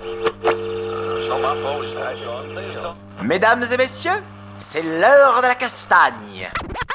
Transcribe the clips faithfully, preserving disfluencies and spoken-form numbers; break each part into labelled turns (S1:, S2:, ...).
S1: Mesdames et messieurs, c'est l'heure de la castagne.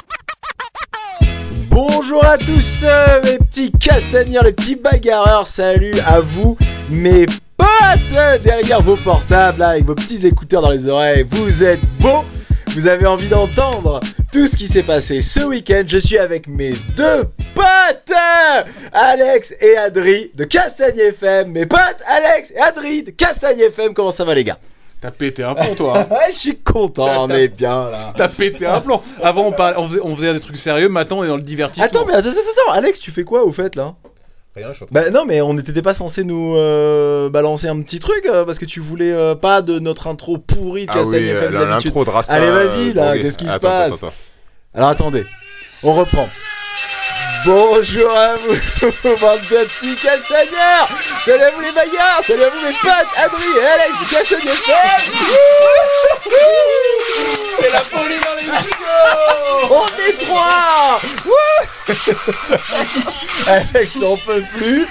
S2: Bonjour à tous euh, mes petits castagneurs, les petits bagarreurs, salut à vous mes potes derrière vos portables là, avec vos petits écouteurs dans les oreilles, vous êtes beaux, vous avez envie d'entendre tout ce qui s'est passé ce week-end. Je suis avec mes deux potes, Alex et Adri de Castagne F M, mes potes Alex et Adri de Castagne F M, comment ça va les gars?
S3: T'as pété un plomb, toi. Hein.
S2: Je suis content, on est bien là.
S3: T'as pété un plomb. Avant, on, parlait, on, faisait, on faisait des trucs sérieux, maintenant, on est dans le divertissement.
S2: Attends, mais attends, attends, attends. Alex, tu fais quoi au fait là?
S4: Rien, je suis en train
S2: Bah non, mais on n'était pas censé nous euh, balancer un petit truc euh, parce que tu voulais euh, pas de notre intro pourrie de
S4: Ah
S2: Castagne
S4: oui,
S2: F M
S4: euh,
S2: d'habitude.
S4: l'intro de Rasta.
S2: Allez, vas-y là,
S4: euh,
S2: qu'est-ce qui se
S4: attends,
S2: passe?
S4: attends, attends.
S2: Alors attendez, on reprend. Bonjour à vous, bande de petits castagneurs. Salut à vous les bagarres, salut à vous mes potes, Adri et Alex du Castagne F M.
S3: C'est la folie dans les studios.
S2: On est trois. Alex on peut plus.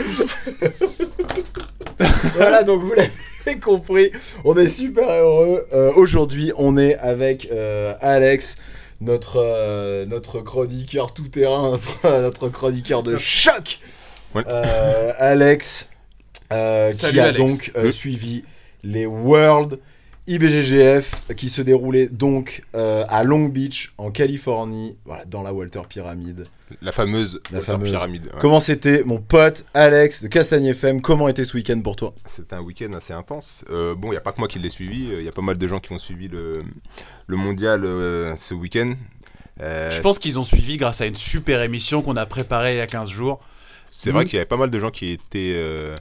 S2: Voilà, donc vous l'avez compris, on est super heureux. Euh, aujourd'hui, on est avec euh, Alex, notre, euh, notre chroniqueur tout-terrain, notre, notre chroniqueur de choc.
S4: Ouais.
S2: Euh, Alex, euh, qui
S3: Salut,
S2: a
S3: Alex.
S2: donc euh,
S4: Oui.
S2: suivi les World I B G G F qui se déroulaient donc euh, à Long Beach, en Californie, voilà, dans la Walter Pyramid.
S4: La fameuse,
S2: La
S4: Walter
S2: fameuse.
S4: pyramide. Ouais.
S2: Comment c'était, mon pote Alex de Castagne F M? Comment était ce week-end pour toi?
S4: C'était un week-end assez intense. Euh, bon, il n'y a pas que moi qui l'ai suivi. Il y a pas mal de gens qui ont suivi le, le mondial euh, ce week-end. Euh,
S3: Je pense qu'ils ont suivi grâce à une super émission qu'on a préparée il y a quinze jours.
S4: C'est vrai qu'il y avait pas mal de gens qui étaient euh,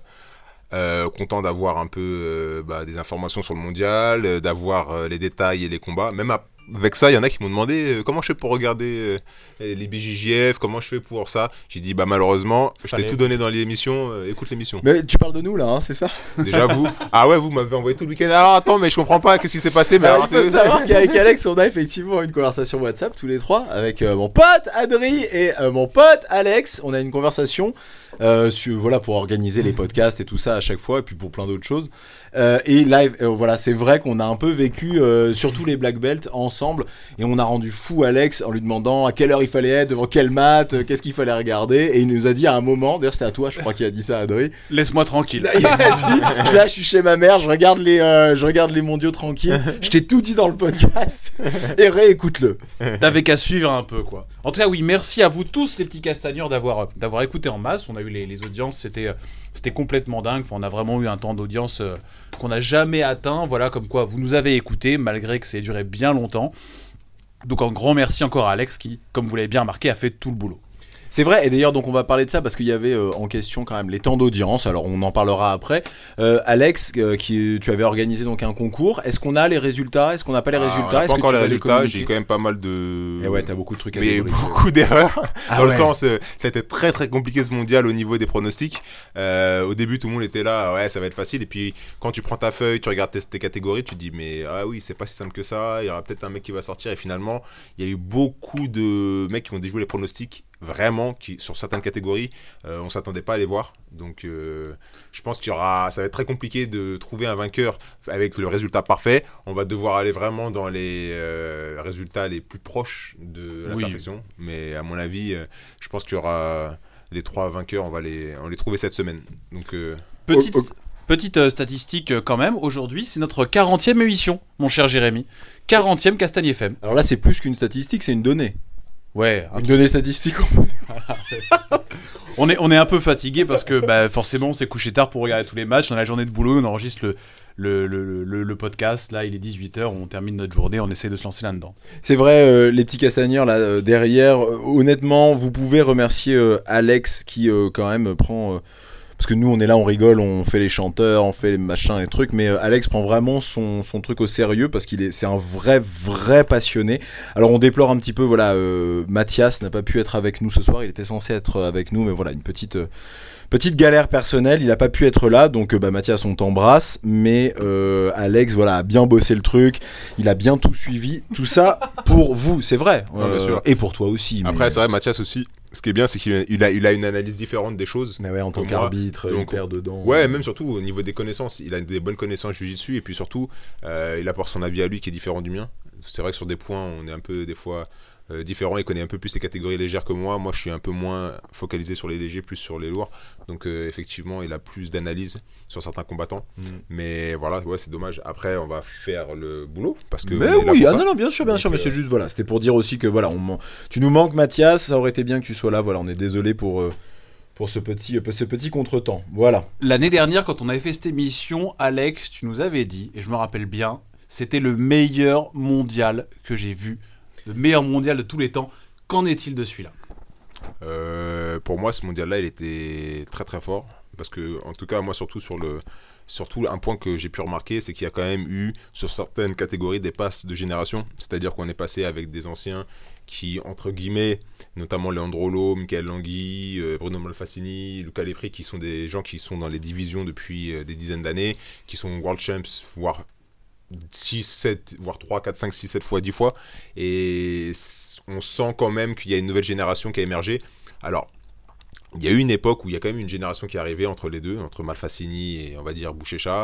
S4: euh, contents d'avoir un peu euh, bah, des informations sur le mondial, euh, d'avoir euh, les détails et les combats. Même à- avec ça, il y en a qui m'ont demandé euh, comment je fais pour regarder euh, les B J J F, comment je fais pour ça. J'ai dit bah malheureusement, je
S3: Fallait.
S4: t'ai tout donné dans l'émission, euh, écoute l'émission.
S2: Mais tu parles de nous là, hein, c'est ça?
S4: Déjà vous, ah ouais, vous m'avez envoyé tout le week-end. Alors attends, mais je comprends pas, qu'est-ce qui s'est passé? Mais
S2: Alors,
S4: alors,
S2: il faut
S4: c'est-
S2: savoir qu'avec Alex, on a effectivement une conversation WhatsApp tous les trois avec euh, mon pote Adri et euh, mon pote Alex. On a une conversation euh, sur, voilà, pour organiser les podcasts et tout ça à chaque fois, et puis pour plein d'autres choses. Euh, et live, euh, voilà, c'est vrai qu'on a un peu vécu euh, surtout les Black Belts ensemble, et on a rendu fou Alex en lui demandant à quelle heure il fallait être, devant quel mat, euh, qu'est-ce qu'il fallait regarder, et il nous a dit à un moment, d'ailleurs c'était à toi, je crois qu'il a dit ça à Adri.
S3: Laisse-moi tranquille.
S2: Là, il a dit, là, je suis chez ma mère, je regarde les, euh, je regarde les mondiaux tranquilles. Je t'ai tout dit dans le podcast et réécoute-le.
S3: T'avais qu'à suivre un peu, quoi. En tout cas, oui, merci à vous tous, les petits castagneurs, d'avoir, euh, d'avoir écouté en masse. On a eu les, les audiences, c'était, euh, c'était complètement dingue. Enfin, on a vraiment eu un temps d'audience euh, qu'on n'a jamais atteint. Voilà, comme quoi vous nous avez écoutés, malgré que ça ait duré bien longtemps. Donc, un grand merci encore à Alex qui, comme vous l'avez bien remarqué, a fait tout le boulot.
S2: C'est vrai, et d'ailleurs, donc on va parler de ça parce qu'il y avait euh, en question quand même les temps d'audience. Alors on en parlera après. Euh, Alex, euh, qui, tu avais organisé donc un concours. Est-ce qu'on a les résultats? Est-ce qu'on n'a pas les
S4: Ah,
S2: résultats?
S4: on a
S2: Est-ce
S4: pas
S2: que
S4: encore
S2: tu
S4: les
S2: vas
S4: résultats,
S2: communiquer?
S4: j'ai quand même pas mal de.
S2: Et ouais, t'as beaucoup de trucs à
S4: Mais
S2: dévoiler.
S4: beaucoup d'erreurs.
S2: Ah
S4: dans
S2: ouais.
S4: le sens, euh, ça a été très très compliqué ce mondial au niveau des pronostics. Euh, au début, tout le monde était là, ouais, ça va être facile. Et puis, quand tu prends ta feuille, tu regardes tes, tes catégories, tu te dis, mais ah oui, c'est pas si simple que ça. Il y aura peut-être un mec qui va sortir. Et finalement, il y a eu beaucoup de mecs qui ont déjoué les pronostics. Vraiment, qui, sur certaines catégories, euh, on s'attendait pas à les voir. Donc, euh, je pense qu'il y aura, ça va être très compliqué de trouver un vainqueur avec le résultat parfait. On va devoir aller vraiment dans les euh, résultats les plus proches de la
S3: Oui.
S4: perfection. Mais à mon avis, euh, je pense qu'il y aura les trois vainqueurs. On va les, on les trouver cette semaine. Donc, euh,
S3: Petite,
S2: Oh, oh.
S3: petite euh, statistique euh, quand même, aujourd'hui, c'est notre quarantième émission, mon cher Jérémy. quarantième Castagne F M.
S2: Alors là, c'est plus qu'une statistique, c'est une donnée.
S3: Ouais, un
S2: Une donnée statistique.
S3: On est, on est un peu fatigué parce que bah, forcément on s'est couché tard pour regarder tous les matchs. Dans la journée de boulot, on enregistre le, le, le, le, le podcast. Là, il est dix-huit heures, on termine notre journée, on essaie de se lancer là-dedans.
S2: C'est vrai, euh, les petits castagneurs là euh, derrière. euh, honnêtement, vous pouvez remercier euh, Alex qui euh, quand même prend. euh, parce que nous, on est là, on rigole, on fait les chanteurs, on fait les machins, les trucs. Mais euh, Alex prend vraiment son, son truc au sérieux parce qu'il est, c'est un vrai, vrai passionné. Alors, on déplore un petit peu, voilà, euh, Mathias n'a pas pu être avec nous ce soir. Il était censé être avec nous, mais voilà, une petite. Euh, Petite galère personnelle, il n'a pas pu être là, donc euh, bah, Mathias, on t'embrasse, mais euh, Alex, voilà, a bien bossé le truc, il a bien tout suivi, tout ça pour vous, c'est vrai,
S4: Ouais, bien sûr.
S2: et pour toi aussi. mais-
S4: après, c'est vrai, Mathias aussi, ce qui est bien, c'est qu'il a, il a, il a une analyse différente des choses.
S2: Mais ouais, en tant
S4: Pour moi,
S2: qu'arbitre,
S4: donc,
S2: il perd dedans.
S4: Ouais, même surtout au niveau des connaissances. Il a des bonnes connaissances jiu-jitsu et puis surtout, euh, il apporte son avis à lui qui est différent du mien. C'est vrai que sur des points, on est un peu des fois euh, différent. Il connaît un peu plus les catégories légères que moi. Moi, je suis un peu moins focalisé sur les légers, plus sur les lourds. Donc, euh, effectivement, il a plus d'analyse sur certains combattants. Mm. Mais voilà, ouais, c'est dommage. Après, on va faire le boulot parce que.
S2: Mais oui, ah non, non, bien sûr, bien Donc, sûr. Mais euh... c'est juste, voilà, c'était pour dire aussi que voilà, on man... tu nous manques, Mathias. Ça aurait été bien que tu sois là. Voilà, on est désolé pour. Euh... Pour ce petit, ce petit contretemps. Voilà.
S3: L'année dernière, quand on avait fait cette émission, Alex, tu nous avais dit, et je me rappelle bien, c'était le meilleur mondial que j'ai vu. Le meilleur mondial de tous les temps. Qu'en est-il de celui-là ?
S4: euh, Pour moi, ce mondial-là, il était très très fort. Parce que, en tout cas, moi, surtout sur le. Surtout, un point que j'ai pu remarquer, c'est qu'il y a quand même eu, sur certaines catégories, des passes de génération. C'est-à-dire qu'on est passé avec des anciens qui, entre guillemets, notamment Leandro Lo, Michael Langui, euh, Bruno Malfacini, Luca Lepri, qui sont des gens qui sont dans les divisions depuis euh, des dizaines d'années, qui sont World Champs, voire six, sept, voire trois, quatre, cinq, six, sept fois, dix fois. Et on sent quand même qu'il y a une nouvelle génération qui a émergé. Alors, il y a eu une époque où il y a quand même une génération qui est arrivée entre les deux, entre Malfacini et, on va dire, Bouchécha.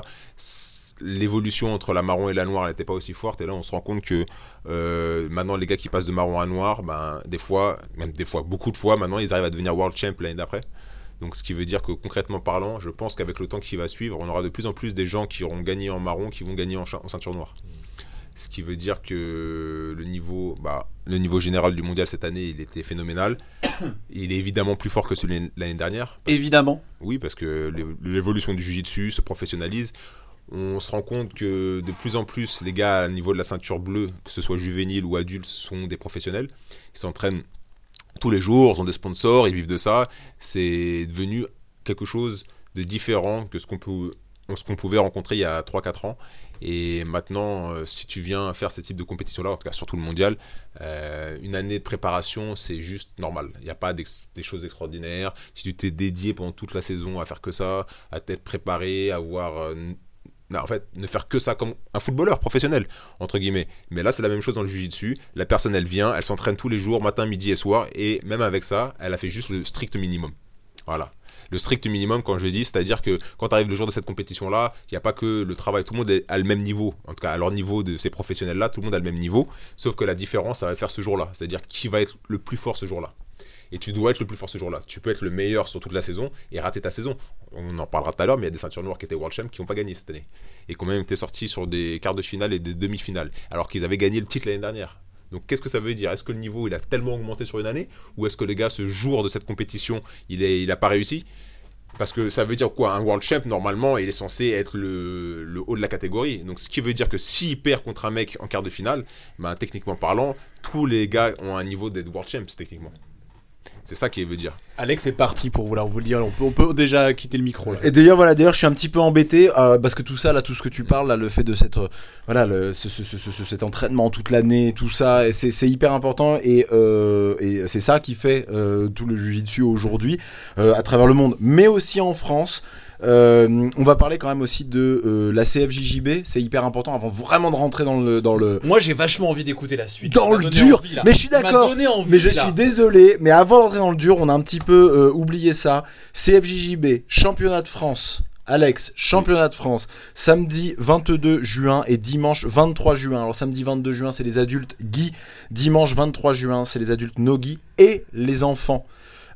S4: L'évolution entre la marron et la noire, elle n'était pas aussi forte. Et là, on se rend compte que euh, maintenant, les gars qui passent de marron à noir, ben, des fois, même des fois, beaucoup de fois, maintenant, ils arrivent à devenir World Champ l'année d'après. Donc, ce qui veut dire que, concrètement parlant, je pense qu'avec le temps qui va suivre, on aura de plus en plus des gens qui auront gagné en marron, qui vont gagner en, cha- en ceinture noire. Ce qui veut dire que le niveau, bah, le niveau général du mondial cette année, il était phénoménal. Il est évidemment plus fort que celui de l'année dernière.
S3: Évidemment.
S4: Que, oui, parce que l'évolution du jiu-jitsu se professionnalise. On se rend compte que de plus en plus, les gars, au niveau de la ceinture bleue, que ce soit juvénile ou adulte, sont des professionnels. Ils s'entraînent tous les jours, ils ont des sponsors, ils vivent de ça. C'est devenu quelque chose de différent que ce qu'on peut, ce qu'on pouvait rencontrer il y a trois quatre ans. Et maintenant, euh, si tu viens faire ce type de compétition-là, en tout cas surtout le mondial, euh, une année de préparation, c'est juste normal. Il n'y a pas des choses extraordinaires. Si tu t'es dédié pendant toute la saison à faire que ça, à t'être préparé, à avoir... Euh, non, en fait, ne faire que ça comme un footballeur professionnel, entre guillemets. Mais là, c'est la même chose dans le jiu-jitsu. La personne, elle vient, elle s'entraîne tous les jours, matin, midi et soir. Et même avec ça, elle a fait juste le strict minimum. Voilà. Le strict minimum, quand je dis, c'est-à-dire que quand tu arrives le jour de cette compétition-là, il n'y a pas que le travail, tout le monde est à le même niveau, en tout cas à leur niveau de ces professionnels-là, tout le monde a le même niveau, sauf que la différence, ça va faire ce jour-là, c'est-à-dire qui va être le plus fort ce jour-là. Et tu dois être le plus fort ce jour-là. Tu peux être le meilleur sur toute la saison et rater ta saison. On en parlera tout à l'heure, mais il y a des ceintures noires qui étaient World Champ qui n'ont pas gagné cette année. Et qui ont même été sortis sur des quarts de finale et des demi-finales, alors qu'ils avaient gagné le titre l'année dernière. Donc qu'est-ce que ça veut dire ? Est-ce que le niveau il a tellement augmenté sur une année ? Ou est-ce que les gars, ce jour de cette compétition, il n'a il a pas réussi ? Parce que ça veut dire quoi ? Un World Champ, normalement, il est censé être le, le haut de la catégorie. Donc ce qui veut dire que s'il perd contre un mec en quart de finale, ben, techniquement parlant, tous les gars ont un niveau d'être World Champs, techniquement. C'est ça qu'il veut dire.
S3: Alex est parti pour vouloir vous le dire. On peut, on peut déjà quitter le micro là.
S2: Et d'ailleurs, voilà, d'ailleurs, je suis un petit peu embêté euh, parce que tout ça, là, tout ce que tu parles, là, le fait de cette, euh, voilà, le, ce, ce, ce, ce, cet entraînement toute l'année, tout ça, et c'est, c'est hyper important et, euh, et c'est ça qui fait euh, tout le jiu-jitsu aujourd'hui euh, à travers le monde, mais aussi en France. Euh, on va parler quand même aussi de euh, la C F J J B, c'est hyper important avant vraiment de rentrer dans le dans le.
S3: Moi j'ai vachement envie d'écouter la suite.
S2: Dans le dur. Envie, mais je suis d'accord. Envie, mais je là. suis désolé. Mais avant d'entrer dans le dur, on a un petit peu euh, oublié ça. C F J J B, championnat de France. Alex, championnat de France, samedi vingt-deux juin et dimanche vingt-trois juin. Alors samedi vingt-deux juin, c'est les adultes Guy. Dimanche vingt-trois juin, c'est les adultes No Guy et les enfants.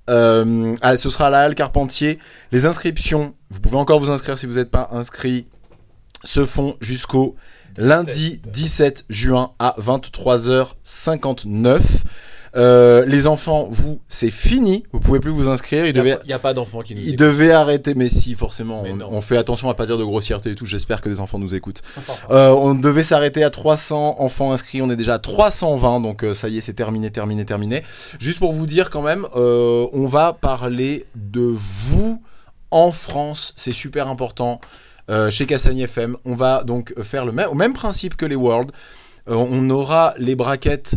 S2: Euh, ce sera à la Halle Carpentier. Les inscriptions, vous pouvez encore vous inscrire si vous n'êtes pas inscrit, se font jusqu'au lundi dix-sept juin à vingt-trois heures cinquante-neuf. Euh, les enfants, vous, c'est fini. Vous pouvez plus vous inscrire. Il
S3: n'y
S2: devait...
S3: a pas d'enfants qui nous
S2: Ils devaient arrêter, mais si, forcément.
S3: Mais
S2: on,
S3: on
S2: fait attention à pas dire de grossièreté et tout. J'espère que les enfants nous écoutent. euh, on devait s'arrêter à trois cents enfants inscrits. On est déjà à trois cent vingt. Donc, euh, ça y est, c'est terminé, terminé, terminé. Juste pour vous dire quand même, euh, on va parler de vous en France. C'est super important. Euh, chez Cassagne F M, on va donc faire le même, au même principe que les Worlds. Euh, on aura les brackets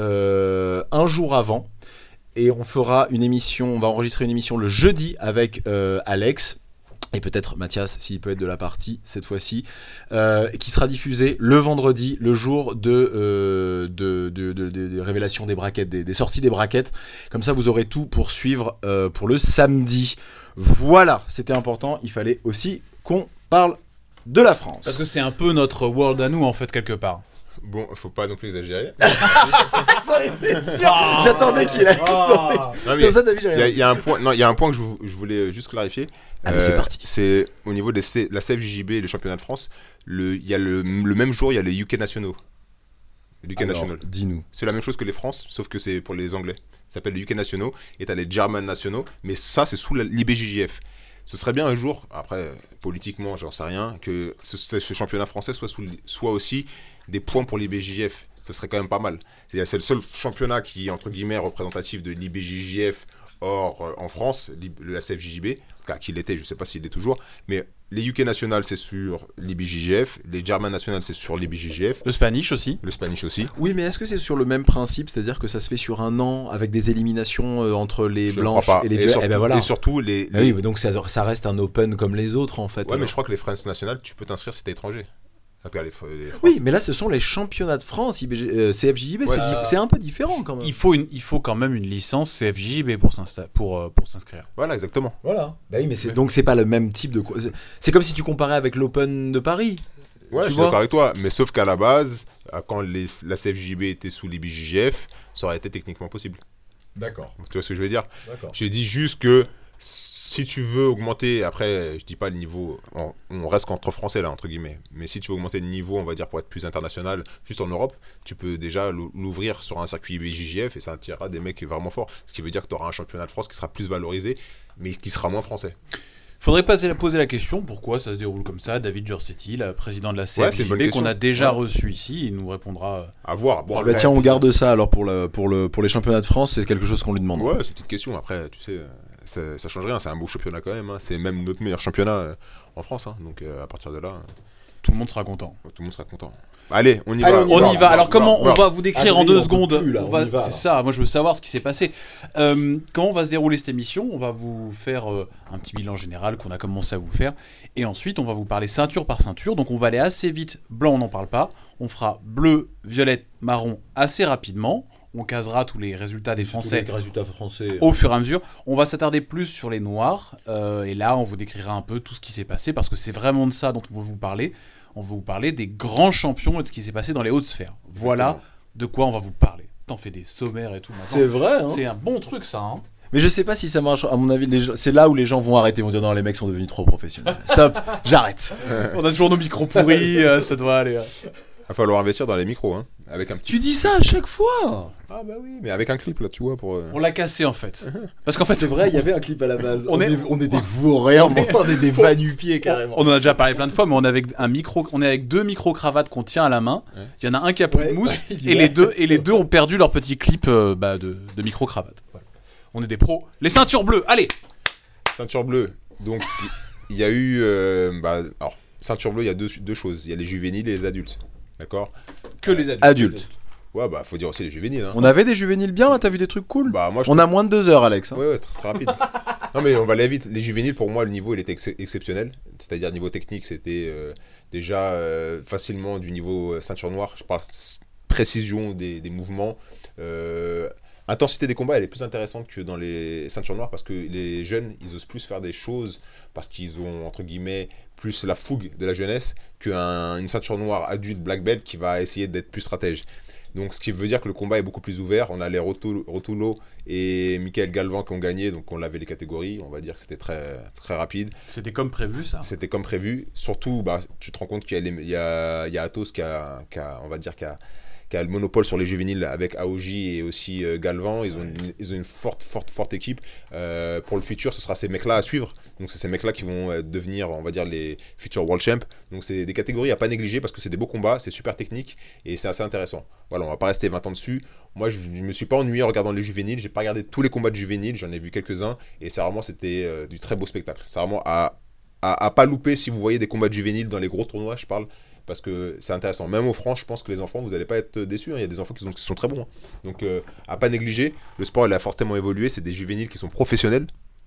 S2: Euh, un jour avant et on fera une émission, on va enregistrer une émission le jeudi avec euh, Alex et peut-être Mathias s'il peut être de la partie cette fois-ci, euh, qui sera diffusé le vendredi, le jour de, euh, de, de, de, de, de révélation des brackets, des, des sorties des brackets. Comme ça, vous aurez tout pour suivre euh, pour le samedi. Voilà, c'était important. Il fallait aussi qu'on parle de la France.
S3: Parce que c'est un peu notre world à nous, en fait, quelque part.
S4: Bon, faut pas non plus exagérer.
S2: J'en étais sûr. J'attendais qu'il aille.
S4: Non, mais
S2: Sur ça, t'as vu,
S4: Il y, a- il y a un point, non, il y a un point que je, vou- je voulais juste clarifier.
S2: Allez, c'est parti.
S4: C'est au niveau de la C F J J B, le championnat de France. Le, il y a le, le même jour, il y a les U K nationaux. Les U K
S2: Alors,
S4: nationals.
S2: dis-nous.
S4: C'est la même chose que les France, sauf que c'est pour les Anglais. Ça s'appelle les U K nationaux et t'as les German nationaux, mais ça c'est sous l'I B J J F. Ce serait bien un jour, après politiquement j'en sais rien, que ce, ce- ce championnat français soit, sous, soit aussi des points pour l'I B J J F. Ce serait quand même pas mal. C'est c'est le seul championnat qui est entre guillemets représentatif de l'I B J J F hors euh, en France, l'I- la C F J J B, enfin, qu'il était, je sais pas s'il l'est toujours, mais les U K nationales c'est sur l'I B J J F, les German nationales c'est sur l'I B J J F,
S3: Le Spanish aussi.
S4: le Spanish aussi.
S2: Oui, mais est-ce que c'est sur le même principe, c'est-à-dire que ça se fait sur un an avec des éliminations euh, entre les
S4: Je
S2: blanches
S4: crois pas.
S2: et les
S4: et
S2: violettes?
S4: surtout,
S2: Eh ben voilà.
S4: et surtout les,
S2: Ah
S4: les-
S2: oui, mais donc ça, ça reste un open comme les autres en fait.
S4: Ouais, mais
S2: alors.
S4: je crois que les France nationales, tu peux t'inscrire si t'es étranger. En tout cas, les, les-
S2: Oui, mais là ce sont les championnats de France, I B G, euh, C F J J B, c'est,
S4: Ouais.
S2: di- c'est un peu différent quand même.
S3: Il faut, une, il faut quand même une licence C F J J B pour, s'insta- pour, euh, pour s'inscrire.
S4: Voilà, exactement.
S2: Voilà. Bah oui, mais c'est, donc c'est pas le même type de. co- C'est, c'est comme si tu comparais avec l'Open de Paris.
S4: Ouais,
S2: Tu
S4: je suis
S2: vois
S4: d'accord avec toi. Mais sauf qu'à la base, euh, quand les, la C F J J B était sous l'I B J J F, ça aurait été techniquement possible.
S2: D'accord.
S4: Tu vois ce que je veux dire?
S2: D'accord.
S4: J'ai dit juste que si tu veux augmenter, après, je dis pas le niveau, on, on reste qu'entre français là, entre guillemets, mais si tu veux augmenter le niveau, on va dire, pour être plus international, juste en Europe, tu peux déjà l'ou- l'ouvrir sur un circuit I B J J F et ça attirera des mecs vraiment forts. Ce qui veut dire que tu auras un championnat de France qui sera plus valorisé, mais qui sera moins français.
S3: Faudrait passer, poser la question pourquoi ça se déroule comme ça. David Giorsetti, le président de la
S4: Ouais, c'est une bonne
S3: C F J J B, qu'on
S4: question.
S3: a déjà
S4: Ouais.
S3: reçu ici, il nous répondra. euh,
S4: À voir. Bon,
S2: Bah
S4: après-
S2: tiens, on garde ça alors pour, le, pour, le, pour les championnats de France, c'est quelque chose qu'on lui demande.
S4: Ouais, c'est une petite question. Après, tu sais, euh, ça, ça change rien. C'est un beau championnat quand même. hein. C'est même notre meilleur championnat euh, en France. hein. Donc euh, à partir de là, euh,
S3: Tout le monde sera content.
S4: tout le monde sera content. Allez, on y
S2: Allez,
S4: va.
S2: on y
S3: On
S2: va,
S3: y va. Alors comment on va vous décrire en
S2: Adrien,
S3: deux
S2: on peut
S3: secondes
S2: plus, là,
S3: On
S2: on
S3: va-
S2: y va,
S3: C'est
S2: là.
S3: ça. Moi, je veux savoir ce qui s'est passé. Euh, comment va se dérouler cette émission? On va vous faire euh, un petit bilan général qu'on a commencé à vous faire, et ensuite on va vous parler ceinture par ceinture. Donc on va aller assez vite. Blanc, on n'en parle pas. On fera bleu, violette, marron assez rapidement. On casera tous les résultats des Français
S2: résultats français.
S3: au fur et à mesure. On va s'attarder plus sur les noirs, euh, et là on vous décrira un peu tout ce qui s'est passé, parce que c'est vraiment de ça dont on veut vous parler. On va vous parler des grands champions et de ce qui s'est passé dans les hautes sphères. Voilà de quoi on va vous parler. T'en fais des sommaires et tout maintenant.
S2: C'est vrai, hein.
S3: C'est un bon truc ça, hein.
S2: Mais je sais pas si ça marche. À mon avis, les gens- c'est là où les gens vont arrêter, vont dire non, les mecs sont devenus trop professionnels. Stop, j'arrête.
S3: On a toujours nos micros pourris, euh, ça doit aller.
S4: Va falloir investir dans les micros, hein, avec un petit.
S2: Tu dis ça à chaque fois.
S4: Ah bah oui, mais avec un clip là, tu vois, pour. euh,
S3: On l'a cassé en fait. Parce qu'en fait,
S2: C'est vrai, il y avait un clip à la base.
S3: On
S2: On,
S3: est-
S2: est, on est des vauriens, on est des va-nu-pieds carrément.
S3: on en a déjà parlé plein de fois, mais on est avec un micro, on est avec deux micro cravates qu'on tient à la main.
S4: Ouais.
S3: Il y en a un qui a plus
S2: Ouais,
S3: de mousse
S2: ouais, il dit
S3: et
S2: ouais.
S3: les deux et les deux ont perdu leur petit clip euh, bah, de, de micro cravate. Voilà. On est des pros. Les ceintures bleues, allez.
S4: Ceinture bleue. Donc, il y a eu. euh, bah, alors, ceinture bleue, il y a deux, deux choses. Il y a les juvéniles et les adultes. D'accord?
S3: Que les adultes.
S2: Adultes.
S4: Ouais, bah, faut dire aussi les juvéniles. Hein.
S2: On avait des juvéniles bien là, t'as vu des trucs cool?
S4: Bah, moi, je
S2: On a moins de deux heures, Alex. hein.
S4: Ouais, ouais, très, très rapide. Non, mais on va aller vite. Les juvéniles, pour moi, le niveau, il était ex- exceptionnel. C'est-à-dire, niveau technique, c'était euh, déjà euh, facilement du niveau euh, ceinture noire. Je parle s- précision des, des mouvements. Euh, intensité des combats, elle est plus intéressante que dans les ceintures noires parce que les jeunes, ils osent plus faire des choses parce qu'ils ont, entre guillemets, plus la fougue de la jeunesse qu'une ceinture noire adulte black belt qui va essayer d'être plus stratège. Donc, ce qui veut dire que le combat est beaucoup plus ouvert. On a les Rotu- Rotulo et Michael Galvan qui ont gagné, donc on avait les catégories. On va dire que c'était très, très rapide.
S3: C'était comme prévu ça.
S4: C'était comme prévu. Surtout, bah, tu te rends compte qu'il y a, les- il y a, il y a Athos qui a, qui a, on va dire, qui a, qui a le monopole sur les juvéniles avec Aoji et aussi euh, Galvan. Ils ont, une, ils ont une forte, forte, forte équipe. Euh, pour le futur, ce sera ces mecs-là à suivre. Donc, c'est ces mecs-là qui vont euh, devenir, on va dire, les futurs World Champs. Donc, c'est des catégories à pas négliger parce que c'est des beaux combats, c'est super technique et c'est assez intéressant. Voilà, on va pas rester vingt ans dessus. Moi, je, je me suis pas ennuyé en regardant les juvéniles. J'ai pas regardé tous les combats de juvéniles. J'en ai vu quelques-uns et c'est vraiment, c'était euh, du très beau spectacle. C'est vraiment à, à, à pas louper si vous voyez des combats de juvéniles dans les gros tournois, je parle. Parce que c'est intéressant. Même au franc, je pense que les enfants, vous n'allez pas être déçus. hein. Il y a des enfants qui sont, qui sont très bons. hein. Donc, euh, à pas négliger. Le sport, il a fortement évolué. C'est des juvéniles qui sont professionnels.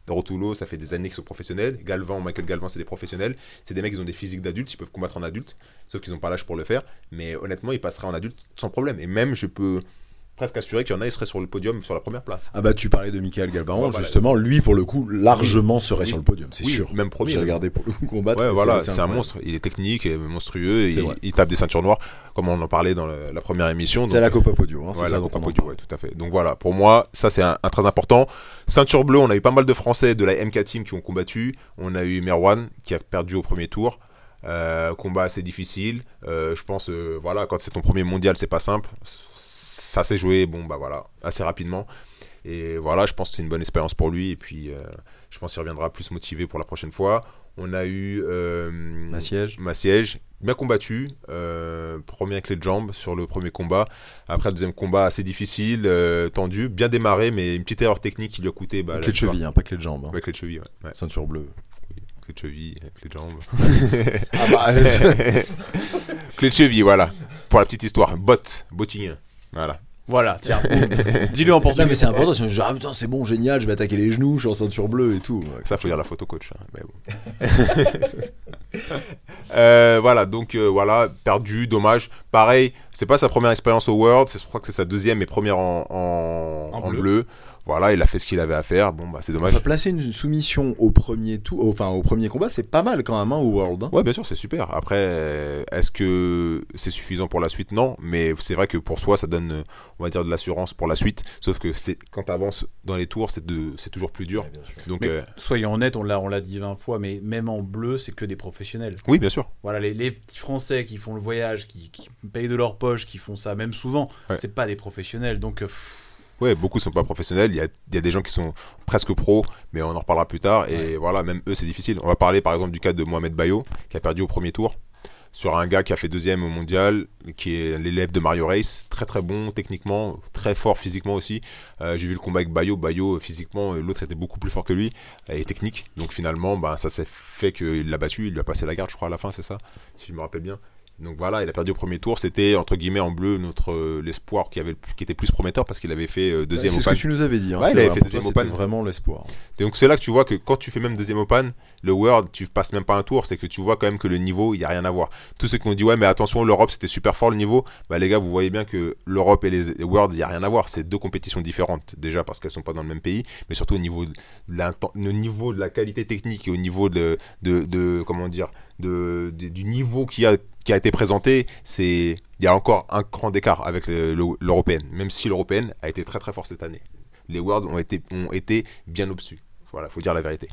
S4: Rotulo, ça fait des années qu'ils sont professionnels. Galvan, Michael Galvan, c'est des professionnels. C'est des mecs, ils ont des physiques d'adultes, ils peuvent combattre en adulte, sauf qu'ils n'ont pas l'âge pour le faire. Mais honnêtement, ils passeraient en adulte sans problème. Et même, je peux presque assurer qu'il y en a, ils seraient sur le podium, sur la première place.
S2: Ah bah tu parlais de Michael Galvan,
S4: Ouais, voilà.
S2: justement, lui pour le coup largement serait
S4: Oui.
S2: sur le podium, c'est
S4: Oui,
S2: sûr.
S4: même premier.
S2: J'ai regardé pour le coup combattre.
S4: Ouais,
S2: et
S4: voilà,
S2: c'est,
S4: c'est,
S2: c'est
S4: un
S2: incroyable.
S4: monstre. Il est technique, et monstrueux,
S2: C'est
S4: il,
S2: vrai.
S4: il tape des ceintures noires, comme on en parlait dans le- la première émission.
S2: C'est
S4: donc-
S2: la Copa Podio, hein, c'est
S4: Ouais,
S2: ça
S4: la
S2: dont
S4: Copa
S2: on en
S4: Podio,
S2: parle.
S4: ouais, tout à fait. Donc voilà, pour moi, ça c'est un, un très important. Ceinture bleue, on a eu pas mal de Français de la M K Team qui ont combattu. On a eu Merwan qui a perdu au premier tour. Euh, combat assez difficile. Euh, je pense, euh, voilà, quand c'est ton premier mondial, c'est pas simple. Ça s'est joué, bon bah voilà, assez rapidement. Et voilà, je pense que c'est une bonne expérience pour lui. Et puis, euh, je pense qu'il reviendra plus motivé pour la prochaine fois. On a eu euh,
S2: Massiège.
S4: Massiège, bien combattu. Euh, premier clé de jambe sur le premier combat. Après, le deuxième combat assez difficile, euh, tendu, bien démarré, mais une petite erreur technique qui lui a coûté. Bah, la
S2: Clé de
S4: victoire.
S2: cheville, hein, pas clé de jambe. hein.
S4: Ouais, clé de cheville, ouais. ouais.
S2: Ceinture bleue.
S4: Clé de cheville, clé de jambe.
S2: Ah bah,
S4: Clé de cheville, voilà. Pour la petite histoire. Bot, botting. Voilà.
S3: Voilà, tiens, boum. Dis-le en portugais.
S2: non mais c'est important, sinon je dis, ah putain c'est bon, génial, je vais attaquer les genoux, je suis en ceinture bleue et tout.
S4: Ça, faut dire la photo, coach. hein, mais bon. Euh, voilà, donc euh, voilà, perdu, dommage. Pareil, c'est pas sa première expérience au World, c'est- je crois que c'est sa deuxième et première en, en,
S3: En
S4: en
S3: bleu.
S4: bleu. Voilà, il a fait ce qu'il avait à faire. Bon, bah, c'est dommage.
S2: Enfin, placer une soumission au premier tour, enfin au premier combat, c'est pas mal quand même hein, au World. hein.
S4: Ouais, bien sûr, c'est super. Après, euh, est-ce que c'est suffisant pour la suite? Non, mais c'est vrai que pour soi, ça donne, euh, on va dire, de l'assurance pour la suite. Sauf que c'est quand tu avances dans les tours, c'est, de, c'est toujours plus dur.
S2: Ouais, bien sûr.
S4: Donc,
S3: Mais
S4: euh,
S3: soyons honnêtes, on l'a, on l'a dit vingt fois, mais même en bleu, c'est que des professionnels.
S4: oui, bien sûr.
S3: Voilà, les, les petits Français qui font le voyage, qui, qui payent de leur poche, qui font ça même souvent,
S4: Ouais.
S3: c'est pas des professionnels. Donc, euh, pff,
S4: Ouais, beaucoup sont pas professionnels. Il y a, il y a des gens qui sont presque pros, mais on en reparlera plus tard. Et voilà, même eux, c'est difficile. On va parler par exemple du cas de Mohamed Bayo, qui a perdu au premier tour, sur un gars qui a fait deuxième au mondial, qui est l'élève de Mario Reis. Très très bon techniquement, très fort physiquement aussi. Euh, j'ai vu le combat avec Bayo. Bayo, physiquement, l'autre était beaucoup plus fort que lui, et technique. Donc finalement, bah, ça s'est fait qu'il l'a battu. Il lui a passé la garde, je crois, à la fin, c'est ça, si je me rappelle bien. Donc voilà, il a perdu au premier tour. C'était entre guillemets en bleu notre euh, l'espoir qui avait le- qui était plus prometteur parce qu'il avait fait euh, deuxième
S2: c'est
S4: au
S2: ce
S4: pan.
S2: que tu nous avais dit. Hein,
S4: Ouais,
S2: c'est
S4: il avait
S2: vrai,
S4: fait
S2: pour
S4: deuxième
S2: toi,
S4: au pan.
S2: c'était vraiment l'espoir.
S4: Et donc c'est là que tu vois que quand tu fais même deuxième open, le World, tu passes même pas un tour, c'est que tu vois quand même que le niveau, il y a rien à voir. Tous ceux qui ont dit ouais mais attention l'Europe c'était super fort le niveau, bah les gars vous voyez bien que l'Europe et les les Worlds, il y a rien à voir, c'est deux compétitions différentes déjà parce qu'elles sont pas dans le même pays, mais surtout au niveau de l'inten- le niveau de la qualité technique et au niveau de de, de comment dire de, de- du niveau qui a qui a été présenté, c'est il y a encore un cran d'écart avec le- le- l'européenne, même si l'européenne a été très très forte cette année. Les Worlds ont été ont été bien au-dessus. Voilà, faut dire la vérité.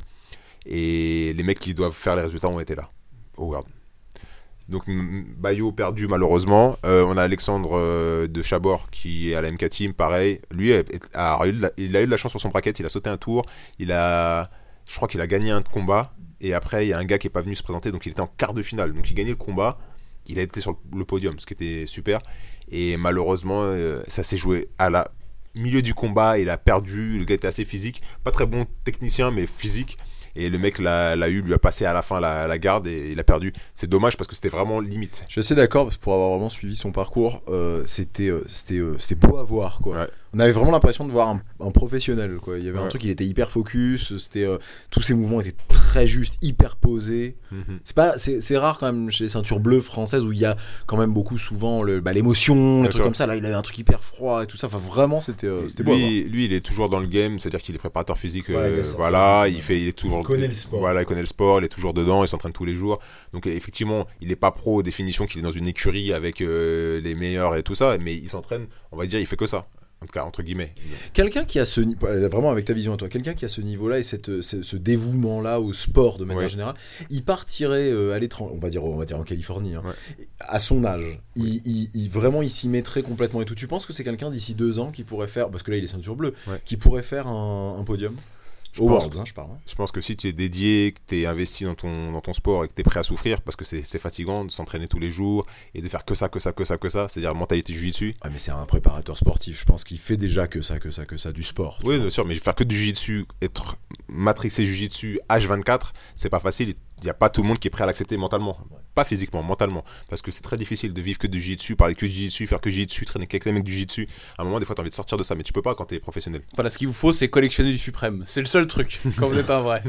S4: Et les mecs qui doivent faire les résultats ont été là, au World. Donc M- Bayo perdu malheureusement. Euh, on a Alexandre euh, de Chabor qui est à la M K Team, pareil. Lui a, a eu de la, il a eu de la chance sur son bracket, il a sauté un tour. Il a, je crois qu'il a gagné un combat. Et après, il y a un gars qui est pas venu se présenter, donc il était en quart de finale. Donc il gagnait le combat. Il a été sur le podium, ce qui était super. Et malheureusement, euh, ça s'est joué à la milieu du combat. Il a perdu. Le gars était assez physique, pas très bon technicien, mais physique. Et le mec l'a, l'a eu, lui a passé à la fin la, la garde et il a perdu. C'est dommage parce que c'était vraiment limite.
S2: Je suis assez d'accord parce que pour avoir vraiment suivi son parcours, euh, c'était, euh, c'était, euh, c'était beau à voir quoi.
S4: Ouais.
S2: On avait vraiment l'impression de voir un, un professionnel quoi. Il y avait un
S4: Ouais.
S2: truc, il était hyper focus, c'était euh, tous ses mouvements étaient très justes, hyper posés.
S4: Mm-hmm.
S2: C'est pas, c'est, c'est rare quand même chez les ceintures bleues françaises où il y a quand même beaucoup souvent le, bah, l'émotion, les
S4: Bien
S2: trucs
S4: sûr.
S2: comme ça. Là, il avait un truc hyper froid et tout ça. Enfin, vraiment, c'était, euh, c'était beau à voir.
S4: Lui, lui, il est toujours dans le game, c'est-à-dire qu'il est préparateur physique.
S2: Voilà,
S4: euh,
S2: il a ça,
S4: voilà,
S2: ça,
S4: il fait, il est toujours.
S2: Il connaît le sport.
S4: Voilà, il connaît le sport, il est toujours dedans, il s'entraîne tous les jours. Donc effectivement, il n'est pas pro aux définitions qu'il est dans une écurie avec euh, les meilleurs et tout ça, mais il s'entraîne. On va dire, il fait que ça. En tout cas, entre guillemets.
S2: Quelqu'un qui a ce ni- vraiment avec ta vision à toi, quelqu'un qui a ce niveau-là et cette, ce, ce dévouement-là au sport de manière
S4: Ouais.
S2: générale, il partirait euh, à l'étranger, on va dire, on va dire en Californie, hein,
S4: Ouais.
S2: à son âge. Il, il- il- vraiment, il s'y mettrait complètement et tout. Tu penses que c'est quelqu'un d'ici deux ans qui pourrait faire, parce que là il est ceinture bleue,
S4: Ouais.
S2: qui pourrait faire un, un podium
S4: Je
S2: au
S4: pense
S2: Worlds, hein, je parle. hein.
S4: Je pense que si tu es dédié, que tu es investi dans ton, dans ton sport et que tu es prêt à souffrir, parce que c'est, c'est fatigant de s'entraîner tous les jours et de faire que ça, que ça, que ça, que ça, c'est-à-dire mentalité jiu-jitsu.
S2: Ah mais c'est un préparateur sportif. Je pense qu'il fait déjà que ça, que ça, que ça, du sport. tu
S4: Oui,
S2: vois.
S4: bien sûr, mais faire que du jiu-jitsu, être matrixé jiu-jitsu H vingt-quatre, c'est pas facile. il n'y a pas tout le monde qui est prêt à l'accepter mentalement. Pas physiquement, mentalement. Parce que c'est très difficile de vivre que du jiu-jitsu, parler que du jiu-jitsu, faire que du jiu-jitsu, traîner qu'avec les mecs du jiu-jitsu. À un moment, des fois, tu as envie de sortir de ça, mais tu peux pas quand tu es professionnel.
S3: Voilà, ce qu'il vous faut, c'est collectionner du suprême. C'est le seul truc quand vous êtes un vrai.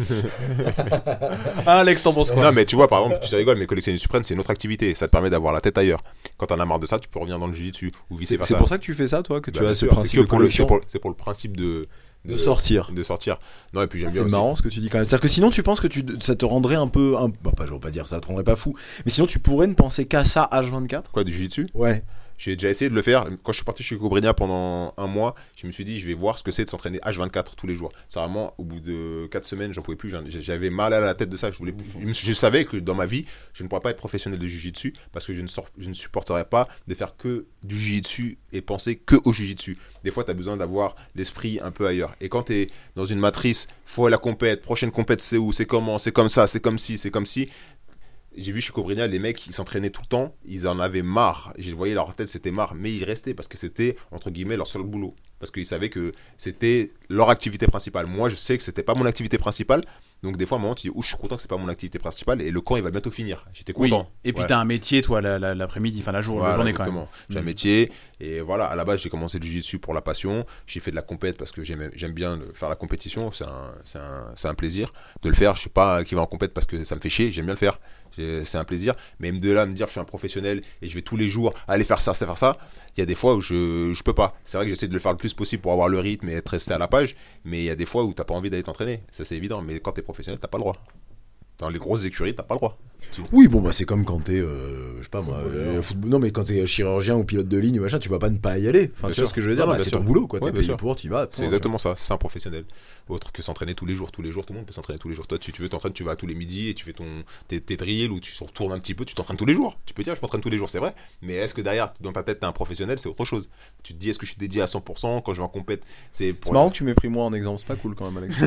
S3: Ah, Alex, t'en penses quoi?
S4: Non, mais tu vois, par exemple, tu rigoles, mais collectionner du suprême, c'est une autre activité. Ça te permet d'avoir la tête ailleurs. Quand t'en as marre de ça, tu peux revenir dans le jiu-jitsu ou vice
S2: C'est
S4: versa.
S2: c'est pour ça que tu fais ça, toi, que tu
S4: Bah,
S2: as
S4: bien
S2: ce
S4: sûr,
S2: principe
S4: c'est que
S2: de
S4: pour le-
S2: collection.
S4: c'est pour, c'est pour le principe de,
S2: De sortir.
S4: De sortir. Non, et puis j'aime
S2: Ah,
S4: bien
S2: c'est
S4: aussi.
S2: marrant ce que tu dis quand même. C'est-à-dire que sinon tu penses que tu, ça te rendrait un peu. Un, bah, pas, je veux pas dire ça te rendrait pas fou. Mais sinon tu pourrais ne penser qu'à ça H vingt-quatre.
S4: Quoi, du jiu-jitsu?
S2: Ouais.
S4: J'ai déjà essayé de le faire. Quand je suis parti chez Cobreña pendant un mois, je me suis dit, je vais voir ce que c'est de s'entraîner H vingt-quatre tous les jours. C'est vraiment, au bout de quatre semaines, j'en pouvais plus. J'en- J'avais mal à la tête de ça. Je, voulais, je, je savais que dans ma vie, je ne pourrais pas être professionnel de jiu-jitsu parce que je ne, sors, je ne supporterais pas de faire que du jiu-jitsu et penser que au jiu-jitsu. Des fois, tu as besoin d'avoir l'esprit un peu ailleurs. Et quand tu es dans une matrice, faut la compète, prochaine compète, c'est où, c'est comment, c'est comme ça, c'est comme ci, c'est comme ci. J'ai vu chez Cobreña, les mecs, ils s'entraînaient tout le temps, ils en avaient marre. Je voyais leur tête, c'était marre, mais ils restaient parce que c'était, entre guillemets, leur seul boulot. Parce qu'ils savaient que c'était leur activité principale. Moi, je sais que c'était pas mon activité principale. Donc, des fois, à un moment, tu dis, ouh, je suis content que c'est pas mon activité principale et le camp, il va bientôt finir. J'étais
S3: Oui.
S4: content.
S3: Et puis
S4: Ouais.
S3: t'as un métier, toi, la- la- l'après-midi, enfin la, jour,
S4: Voilà,
S3: la journée quand même.
S4: exactement. J'ai un
S3: Mm.
S4: métier et voilà, à la base j'ai commencé le jiu-jitsu pour la passion, j'ai fait de la compète parce que j'aime j'aime bien le- faire la compétition, c'est un, c'est un, c'est un plaisir de le faire, je suis pas qui va en compète parce que ça me fait chier, j'aime bien le faire, J'ai- c'est un plaisir, mais de là me dire je suis un professionnel et je vais tous les jours aller faire ça, ça, faire ça, il y a des fois où je, je peux pas, c'est vrai que j'essaie de le faire le plus possible pour avoir le rythme et être resté à la page, mais il y a des fois où t'as pas envie d'aller t'entraîner, ça c'est évident, mais quand t'es professionnel t'as pas le droit. Dans les grosses écuries, t'as pas le droit.
S2: Oui, bon, bah c'est comme quand t'es, euh, je sais pas moi, euh, football- non mais quand t'es chirurgien ou pilote de ligne, machin, tu vas pas ne pas y aller. Enfin,
S4: Bien
S2: tu
S4: sûr.
S2: vois ce que je veux dire,
S4: Non, non,
S2: bah,
S4: bien
S2: c'est
S4: sûr.
S2: ton boulot, quoi.
S4: Ouais,
S2: T'es
S4: bien
S2: payé
S4: sûr.
S2: pour, t'y vas.
S4: C'est exactement ça, c'est un professionnel. Autre que s'entraîner tous les jours, tous les jours, tout le monde peut s'entraîner tous les jours. Toi, si tu veux t'entraîner, tu vas tous les midis et tu fais ton tes, tes drills ou tu retournes un petit peu, tu t'entraînes tous les jours. Tu peux dire, je m'entraîne tous les jours, c'est vrai. Mais est-ce que derrière, dans ta tête, t'es un professionnel, c'est autre chose. Tu te dis, est-ce que je suis dédié à cent pour cent quand je vais en compète, c'est pour.
S2: C'est marrant que tu m'aies pris moi en exemple, c'est pas cool quand même, Alex.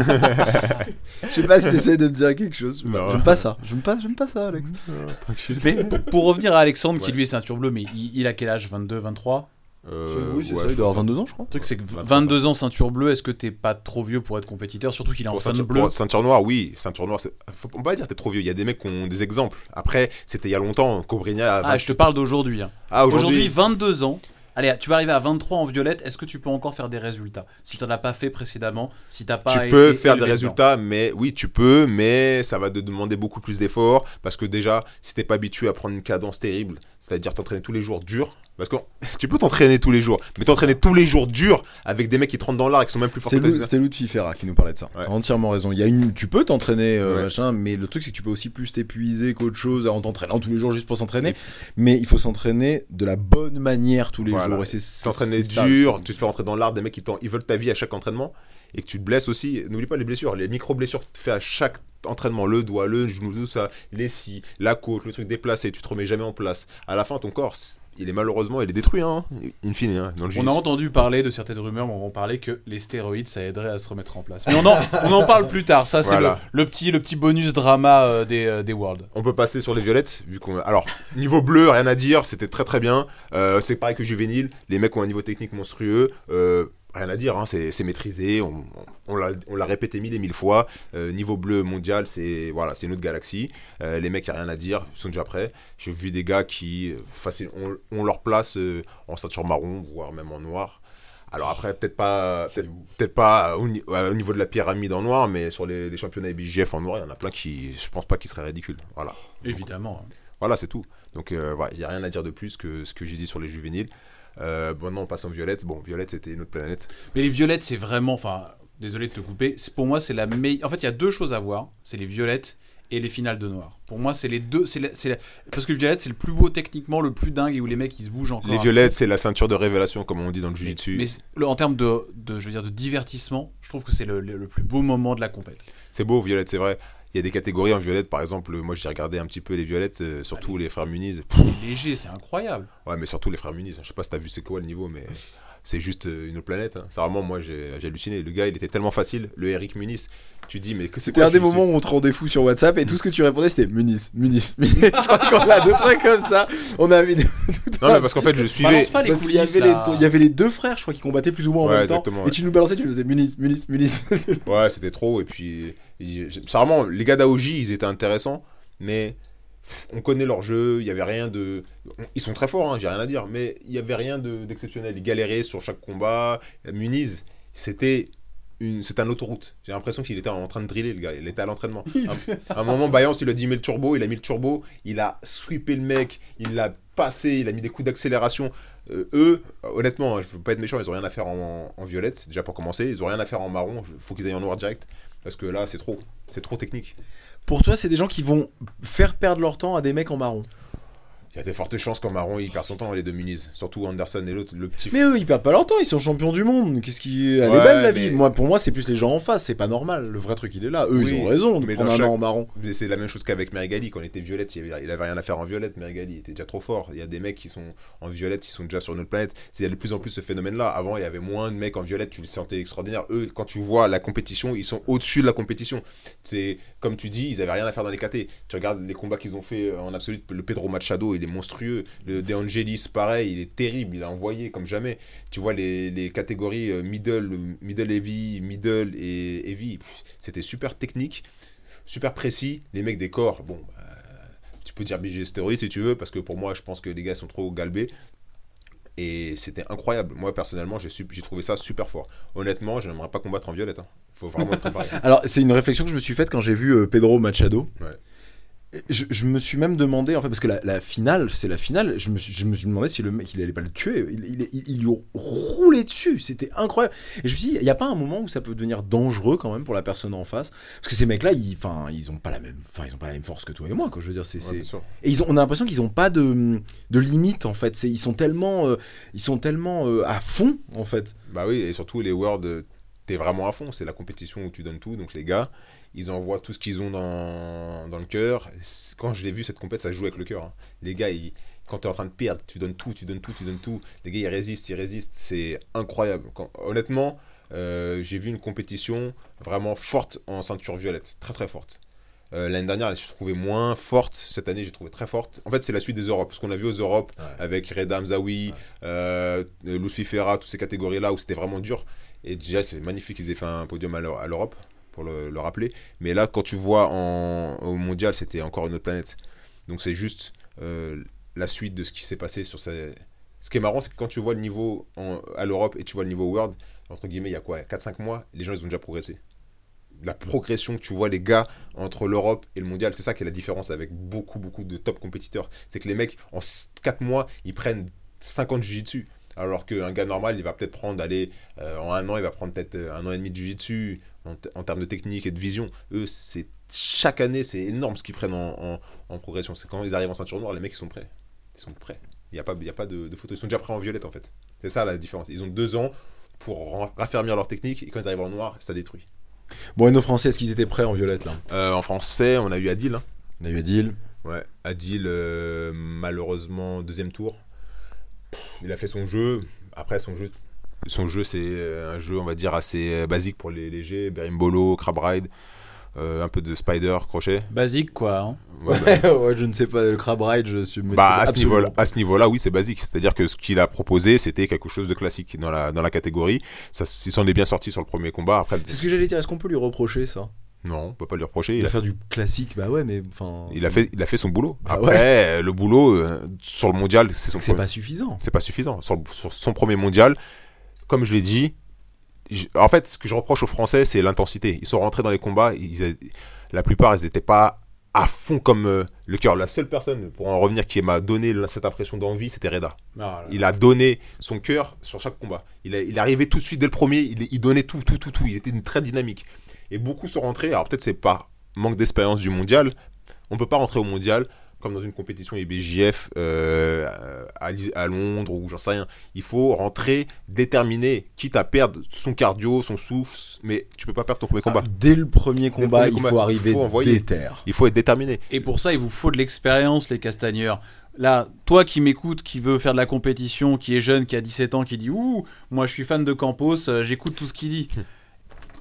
S2: Je sais pas si t'essayes de me dire quelque chose.
S4: Non.
S2: J'aime pas ça. J'aime pas, j'aime pas ça, Alex.
S3: Mais pour, pour revenir à Alexandre, qui
S4: Ouais.
S3: lui est ceinture bleue, mais il, il a quel âge? Vingt-deux, vingt-trois?
S4: Euh,
S2: oui, c'est
S4: ouais,
S2: ça,
S4: je
S2: il doit avoir
S4: pense.
S2: vingt-deux ans, je crois.
S3: Le truc, c'est que
S4: vingt-trois,
S3: vingt-deux ans ceinture bleue, est-ce que t'es pas trop vieux pour être compétiteur? Surtout qu'il est en
S4: Pour
S3: fan
S4: ceinture,
S3: bleu.
S4: pour ceinture noire, oui, ceinture noire, c'est- faut, on peut pas dire que t'es trop vieux. Il y a des mecs qui ont des exemples. Après, c'était il y a longtemps. Cobreña. a
S3: Ah, je te parle d'aujourd'hui. hein.
S4: Ah,
S3: Aujourd'hui,
S4: aujourd'hui.
S3: vingt-deux ans. Allez, tu vas arriver à vingt-trois en violette. Est-ce que tu peux encore faire des résultats si tu n'en as pas fait précédemment, si t'as pas
S4: Tu
S3: été
S4: peux faire des
S3: élevé
S4: résultats, mais oui, tu peux, mais ça va te demander beaucoup plus d'efforts parce que déjà, si t'es pas habitué à prendre une cadence terrible, c'est-à-dire t'entraîner tous les jours dur, parce que tu peux t'entraîner tous les jours, mais t'entraîner tous les jours dur avec des mecs qui te rentrent dans l'art et qui sont même plus forts
S2: C'est
S4: que toi.
S2: Lou- C'était Lou de Fifera qui nous parlait de ça.
S4: Ouais.
S2: T'as entièrement raison. Il y a une, tu peux t'entraîner, euh,
S4: Ouais.
S2: machin, mais le truc c'est que tu peux aussi plus t'épuiser qu'autre chose en t'entraînant tous les jours juste pour s'entraîner. Mais il faut s'entraîner de la bonne manière tous les
S4: Voilà.
S2: jours. Et c'est c'est-
S4: T'entraîner
S2: c'est ça.
S4: dur, tu te fais rentrer dans l'art des mecs qui t'en- ils veulent ta vie à chaque entraînement et que tu te blesses aussi. N'oublie pas les blessures, les micro-blessures que tu fais à chaque entraînement, le doigt, le genou, tout ça, les scies, la côte, le truc déplacé, tu te remets jamais en place. À la fin, ton corps, il est malheureusement, il est détruit, hein, in fine, hein, dans le
S3: On a
S4: jiu-jitsu.
S3: entendu parler de certaines rumeurs, mais on va parler que les stéroïdes, ça aiderait à se remettre en place. Mais on en, on en parle plus tard. Ça, c'est
S4: Voilà.
S3: le, le petit, le petit bonus drama euh, des, euh, des Worlds.
S4: On peut passer sur les violettes, vu qu'on. Alors, niveau bleu, rien à dire, c'était très très bien. Euh, c'est pareil que juvénile, les mecs ont un niveau technique monstrueux. Euh, rien à dire, hein, c'est c'est maîtrisé, on, on, on l'a on l'a répété mille et mille fois. Euh, niveau bleu mondial, c'est voilà, c'est une autre galaxie. Euh, les mecs, y a rien à dire, ils sont déjà prêts. J'ai vu des gars qui, euh, facile, on, on leur place euh, en ceinture marron, voire même en noir. Alors après, peut-être pas, peut-être, peut-être pas au, ni- au niveau de la pyramide en noir, mais sur les, les championnats B J F en noir, il y en a plein qui, je pense pas qu'ils seraient ridicules. Voilà.
S3: Évidemment.
S4: Voilà, c'est tout. Donc, euh, voilà, il n'y a rien à dire de plus que ce que j'ai dit sur les juvéniles. Euh, bon, non, on passe en violette. Bon, violette, c'était une autre planète.
S3: Mais les violettes, c'est vraiment. Enfin, désolé de te couper. c'est- Pour moi, c'est la meilleure. En fait, il y a deux choses à voir. C'est les violettes et les finales de noir. Pour moi, c'est les deux. C'est la- c'est la- Parce que le violette, c'est le plus beau techniquement, le plus dingue et où les mecs ils se bougent encore.
S4: Les
S3: à
S4: violettes,
S3: fond.
S4: c'est la ceinture de révélation, comme on dit dans le
S3: Mais,
S4: jiu-jitsu.
S3: mais c'est- le- en termes de, de, je veux dire, de divertissement, je trouve que c'est le, le- le plus beau moment de la compète.
S4: C'est beau, violette, c'est vrai. Il y a des catégories en violette, par exemple. Moi, j'ai regardé un petit peu les violettes, euh, surtout les frères Muniz. Pff,
S3: Léger, c'est incroyable.
S4: ouais, mais surtout les frères Muniz. Je sais pas si t'as vu c'est quoi le niveau, mais c'est juste euh, une autre planète. Hein. C'est vraiment, moi, j'ai j'ai halluciné. Le gars, il était tellement facile. Le Eric Muniz. Tu dis, mais que c'est
S2: C'était
S4: quoi,
S2: un des
S4: je suis-
S2: moments où on te rendait fou sur WhatsApp et tout ce que tu répondais c'était Muniz, Muniz, Muniz. Je crois qu'on a deux trucs comme ça. On a mis tout
S4: Non, mais parce qu'en fait, je suivais.
S3: Balance pas les
S2: Parce qu'il y
S3: coulisses,
S2: avait, les,
S3: là.
S2: il y avait les deux frères, je crois, qui combattaient plus ou moins en
S4: Ouais,
S2: même temps.
S4: exactement,
S2: Et
S4: ouais.
S2: tu nous balançais, tu nous faisais Muniz, Muniz, Muniz.
S4: Ouais, c'était trop. Et puis, il- c'est vraiment, les gars d'Aoji, ils étaient intéressants, mais on connaît leur jeu. Il y avait rien de. Ils sont très forts, hein, j'ai rien à dire, mais il y avait rien de- d'exceptionnel. Ils galéraient sur chaque combat. Muniz, c'était. Une... C'était un autoroute. J'ai l'impression qu'il était en train de driller, le gars. Il était à l'entraînement. À, à un moment, Bayance, il lui a dit mets le turbo. Il a mis le turbo. Il a sweepé le mec. Il l'a passé. Il a mis des coups d'accélération. Euh, eux, honnêtement, hein, je veux pas être méchant, ils ont rien à faire en, en violette. Déjà pour commencer. Ils ont rien à faire en marron. Il faut qu'ils aillent en noir direct. Parce que là, c'est trop. C'est trop technique.
S2: Pour toi, c'est des gens qui vont faire perdre leur temps à des mecs en marron.
S4: Il y a des fortes chances qu'en marron, il perd son temps, les deux Muniz. Surtout Anderson et l'autre, le petit.
S2: Mais eux, ils perdent pas leur temps, ils sont champions du monde. Qu'est-ce qui. Elle est
S4: Ouais,
S2: belle la
S4: mais-
S2: vie. Moi, pour moi, c'est plus les gens en face, c'est pas normal. Le vrai truc, il est là. Eux,
S4: Oui,
S2: ils ont raison de
S4: mais
S2: prendre
S4: dans
S2: un
S4: chaque-
S2: an en marron.
S4: Mais c'est la même chose qu'avec Merigali, quand il était violette, il avait, il avait rien à faire en violette, Merigali, il était déjà trop fort. Il y a des mecs qui sont en violette, qui sont déjà sur notre planète. C'est- Il y a de plus en plus ce phénomène-là. Avant, il y avait moins de mecs en violette, tu le sentais extraordinaire. Eux, quand tu vois la compétition, ils sont au-dessus de la compétition. C'est comme tu dis, ils avaient rien à faire dans les K T. Tu regardes les combats qu'ils ont fait en absolu, le Pedro Machado, il est monstrueux. Le De Angelis, pareil, il est terrible, il a envoyé comme jamais. Tu vois les, les catégories euh, middle, middle heavy, middle et heavy, pff, c'était super technique, super précis. Les mecs des corps, bon, bah, tu peux dire B G Story si tu veux, parce que pour moi, je pense que les gars sont trop galbés. Et c'était incroyable. Moi, personnellement, j'ai, su- j'ai trouvé ça super fort. Honnêtement, je n'aimerais pas combattre en violette. Hein. Faut vraiment être préparé.
S2: Alors, c'est une réflexion que je me suis faite quand j'ai vu euh, Pedro Machado.
S4: Ouais.
S2: Et Je, je me suis même demandé, en fait, parce que la, la finale, c'est la finale, je me suis, je me suis demandé si le mec, il allait pas le tuer. Il, il, il, il lui roulait dessus, c'était incroyable. Et je me suis dit, il n'y a pas un moment où ça peut devenir dangereux quand même pour la personne en face. Parce que ces mecs-là, ils, enfin, ils ont pas la même, enfin, ils ont pas la même force que toi et moi, quoi. Je veux dire, c'est,
S4: Ouais,
S2: c'est...
S4: bien sûr.
S2: Et ils ont, on a l'impression qu'ils ont pas de, de limite, en fait. C'est, ils sont tellement, euh, ils sont tellement euh, à fond, en fait.
S4: Bah oui, et surtout les Worlds, euh, t'es vraiment à fond. C'est la compétition où tu donnes tout. Donc les gars, ils envoient tout ce qu'ils ont dans, dans le cœur. Quand je l'ai vu, cette compète, ça joue avec le cœur. Hein. Les gars, ils, quand t'es en train de perdre, tu donnes tout, tu donnes tout, tu donnes tout. Les gars, ils résistent, ils résistent. C'est incroyable. Quand, honnêtement, euh, j'ai vu une compétition vraiment forte en ceinture violette. Très très forte. Euh, l'année dernière, je trouvais moins forte. Cette année, j'ai trouvé très forte. En fait, c'est la suite des Europes. Ce qu'on a vu aux Europes
S2: Ouais.
S4: avec Reda Hamzaoui,
S2: Ouais.
S4: euh, Lucifera, toutes ces catégories-là où c'était vraiment dur. Et déjà, c'est magnifique qu'ils aient fait un podium à l'Eu- à l'Europe, pour le, le rappeler. Mais là, quand tu vois en, au mondial, c'était encore une autre planète. Donc c'est juste euh, la suite de ce qui s'est passé sur ces... Ce qui est marrant, c'est que quand tu vois le niveau en- à l'Europe et tu vois le niveau World, entre guillemets, il y a quoi, quatre cinq mois, les gens, ils ont déjà progressé. La progression que tu vois, les gars, entre l'Europe et le mondial, c'est ça qui est la différence avec beaucoup, beaucoup de top compétiteurs. C'est que les mecs, en quatre mois, ils prennent cinquante jiu-jitsu. Alors qu'un gars normal, il va peut-être prendre, allez, euh, en un an, il va prendre peut-être euh, un an et demi de jiu-jitsu en, t- en termes de technique et de vision. Eux, c'est chaque année, c'est énorme ce qu'ils prennent en, en, en progression. C'est quand ils arrivent en ceinture noire, les mecs, ils sont prêts. Ils sont prêts. Il n'y a pas, il y a pas de, de photo. Ils sont déjà prêts en violette, en fait. C'est ça la différence. Ils ont deux ans pour ra- raffermir leur technique et quand ils arrivent en noir, ça détruit.
S2: Bon, et nos Français, est-ce qu'ils étaient prêts en violette, là?
S4: Euh, en français, on a eu Adil. Hein.
S2: On a eu Adil.
S4: Ouais, Adil, euh, malheureusement, deuxième tour. Il a fait son jeu. Après, son jeu, son jeu c'est euh, un jeu, on va dire, assez euh, basique pour les légers. Berimbolo, Crab Ride, euh, un peu de Spider, crochet.
S3: Basique, quoi. Hein.
S4: Ouais, bah,
S2: Ouais, ouais, je ne sais pas, le crab ride, je suis.
S4: bah, à, ce
S2: absolument
S4: niveau,
S2: pas.
S4: à ce niveau-là, oui, c'est basique. C'est-à-dire que ce qu'il a proposé, c'était quelque chose de classique dans la, dans la catégorie. Ça, il s'en est bien sorti sur le premier combat. Après,
S2: C'est ce que j'allais dire, est-ce qu'on peut lui reprocher ça?
S4: non, on peut pas lui reprocher.
S2: Il
S4: Il
S2: va
S4: a,
S2: faire du classique, bah ouais, mais enfin.
S4: il a, fait, il a fait son boulot.
S2: Bah
S4: Après,
S2: ouais.
S4: euh, le boulot, euh, sur le mondial, c'est son
S2: C'est
S4: premier-
S2: pas suffisant.
S4: c'est pas suffisant. Sur, le- sur son premier mondial, comme je l'ai dit, je- en fait, ce que je reproche aux Français, c'est l'intensité. Ils sont rentrés dans les combats, ils a- la plupart, ils n'étaient pas à fond comme euh, le cœur. La seule personne, pour en revenir, qui m'a donné la- cette impression d'envie, c'était Reda.
S3: Ah, là.
S4: Il a donné son cœur sur chaque combat. Il, a- il est arrivé tout de suite dès le premier, il, il donnait tout, tout, tout, tout. Il était une- très dynamique. Et beaucoup sont rentrés, alors peut-être c'est par manque d'expérience du mondial. On ne peut pas rentrer au mondial comme dans une compétition I B J F euh, à, Lis- à Londres ou j'en sais rien. Il faut rentrer déterminé, quitte à perdre son cardio, son souffle, mais tu peux pas perdre ton premier combat.
S2: Ah, dès le premier combat,
S4: premier
S2: il
S4: combat,
S2: faut arriver
S4: il faut envoyer.
S2: déter.
S4: Il faut être déterminé.
S3: Et pour ça, il vous faut de l'expérience, les castagneurs. Là, toi qui m'écoutes, qui veut faire de la compétition, qui est jeune, qui a dix-sept ans, qui dit « Ouh, moi je suis fan de Campos, euh, j'écoute tout ce qu'il dit. »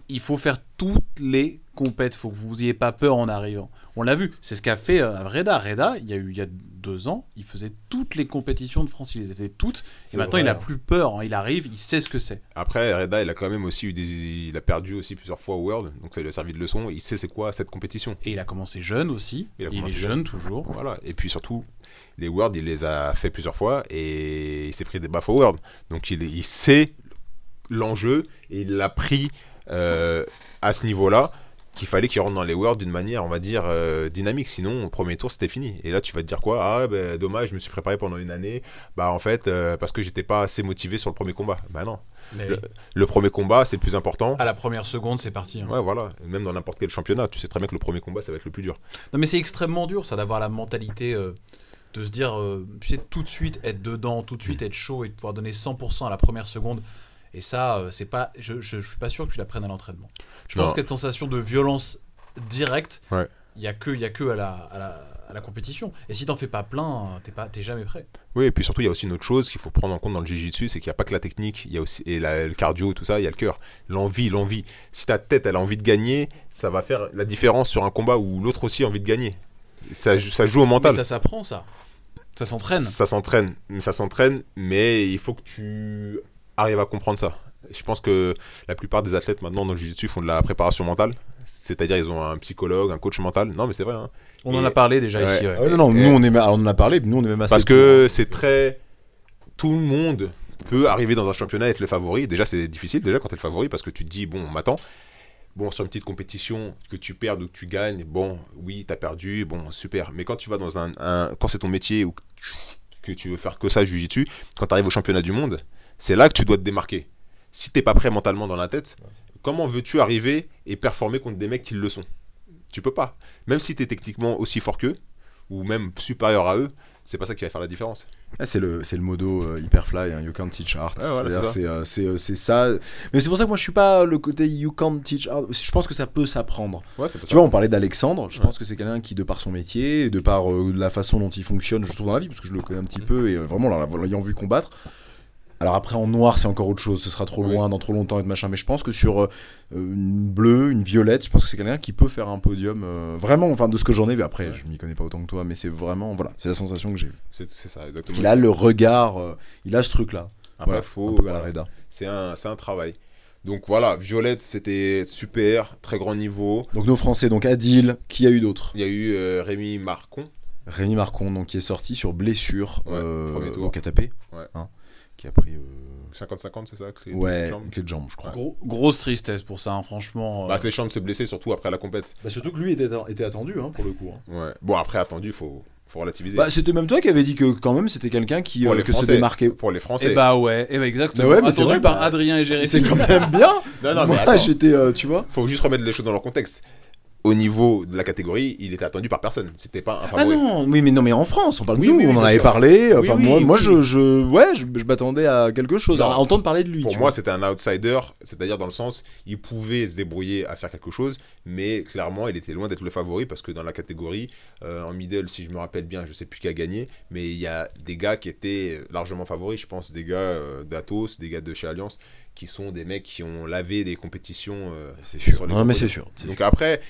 S3: il faut faire toutes les compètes. Il faut que vous n'ayez pas peur en arrivant. On l'a vu, c'est ce qu'a fait euh, Reda. Reda, il y a eu il y a deux ans, il faisait toutes les compétitions de France, il les faisait toutes.
S4: C'est
S3: et maintenant,
S4: vrai,
S3: il n'a
S4: hein.
S3: plus peur. hein. Il arrive, il sait ce que c'est.
S4: Après, Reda, il a quand même aussi eu des. Il a perdu aussi plusieurs fois au World, donc ça lui a servi de leçon. Il sait c'est quoi cette compétition.
S3: Et il a commencé jeune aussi.
S4: Il a
S3: Il,
S4: commencé
S3: est
S4: jeune.
S3: jeune toujours.
S4: Voilà. Et puis surtout, les Worlds, il les a fait plusieurs fois et il s'est pris des baffes au World. Donc il, il sait l'enjeu et il l'a pris euh, à ce niveau-là. Qu'il fallait qu'il rentre dans les Worlds d'une manière, on va dire, euh, dynamique. Sinon, au premier tour, c'était fini. Et là, tu vas te dire quoi ? Ah, ben, dommage, je me suis préparé pendant une année. Bah, en fait, euh, parce que j'étais pas assez motivé sur le premier combat. Bah, non.
S3: Mais
S4: Le, le premier combat, c'est le plus important.
S3: à la première seconde, c'est parti. hein.
S4: Ouais, voilà. Même dans n'importe quel championnat, tu sais très bien que le premier combat, ça va être le plus dur.
S3: Non, mais c'est extrêmement dur, ça, d'avoir la mentalité euh, de se dire, euh, tu sais, tout de suite être dedans, tout de suite être chaud et de pouvoir donner cent pour cent à la première seconde. Et ça, euh, c'est pas, je, je, je suis pas sûr que tu l'apprennes à l'entraînement. Je
S4: Non.
S3: pense qu'il y a cette sensation de violence directe, il
S4: Ouais.
S3: y a que, il y a que à la, à la, à la compétition. Et si t'en fais pas plein, t'es pas, t'es jamais prêt.
S4: Oui, et puis surtout, il y a aussi une autre chose qu'il faut prendre en compte dans le jiu-jitsu, c'est qu'il n'y a pas que la technique, il y a aussi et la- le cardio, tout ça, il y a le cœur, l'envie, l'envie. Si ta tête, elle a envie de gagner, ça va faire la différence sur un combat où l'autre aussi a envie de gagner. Ça, joue- ça joue au mental.
S3: Mais ça s'apprend, ça. Ça s'entraîne.
S4: Ça s'entraîne, ça s'entraîne, mais il faut que tu arrives à comprendre ça. Je pense que la plupart des athlètes maintenant dans le jiu-jitsu font de la préparation mentale, c'est-à-dire ils ont un psychologue, un coach mental. Non, mais c'est vrai. Hein.
S3: On en
S4: Et-
S3: a parlé déjà
S4: Ouais.
S3: ici. ouais.
S2: Ah ouais, non, non,
S4: Et-
S2: nous on, est, ma- on en a parlé, nous on est même assez.
S4: Parce que c'est très. Tout le monde peut arriver dans un championnat et être le favori. Déjà, c'est difficile déjà quand t'es le favori parce que tu te dis, bon, on m'attend. Bon, sur une petite compétition, que tu perds ou que tu gagnes, bon, oui, t'as perdu, bon, super. Mais quand tu vas dans un. un- quand c'est ton métier ou que tu, que tu veux faire que ça, jiu-jitsu, quand t'arrives au championnat du monde, c'est là que tu dois te démarquer. Si t'es pas prêt mentalement dans la tête, comment veux-tu arriver et performer contre des mecs qui le sont ? Tu peux pas. Même si t'es techniquement aussi fort qu'eux, ou même supérieur à eux, c'est pas ça qui va faire la différence.
S2: Ah, c'est le c'est le modo euh, Hyperfly, hein, you can't teach art.
S4: Ouais, voilà,
S2: C'est-à-dire,
S4: c'est
S2: c'est euh, c'est euh, c'est ça. Mais c'est pour ça que moi je suis pas le côté you can't teach art. Je pense que ça peut s'apprendre.
S4: Ouais, c'est pas
S2: Tu vois, on parlait d'Alexandre. Je
S4: Ouais.
S2: pense que c'est quelqu'un qui, de par son métier, de par euh, la façon dont il fonctionne, je trouve dans la vie, parce que je le connais un petit peu et euh, vraiment en l'ayant vu combattre. Alors après en noir c'est encore autre chose, ce sera trop
S4: Oui.
S2: loin dans trop longtemps et de machin, mais je pense que sur euh, une bleue, une violette, je pense que c'est quelqu'un qui peut faire un podium euh, vraiment, enfin de ce que j'en ai vu, après
S4: Ouais.
S2: je m'y connais pas autant que toi, mais c'est vraiment, voilà, c'est la sensation que j'ai eue.
S4: C'est c'est ça,
S2: Parce
S4: exactement.
S2: qu'il a le regard, euh, il a ce truc là,
S4: Après,
S2: voilà,
S4: faut,
S2: un peu à la
S4: voilà.
S2: Reda.
S4: C'est un, c'est un travail. Donc voilà, Violette, c'était super, très grand niveau.
S2: Donc nos Français, donc Adil, qui a eu d'autres
S4: Il y a eu euh, Rémi Marcon.
S2: Rémi Marcon, donc qui est sorti sur blessure,
S4: Ouais,
S2: euh,
S4: premier tour.
S2: donc à taper,
S4: Ouais.
S2: hein, qui a pris, euh,
S4: cinquante cinquante, c'est ça clé de
S2: ouais,
S4: jambe
S2: clé de jambe, je crois.
S3: Gros- grosse tristesse pour ça, hein, franchement. euh,
S4: Bah, c'est chiant de se blesser, surtout après la compète.
S2: Bah, surtout que lui était, était attendu hein, pour le coup. hein.
S4: Ouais. Bon, après, attendu, faut, faut relativiser.
S2: Bah, c'était même toi qui avais dit que quand même c'était quelqu'un qui
S4: pour
S2: euh,
S4: les
S2: que se
S4: Français.
S2: démarquait.
S4: Pour les Français.
S3: Et bah ouais, et bah exactement.
S2: Mais ouais, mais c'est
S3: Attendu
S2: vrai,
S3: par
S2: bah,
S3: Adrien et Jérémy.
S2: C'est quand même bien.
S4: non, non, mais
S2: Moi
S4: attends.
S2: j'étais, euh, tu vois.
S4: Faut juste remettre les choses dans leur contexte. Au niveau de la catégorie, il était attendu par personne. C'était pas un
S2: Ah
S4: favori.
S2: non, oui, mais non, mais en France, on parle de
S4: Oui,
S2: nous,
S4: oui, oui,
S2: on en
S4: bien
S2: avait
S4: sûr.
S2: parlé. Enfin,
S4: Oui,
S2: moi,
S4: oui,
S2: moi,
S4: oui.
S2: je, je, ouais, je, je m'attendais à quelque chose,
S4: Non.
S2: à entendre parler de lui.
S4: Pour
S2: tu
S4: moi,
S2: vois.
S4: c'était un outsider, c'est-à-dire dans le sens, il pouvait se débrouiller à faire quelque chose, mais clairement, il était loin d'être le favori parce que dans la catégorie, euh, en middle, si je me rappelle bien, je sais plus qui a gagné, mais il y a des gars qui étaient largement favoris, je pense, des gars euh, d'Atos, des gars de chez Alliance, qui sont des mecs qui ont lavé des compétitions. euh,
S2: c'est sûr.
S4: sur les
S2: Non, mais
S4: gros
S2: c'est
S4: podiums.
S2: sûr. c'est
S4: Donc après,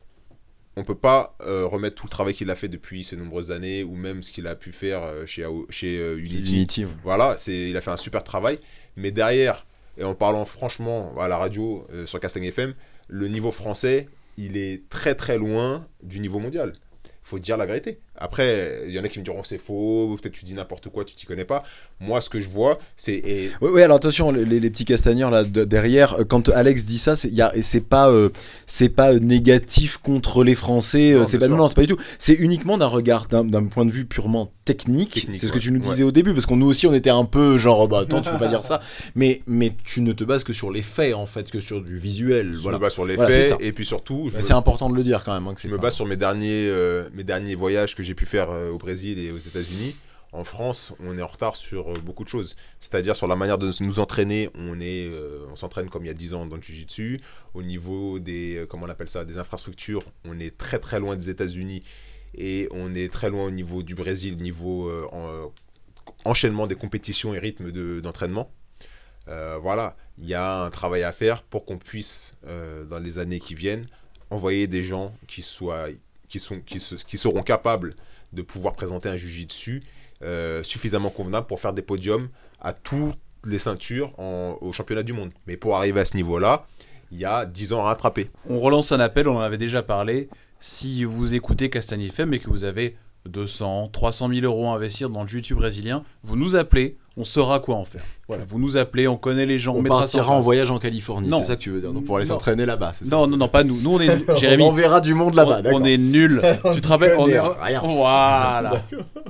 S4: on peut pas euh, remettre tout le travail qu'il a fait depuis ces nombreuses années, ou même ce qu'il a pu faire euh, chez, A O chez euh,
S2: sûr.
S4: Unity.
S2: Unity, ouais.
S4: Voilà, c'est, il a fait un super travail. Mais derrière, et en parlant franchement à la radio euh, sur Castagne F M, le niveau français, il est très très loin du niveau mondial. Faut dire la vérité. Après, il y en a qui me diront c'est faux, peut-être tu dis n'importe quoi, tu t'y connais pas. Moi, ce que je vois, c'est... et-
S2: Ouais, ouais, alors attention, les, les- les petits castagneurs là de- derrière, euh, quand Alex dit ça, c'est, y a, et c'est pas, euh, c'est pas euh, négatif contre les Français, euh,
S4: Non,
S2: c'est
S4: bien
S2: pas, non,
S4: sûr.
S2: non, c'est pas du tout. C'est uniquement d'un regard, d'un, d'un point de vue purement technique.
S4: Technique,
S2: c'est ce
S4: ouais.
S2: que tu nous disais
S4: Ouais.
S2: au début, parce qu'on nous aussi, on était un peu genre, bah attends, tu peux pas dire ça. Mais, mais tu ne te bases que sur les faits en fait, que sur du visuel.
S4: Je
S2: Voilà.
S4: me base sur les
S2: Voilà, c'est
S4: faits,
S2: ça.
S4: et puis surtout, je
S2: Mais
S4: me,
S2: c'est important de le dire quand même. hein, que c'est
S4: je me
S2: pas-
S4: base sur mes derniers, euh, mes derniers voyages que j'ai pu faire euh, au Brésil et aux États-Unis. En France, on est en retard sur euh, beaucoup de choses. C'est-à-dire sur la manière de nous entraîner, on est, euh, on s'entraîne comme il y a dix ans dans le Jiu-Jitsu. Au niveau des, euh, comment on appelle ça, des infrastructures, on est très très loin des États-Unis et on est très loin au niveau du Brésil, niveau euh, en- euh, enchaînement des compétitions et rythme de, d'entraînement. Euh, voilà, il y a un travail à faire pour qu'on puisse, euh, dans les années qui viennent, envoyer des gens qui, soient, qui, sont, qui, se, qui seront capables de pouvoir présenter un jiu-jitsu euh, suffisamment convenable pour faire des podiums à toutes les ceintures en, au championnat du monde. Mais pour arriver à ce niveau-là, il y a dix ans à rattraper.
S3: On relance un appel, on en avait déjà parlé. Si vous écoutez Castagni F M et que vous avez deux cents, trois cent mille euros à investir dans le jiu-jitsu brésilien, vous nous appelez, on saura quoi en faire. Voilà, vous nous appelez, on connaît les gens, on,
S2: On
S3: mettra
S2: partira
S3: ça en
S2: en
S3: place.
S2: voyage en Californie,
S3: Non.
S2: c'est ça que tu veux dire, donc pour aller
S3: Non.
S2: s'entraîner là-bas, c'est ça.
S3: Non, non, non, pas nous. Nous, on est. Jérémy,
S2: on verra du monde là-bas,
S3: on,
S2: d'accord.
S3: on est nuls. Tu te rappelles, on est.
S2: rien.
S3: Voilà.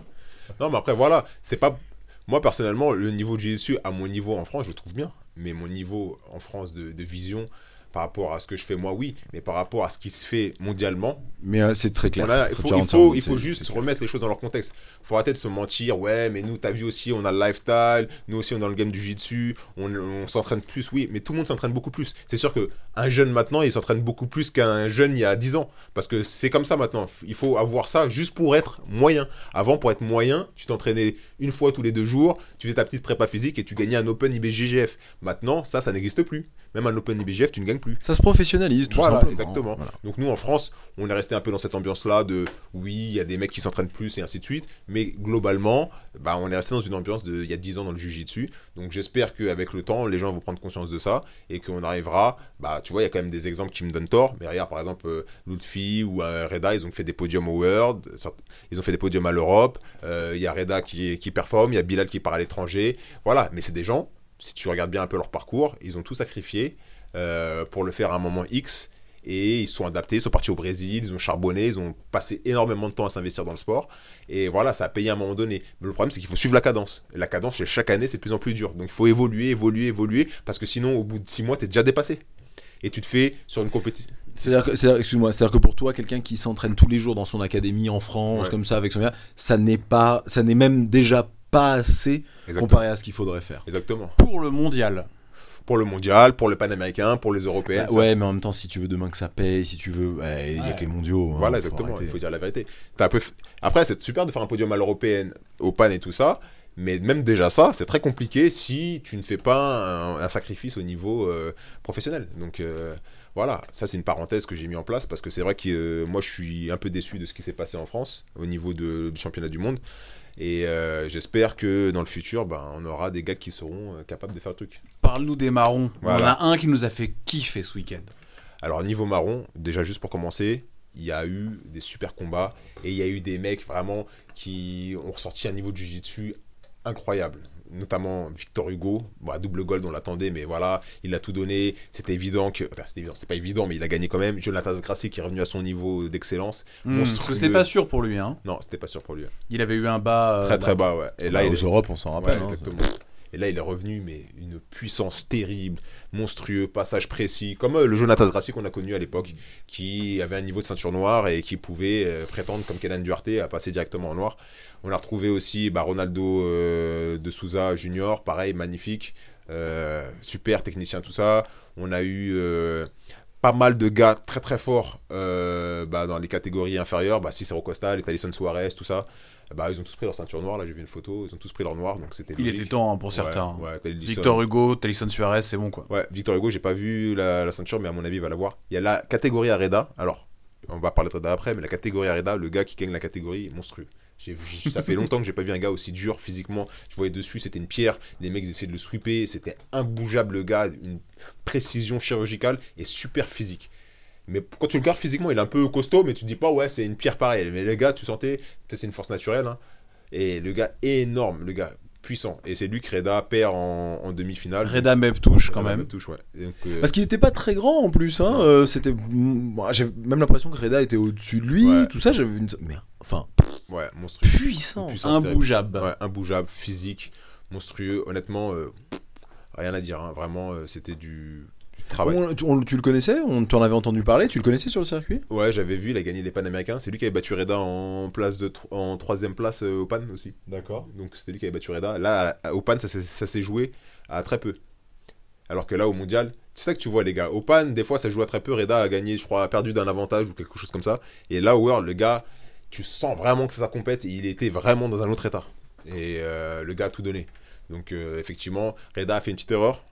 S4: Non, mais après, voilà, c'est pas... Moi, personnellement, le niveau de jiu-jitsu, à mon niveau en France, je le trouve bien. Mais mon niveau en France de, de vision, par rapport à ce que je fais moi, oui. Mais par rapport à ce qui se fait mondialement,
S2: Mais euh, c'est très clair.
S4: on a- il
S2: Très
S4: faut,
S2: clair,
S4: il
S2: entièrement,
S4: faut, il faut
S2: c'est-
S4: juste
S2: c'est
S4: remettre les choses dans leur contexte. Il faut arrêter de se mentir. Ouais, mais nous, t'as vu aussi, on a le lifestyle. Nous aussi, on est dans le game du jiu-jitsu. On, on s'entraîne plus, oui. Mais tout le monde s'entraîne beaucoup plus. C'est sûr qu'un jeune maintenant, il s'entraîne beaucoup plus qu'un jeune il y a dix ans. Parce que c'est comme ça maintenant. Il faut avoir ça juste pour être moyen. Avant, pour être moyen, tu t'entraînais une fois tous les deux jours. Tu faisais ta petite prépa physique et tu gagnais un Open I B G G F. Maintenant, ça, ça n'existe plus. Même un Open I B G F, tu ne gagnes plus.
S2: Ça se professionnalise, tout
S4: Voilà,
S2: simplement.
S4: exactement.
S2: Voilà.
S4: Donc nous en France, on est resté un peu dans cette ambiance-là de oui, il y a des mecs qui s'entraînent plus et ainsi de suite, mais globalement, bah, on est resté dans une ambiance de il y a dix ans dans le jiu-jitsu. Donc j'espère qu'avec le temps, les gens vont prendre conscience de ça et qu'on arrivera, bah tu vois, il y a quand même des exemples qui me donnent tort, mais regarde par exemple euh, Lutfi ou euh, Reda, ils ont fait des podiums au World, ils ont fait des podiums à l'Europe, euh, il y a Reda qui, qui performe, il y a Bilal qui part à l'étranger, voilà, mais c'est des gens, si tu regardes bien un peu leur parcours, ils ont tout sacrifié euh, pour le faire à un moment X. Et ils se sont adaptés, ils sont partis au Brésil, ils ont charbonné, ils ont passé énormément de temps à s'investir dans le sport. Et voilà, ça a payé à un moment donné. Mais le problème, c'est qu'il faut suivre la cadence. Et la cadence, chaque année, c'est de plus en plus dur. Donc il faut évoluer, évoluer, évoluer. Parce que sinon, au bout de six mois, t'es déjà dépassé. Et tu te fais sur une compétition.
S2: C'est-à-dire que, c'est-à-dire, excuse-moi, c'est-à-dire que pour toi, quelqu'un qui s'entraîne tous les jours dans son académie en France,
S4: Ouais.
S2: comme ça, avec son gars, ça n'est pas, ça n'est même déjà pas assez
S4: Exactement.
S2: comparé à ce qu'il faudrait faire.
S4: Exactement.
S3: Pour le mondial.
S4: Pour le mondial, pour le panaméricain, pour les européennes.
S2: Bah,
S4: ça-
S2: ouais, mais en même temps, si tu veux demain que ça paye, si tu veux, ouais, il y a
S3: Ouais.
S2: que les mondiaux. hein,
S4: Voilà,
S2: faut
S4: exactement,
S2: arrêter.
S4: il faut dire la vérité. T'as un peu f- Après, c'est super de faire un podium à l'européenne, au pan et tout ça, mais même déjà ça, c'est très compliqué si tu ne fais pas un, un sacrifice au niveau euh, professionnel. Donc euh, voilà, ça c'est une parenthèse que j'ai mis en place parce que c'est vrai que euh, moi je suis un peu déçu de ce qui s'est passé en France au niveau de- du championnat du monde. Et euh, j'espère que dans le futur, ben, on aura des gars qui seront euh, capables de faire le truc.
S3: Parle-nous des marrons.
S4: Voilà.
S3: On en a un qui nous a fait kiffer ce week-end.
S4: Alors niveau marron, déjà juste pour commencer, il y a eu des super combats et il y a eu des mecs vraiment qui ont ressorti un niveau de jiu-jitsu incroyable. Notamment Victor Hugo, bon, à double gold on l'attendait, mais voilà, il a tout donné. C'était évident que, enfin, c'était évident, c'est pas évident, mais il a gagné quand même. Jonathan Grassi qui est revenu à son niveau d'excellence.
S3: Hmm, parce que
S4: Monstrueux.
S3: c'était pas sûr pour lui. Hein.
S4: Non, c'était pas sûr pour lui.
S3: Il avait eu un bas. euh,
S4: Très très bas, ouais. Et là,
S2: Bah,
S4: il
S2: aux
S4: est...
S2: Europes, on s'en rappelle.
S4: Ouais,
S2: hein.
S4: exactement. Et là, il est revenu, mais une puissance terrible, monstrueux, passage précis, comme euh, le Jonathan Grassi qu'on a connu à l'époque, qui avait un niveau de ceinture noire et qui pouvait euh, prétendre, comme Kenan Duarte, à passer directement en noir. On a retrouvé aussi bah, Ronaldo euh, de Souza Junior, pareil, magnifique, euh, super technicien, tout ça. On a eu euh, pas mal de gars très très forts euh, bah, dans les catégories inférieures, bah, Cicero Costa, les Talisson Suarez, tout ça. Bah, ils ont tous pris leur ceinture noire, là j'ai vu une photo, ils ont tous pris leur noir, donc c'était
S3: Il
S4: logique.
S3: était temps hein, pour certains.
S4: Ouais, ouais, Talisson.
S3: Victor Hugo, Talisson Suarez, c'est bon quoi.
S4: Ouais, Victor Hugo, j'ai pas vu la, la ceinture, mais à mon avis, il va l'avoir. Il y a la catégorie Areda. Alors, on va parler de Reda après, mais la catégorie Areda, le gars qui gagne la catégorie, monstrueux. J'ai vu- ça fait longtemps que j'ai pas vu un gars aussi dur physiquement. Je voyais dessus, c'était une pierre. Les mecs ils essayaient de le sweeper. C'était imbougeable, le gars. Une précision chirurgicale et super physique. Mais quand tu le regardes physiquement, il est un peu costaud, mais tu te dis pas, ouais, c'est une pierre pareille. Mais le gars, tu sentais, peut-être c'est une force naturelle. Hein. Et le gars, énorme, le gars, puissant. Et c'est lui que Reda perd en, en demi-finale.
S3: Reda Meb touche quand
S4: Reda
S3: même.
S4: me touche, ouais. Et donc, euh,
S2: Parce qu'il était pas très grand en plus, hein.
S4: Non.
S2: euh, c'était, moi, j'ai même l'impression que Reda était au-dessus de lui,
S4: Ouais.
S2: tout ça. J'avais une, mais enfin,
S4: ouais, monstrueux.
S2: puissant.
S4: Puissance terrible.
S3: Imbougeable.
S4: Ouais, imbougeable, physique, monstrueux. Honnêtement, euh, rien à dire. Hein. Vraiment, euh, c'était du, du travail.
S2: On- tu, on- tu le connaissais, on t'en avait entendu parler, tu le connaissais sur le circuit.
S4: Ouais, j'avais vu, il a gagné les Panaméricains. C'est lui qui avait battu Reda en, place de, tro- en troisième place euh, au Pan aussi.
S2: D'accord.
S4: Donc c'était lui qui avait battu Reda. Là, à- au Pan, ça, s'est- ça s'est joué à très peu. Alors que là, au mondial, c'est ça que tu vois, les gars. Au Pan, des fois, ça joue à très peu. Reda a gagné, je crois, a perdu d'un avantage ou quelque chose comme ça. Et là, au World, le gars, tu sens vraiment que ça compète. Il était vraiment dans un autre état. Et euh, le gars a tout donné. Donc, euh, effectivement, Reda a fait une petite erreur.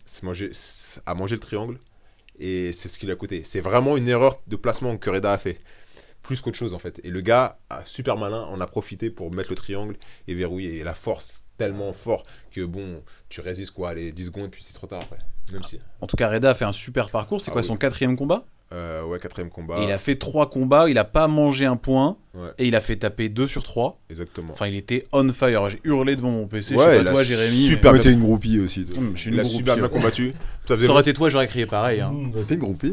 S4: c'est manger, c'est à manger le triangle. Et c'est ce qu'il a coûté. C'est vraiment une erreur de placement que Reda a fait. Plus qu'autre chose en fait. Et le gars, super malin, en a profité pour mettre le triangle et verrouiller. Et la force, tellement fort que bon, tu résistes quoi, les dix secondes, puis c'est trop tard après. Même si.
S3: En tout cas, Reda a fait un super parcours. C'est
S4: Ah
S3: quoi
S4: oui.
S3: son quatrième combat?
S4: Euh, ouais, quatrième combat.
S3: Et il a fait trois combats, il a pas mangé un point.
S4: Ouais.
S3: Et il a fait taper deux sur trois.
S4: Exactement.
S3: Enfin, il était on fire. J'ai hurlé devant mon P C.
S4: Ouais,
S3: je sais
S4: il
S3: pas
S4: a
S3: toi, Jérémy.
S4: super
S2: Ouais,
S3: mais...
S2: t'es une groupie aussi. toi.
S3: Hum, je suis
S4: Il
S3: une
S4: a
S3: groupie,
S4: super bien
S3: ouais.
S4: combattu. Ça faisait,
S3: Ça aurait été toi, j'aurais crié pareil. Hein.
S2: Mmh, t'es une groupie.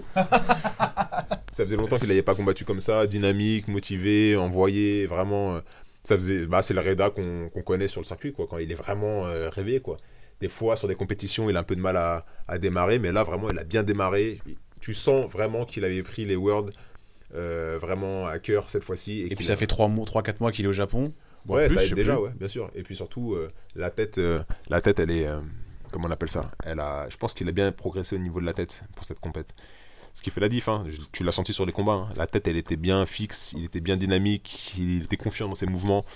S4: ça faisait longtemps qu'il n'avait pas combattu comme ça, dynamique, motivé, envoyé, vraiment. euh, Ça faisait, bah, c'est le Reda qu'on qu'on connaît sur le circuit, quoi, quand il est vraiment euh, réveillé, quoi. Des fois, sur des compétitions, il a un peu de mal à, à démarrer, mais là, vraiment, il a bien démarré. Tu sens vraiment qu'il avait pris les Worlds euh, vraiment à cœur cette fois-ci.
S3: Et
S4: qu'il
S3: puis ça
S4: a-
S3: fait trois quatre mois qu'il est au Japon. Voire
S4: Ouais,
S3: plus,
S4: ça
S3: je
S4: aide
S3: sais
S4: déjà,
S3: plus.
S4: ouais, bien sûr. Et puis surtout, euh, la tête, euh, la tête, elle est, euh, comment on appelle ça? Elle a, je pense qu'il a bien progressé au niveau de la tête pour cette compète. Ce qui fait la diff, hein. Je- tu l'as senti sur les combats. Hein. La tête, elle était bien fixe, il était bien dynamique, il était confiant dans ses mouvements.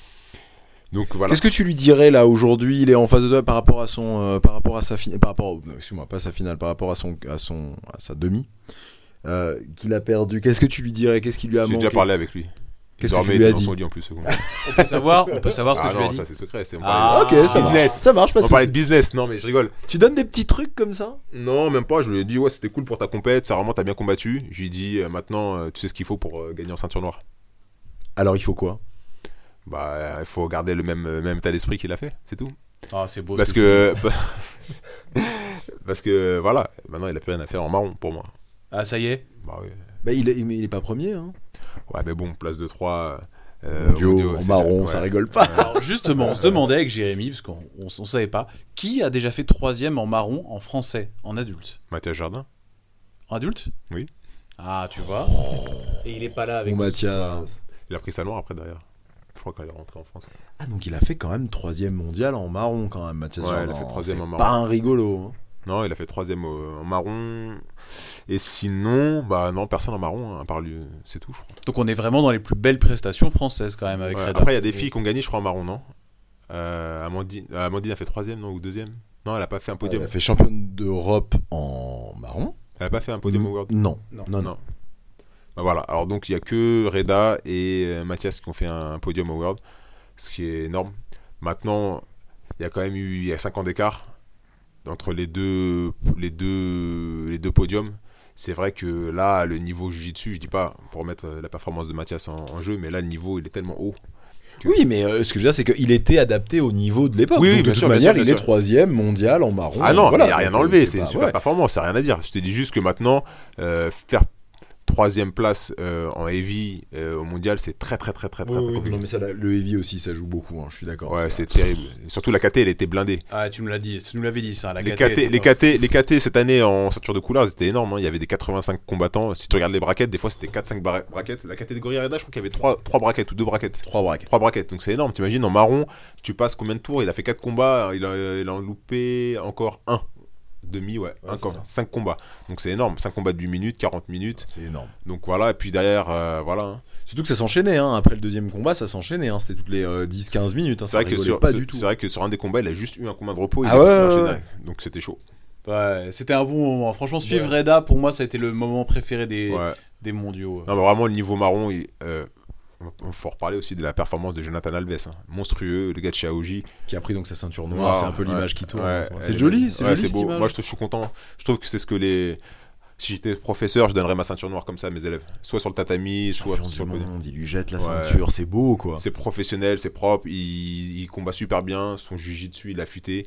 S4: Donc voilà.
S2: Qu'est-ce que tu lui dirais là aujourd'hui? Il est en phase de toi par rapport à son, euh, par rapport à sa finale, par rapport, non, excuse-moi, pas sa finale, par rapport à son, à son, à sa demi, euh, qu'il a perdu. Qu'est-ce que tu lui dirais? Qu'est-ce qui lui a
S4: J'ai
S2: manqué?
S4: déjà parlé avec lui. Il
S2: Qu'est-ce que
S4: dormait,
S2: tu lui as
S4: il était
S2: dit?
S4: dans son lit en plus. second.
S3: On peut savoir, on peut savoir ce que
S4: Ah
S3: tu lui as
S4: non,
S3: dit.
S4: ça c'est secret. C'est, on
S3: Ah,
S4: parlait-
S2: Ok, ça
S4: business.
S2: marche, ça marche pas de
S4: on parlait
S2: souci.
S4: de business. Non, mais je rigole.
S2: Tu donnes des petits trucs comme ça?
S4: Non, même pas. Je lui ai dit, ouais, c'était cool pour ta compète. Ça vraiment, t'as bien combattu. Je lui ai dit, euh, maintenant, euh, tu sais ce qu'il faut pour euh, gagner en ceinture noire.
S2: Alors il faut quoi?
S4: Bah, euh, il faut garder le même, euh, même état d'esprit qu'il a fait. C'est tout.
S3: Ah, c'est beau.
S4: Parce
S3: ce que tu
S4: que, parce que voilà, maintenant il a plus rien à faire en marron pour moi.
S3: dis. Ah, ça y est.
S4: Bah oui.
S2: Bah il est, il est pas premier, hein.
S4: Ouais, mais bon, place de trois. Euh,
S2: Mondiaux,
S4: mondiaux,
S2: en
S4: c'est-
S2: marron,
S4: ouais.
S2: ça rigole pas.
S3: Alors justement, on se demandait avec Jérémy, parce qu'on on, on savait pas, qui a déjà fait troisième en marron en français, en adulte?
S4: Mathias Jardin.
S3: En adulte?
S4: Oui.
S3: Ah, tu vois. Et il est pas là avec
S2: Bon
S3: nous.
S2: Mathias.
S4: Il a pris sa noire après derrière. Je crois quand il est rentré en France.
S2: Ah donc il a fait quand même troisième mondial en marron quand même, Mathias
S4: Ouais, il a
S2: Jardin.
S4: fait troisième
S2: C'est
S4: en marron.
S2: Pas un rigolo. Hein.
S4: Non, il a fait troisième au- en marron. Et sinon, bah non, personne en marron, hein, à part lui. C'est tout, je crois.
S3: Donc on est vraiment dans les plus belles prestations françaises quand même avec
S4: Ouais,
S3: Reda.
S4: après, il y a des filles qui ont gagné, je crois, en marron, non euh, Amandine, euh, Amandine a fait troisième, non, ou deuxième. Non, elle a pas fait un podium.
S2: Il a fait championne d'Europe en marron.
S4: Elle a pas fait un podium au World.
S2: Non.
S3: Non.
S2: Non, non.
S4: Non. Bah voilà, alors donc il y a que Reda et euh, Mathias qui ont fait un, un podium au World, ce qui est énorme. Maintenant, il y a quand même eu il y a cinq ans d'écart entre les deux les deux les deux podiums. C'est vrai que là le niveau jiu-jitsu, je dis pas pour mettre la performance de Mathias en, en jeu, mais là le niveau il est tellement haut. que-
S2: Oui, mais euh, ce que je veux dire, c'est qu'il était adapté au niveau de l'époque.
S4: Oui,
S2: Donc,
S4: oui,
S2: de
S4: bien
S2: toute
S4: sûr, bien
S2: manière,
S4: sûr,
S2: il
S4: bien
S2: est
S4: sûr.
S2: troisième mondial en marron.
S4: Ah non,
S2: Voilà,
S4: il n'y a rien
S2: donc,
S4: à enlever,
S2: euh,
S4: c'est une
S2: pas-
S4: super
S2: ouais.
S4: performance, c'est rien à dire. Je te dis juste que maintenant, euh, faire troisième place euh, en heavy euh, au mondial, c'est très très très très très,
S2: Oui,
S4: très
S2: oui,
S4: compliqué.
S2: non, mais ça, la- le heavy aussi, ça joue beaucoup. Hein, je suis d'accord.
S4: Ouais,
S2: c'est
S4: c'est terrible. Et surtout la K T, elle était blindée.
S3: Ah, tu nous l'as dit, tu nous l'avais dit ça. La
S4: Les
S3: K
S4: K
S3: T,
S4: T, les
S3: était
S4: K T, les K T cette année en ceinture de couleur, c'était énorme. hein. Il y avait des quatre-vingt-cinq combattants. Si tu regardes les braquettes, des fois c'était quatre cinq bra- braquettes. La catégorie Reda, je crois qu'il y avait trois trois braquettes ou deux braquettes.
S2: trois braquets.
S4: trois braquettes, donc c'est énorme. T'imagines en marron, tu passes combien de tours? Il a fait quatre combats, il a, il a en loupé encore un. Demi, ouais,
S2: Ouais,
S4: un
S2: c'est
S4: camp,
S2: ça.
S4: cinq combats. Donc c'est énorme. cinq combats de huit minutes, quarante minutes.
S2: C'est énorme.
S4: Donc voilà, et puis derrière, euh, voilà. hein.
S2: Surtout que ça s'enchaînait. Hein. Après le deuxième combat, ça s'enchaînait. Hein. C'était toutes les euh, dix quinze minutes. Hein.
S4: C'est
S2: Ça
S4: vrai, que
S2: rigolait
S4: sur,
S2: pas
S4: c'est-
S2: du tout.
S4: c'est vrai que sur un des combats, il a juste eu un combat de repos. il
S2: Ah
S4: a
S2: ouais,
S4: pu
S2: ouais,
S4: enchaîner
S2: ouais.
S4: direct. Donc c'était chaud.
S3: Ouais, c'était un bon moment. Franchement, suivre
S2: Ouais.
S3: Reda, pour moi, ça a été le moment préféré des,
S4: Ouais.
S3: des mondiaux.
S4: Non, mais vraiment, le niveau marron, il, euh, on faut reparler aussi de la performance de Jonathan Alves. hein. Monstrueux, le gars de chez Aoji.
S2: Qui a pris donc sa ceinture noire.
S4: Wow,
S2: c'est un peu
S4: ouais,
S2: l'image qui tourne.
S4: ouais,
S2: hein, c'est
S4: elle est
S2: joli.
S4: belle.
S2: C'est
S4: Ouais,
S2: joli cette
S4: beau.
S2: image.
S4: Moi, je, trouve- je suis content. Je trouve que c'est ce que les. Si j'étais professeur, je donnerais ma ceinture noire comme ça à mes élèves. Soit sur le tatami, soit
S2: Champion
S4: sur
S2: du
S4: le podium.
S2: monde, il lui jette la
S4: Ouais.
S2: ceinture. C'est beau, quoi.
S4: C'est professionnel, c'est propre, il, il combat super bien, son jiu-jitsu, il a futé.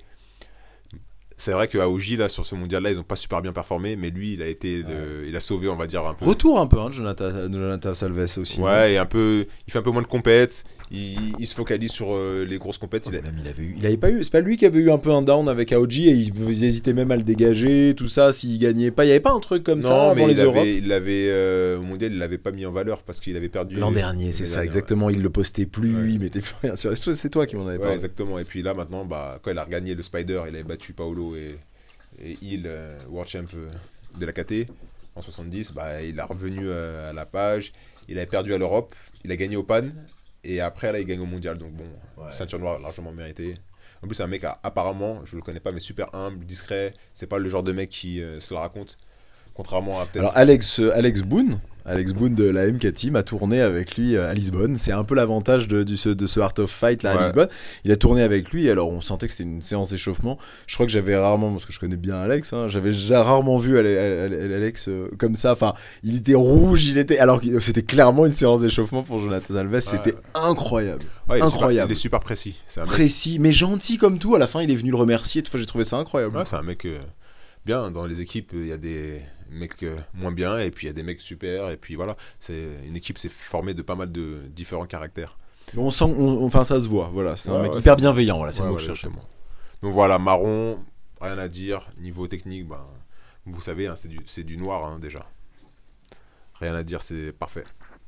S4: C'est vrai qu'à Aoji, là, sur ce mondial-là, ils n'ont pas super bien performé, mais lui, il a été, de- il a sauvé, on va dire, un peu.
S2: Retour un peu, hein, de Jonathan, de Jonathan Salves aussi.
S4: Ouais, et un peu, il fait un peu moins de compètes, il, il se focalise sur euh, les grosses compètes. Il a-
S2: Même il avait eu, il avait pas eu, c'est pas lui qui avait eu un peu un down avec Aoji et il, ils hésitaient même à le dégager, tout ça, s'il gagnait pas. Il y avait pas un truc comme ça
S4: Non,
S2: avant
S4: mais
S2: les
S4: il
S2: Europes.
S4: avait, il l'avait euh, au mondial, il l'avait pas mis en valeur parce qu'il avait perdu.
S2: L'an dernier, c'est
S4: l'année
S2: ça,
S4: dernière,
S2: exactement. Il le postait plus,
S4: Ouais.
S2: il mettait plus rien sur. C'est toi qui m'en avais
S4: Ouais,
S2: parlé.
S4: exactement. Et puis là, maintenant, bah, quand il a regagné le Spider, il avait battu Paolo et, et Hill, euh, World Champ euh, de la K T en soixante-dix. Bah, il est revenu euh, à la page. Il avait perdu à l'Europe. Il a gagné au Pan. Et après, là, il gagne au mondial. Donc bon,
S2: Ouais.
S4: ceinture noire largement méritée. En plus, c'est un mec, à- apparemment, je le connais pas, mais super humble, discret. C'est pas le genre de mec qui euh, se la raconte. Contrairement à peut-être.
S2: Alors Alex, euh, Alex Boone, Alex Boone de la M K Team a tourné avec lui euh, à Lisbonne. C'est un peu l'avantage de, du- ce- de ce Art of Fight là à
S4: Ouais.
S2: Lisbonne. Il a tourné avec lui, alors on sentait que c'était une séance d'échauffement. Je crois que j'avais rarement, parce que je connais bien Alex, hein, j'avais déjà rarement vu Ale- Ale- Ale- Alex euh, comme ça. Enfin, il était rouge, il était, alors que c'était clairement une séance d'échauffement pour Jonathan Alves. C'était incroyable,
S4: Ouais, il est
S2: incroyable.
S4: super- il est super précis. C'est un mec,
S2: précis, mais gentil comme tout. À la fin, il est venu le remercier. Toutefois, j'ai trouvé ça incroyable.
S4: ouais, c'est un mec euh, bien. Dans les équipes, il y a des mecs euh, moins bien, et puis il y a des mecs super. Et puis voilà, c'est une équipe, c'est formée de pas mal de différents caractères.
S2: On sent, on- enfin, ça se voit. Voilà, c'est un
S4: Ouais,
S2: mec
S4: ouais,
S2: hyper bienveillant. Voilà, c'est
S4: Ouais,
S2: le mot
S4: ouais,
S2: que je cherchais.
S4: exactement. Donc voilà, marron, rien à dire. Niveau technique, bah, vous savez, hein, c'est du, c'est du noir hein, déjà. Rien à dire, c'est parfait.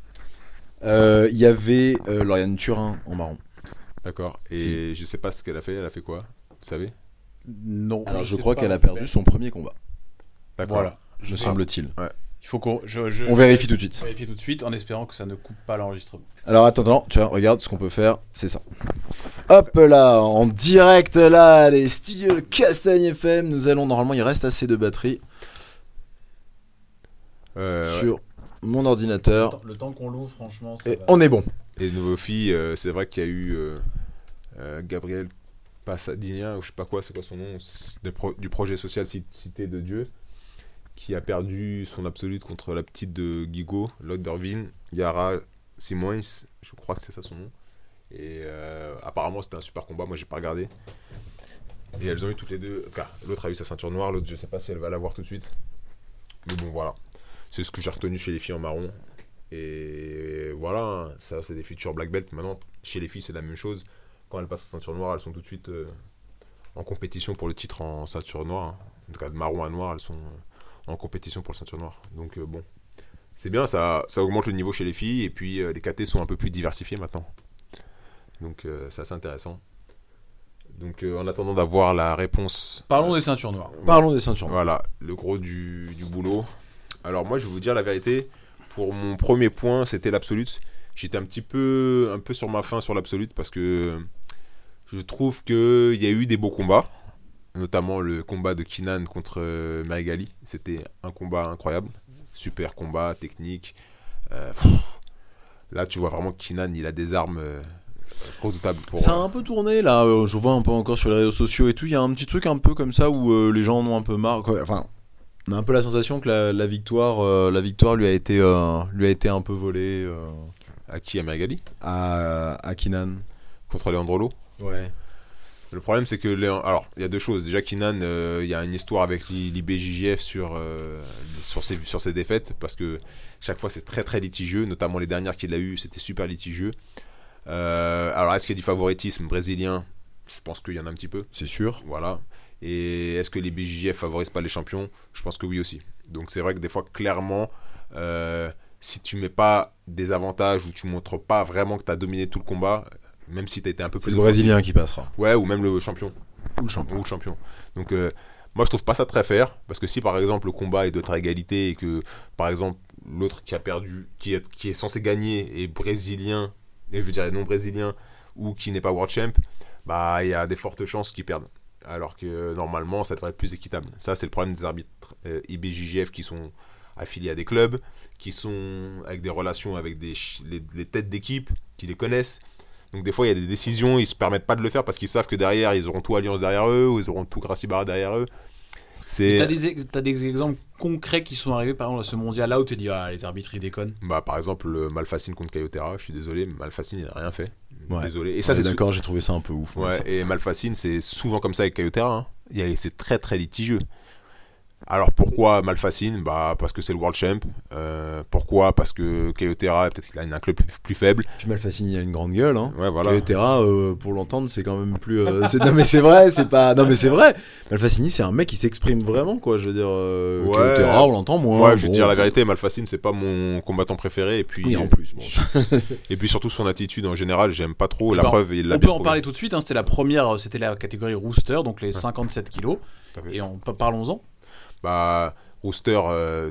S2: Euh, Il y avait euh, Lauriane Turin en marron.
S4: D'accord. Et je sais pas ce qu'elle a fait. Elle a fait quoi? Vous savez?
S3: Non.
S2: Alors, je
S3: sais
S2: crois
S3: pas,
S2: qu'elle a
S3: en
S2: perdu
S3: fait.
S2: son premier combat,
S4: D'accord.
S3: Voilà.
S2: me semble-t-il.
S3: Il faut qu'on. je- je-
S2: On vérifie tout de suite.
S3: On vérifie tout de suite en espérant que ça ne coupe pas l'enregistrement.
S2: Alors attends, attends, tu vois, regarde ce qu'on peut faire, c'est ça. Hop là, en direct là, les studios de Castagne F M, nous allons normalement, il reste assez de batterie
S4: Euh, ouais.
S2: sur mon ordinateur.
S3: Le temps qu'on l'ouvre, franchement, ça
S2: Et
S3: va.
S2: on est bon.
S4: Et de nouveau filles, euh, c'est vrai qu'il y a eu euh, euh, Gabriel Passadinha, ou je sais pas quoi, c'est quoi son nom, c'est de pro- du projet social Ci- Cité de Dieu, qui a perdu son absolute contre la petite de Guigo, Loddervin, Yara Simons, je crois que c'est ça son nom. Et euh, apparemment c'était un super combat, moi j'ai pas regardé. Et elles ont eu toutes les deux, enfin, l'autre a eu sa ceinture noire, l'autre je sais pas si elle va l'avoir tout de suite. Mais bon voilà, c'est ce que j'ai retenu chez les filles en marron. Et voilà, ça c'est des futurs black belt. Maintenant, chez les filles, c'est la même chose. Quand elles passent en ceinture noire, elles sont tout de suite euh, en compétition pour le titre en ceinture noire. hein. En tout cas, de marron à noir, elles sont euh, en compétition pour le ceinture noire. Donc euh, bon, c'est bien, ça, ça augmente le niveau chez les filles. Et puis euh, les K T sont un peu plus diversifiés maintenant. Donc euh, c'est assez intéressant. Donc euh, en attendant d'avoir la réponse...
S3: Parlons des ceintures noires.
S2: Parlons des ceintures.
S4: Voilà, le gros du, du boulot. Alors moi, je vais vous dire la vérité. Pour mon premier point, c'était l'absolute. J'étais un petit peu, un peu sur ma faim sur l'absolute parce que je trouve qu'il y a eu des beaux combats. Notamment le combat de Kinan contre euh, Marigali. C'était un combat incroyable. Super combat, technique. Euh, pff, là, tu vois vraiment que Kinan, il a des armes euh, redoutables. Pour,
S2: Ça a un peu tourné là, euh, je vois un peu encore sur les réseaux sociaux et tout, il y a un petit truc un peu comme ça où euh, les gens en ont un peu marre. quoi. Enfin, on a un peu la sensation que la, la victoire, euh, la victoire lui a été, euh, lui a été un peu volée euh,
S4: à qui? À Marigali?
S2: à, à Kinan.
S4: Contre Leandrolo?
S2: Ouais.
S4: Le problème, c'est que Léon... alors il y a deux choses. Déjà, Kinan, euh, il y a une histoire avec l'I B J J F sur euh, sur ses sur ses défaites parce que chaque fois c'est très très litigieux. Notamment les dernières qu'il a eues, c'était super litigieux. Euh, alors est-ce qu'il y a du favoritisme brésilien? Je pense qu'il y en a un petit peu.
S2: C'est sûr.
S4: Voilà. Et est-ce que les B J J F favorisent pas les champions? Je pense que oui aussi. Donc c'est vrai que des fois, clairement, euh, si tu mets pas des avantages ou tu montres pas vraiment que tu as dominé tout le combat, même si tu as été un peu
S2: C'est
S4: plus
S2: le Brésilien qui passera.
S4: Ouais, ou même le champion.
S2: Ou le champion.
S4: Ou le champion. Donc, euh, moi, je trouve pas ça très fair. Parce que si, par exemple, le combat est d'être à égalité et que, par exemple, l'autre qui a perdu, qui est, qui est censé gagner est brésilien, et je veux dire non brésilien, ou qui n'est pas world champ, bah, il y a des fortes chances qu'ils perdent. Alors que, euh, normalement, ça devrait être plus équitable. Ça, c'est le problème des arbitres euh, I B J J F qui sont affiliés à des clubs, qui sont avec des relations avec des ch- les, les têtes d'équipe, qui les connaissent. Donc des fois, il y a des décisions, ils se permettent pas de le faire parce qu'ils savent que derrière, ils auront tout Alliance derrière eux, ou ils auront tout Gracie Barra derrière eux. C'est...
S3: T'as des, ex- t'as des exemples concrets qui sont arrivés par exemple à ce mondial-là où tu te dis ah les arbitres ils déconnent.
S4: Bah, par exemple, le Malfacine contre Kayotera, je suis désolé, mais Malfacine, il n'a rien fait.
S2: Ouais.
S4: Désolé. Et
S2: Et
S4: ça,
S2: ça,
S4: c'est
S2: d'accord, j'ai trouvé ça un peu ouf.
S4: sou- ouais, et Malfacine, c'est souvent comme ça avec Kayotera. Hein. Il y a- C'est très très litigieux. Alors pourquoi Malfacine? Bah parce que c'est le World Champ. Euh, pourquoi? Parce que Kayotera, peut-être qu'il a un club plus, plus faible.
S2: Puis Malfacine, il a une grande gueule. Hein.
S4: Ouais, voilà.
S2: Et Terra, euh, pour l'entendre, c'est quand même plus. euh, c'est... Non mais c'est vrai, c'est pas. Non mais c'est vrai. Malfacine, c'est un mec qui s'exprime vraiment, quoi. Je veux dire. Euh,
S4: Ouais.
S2: que Terra, on l'entend moins.
S4: Ouais, je vais
S2: bon.
S4: te dire la vérité, Malfacine, c'est pas mon combattant préféré. Et puis,
S2: Oui, en plus. Bon.
S4: et puis surtout son attitude en général, j'aime pas trop.
S3: Eh
S4: La
S3: ben,
S4: preuve, il l'a
S3: On
S4: bien
S3: peut en
S4: prouvé.
S3: parler tout de suite, hein, c'était la première, c'était la catégorie rooster, donc les cinquante-sept kilos.
S4: Tout à fait.
S3: Et on, parlons-en.
S4: Bah, Rooster, euh,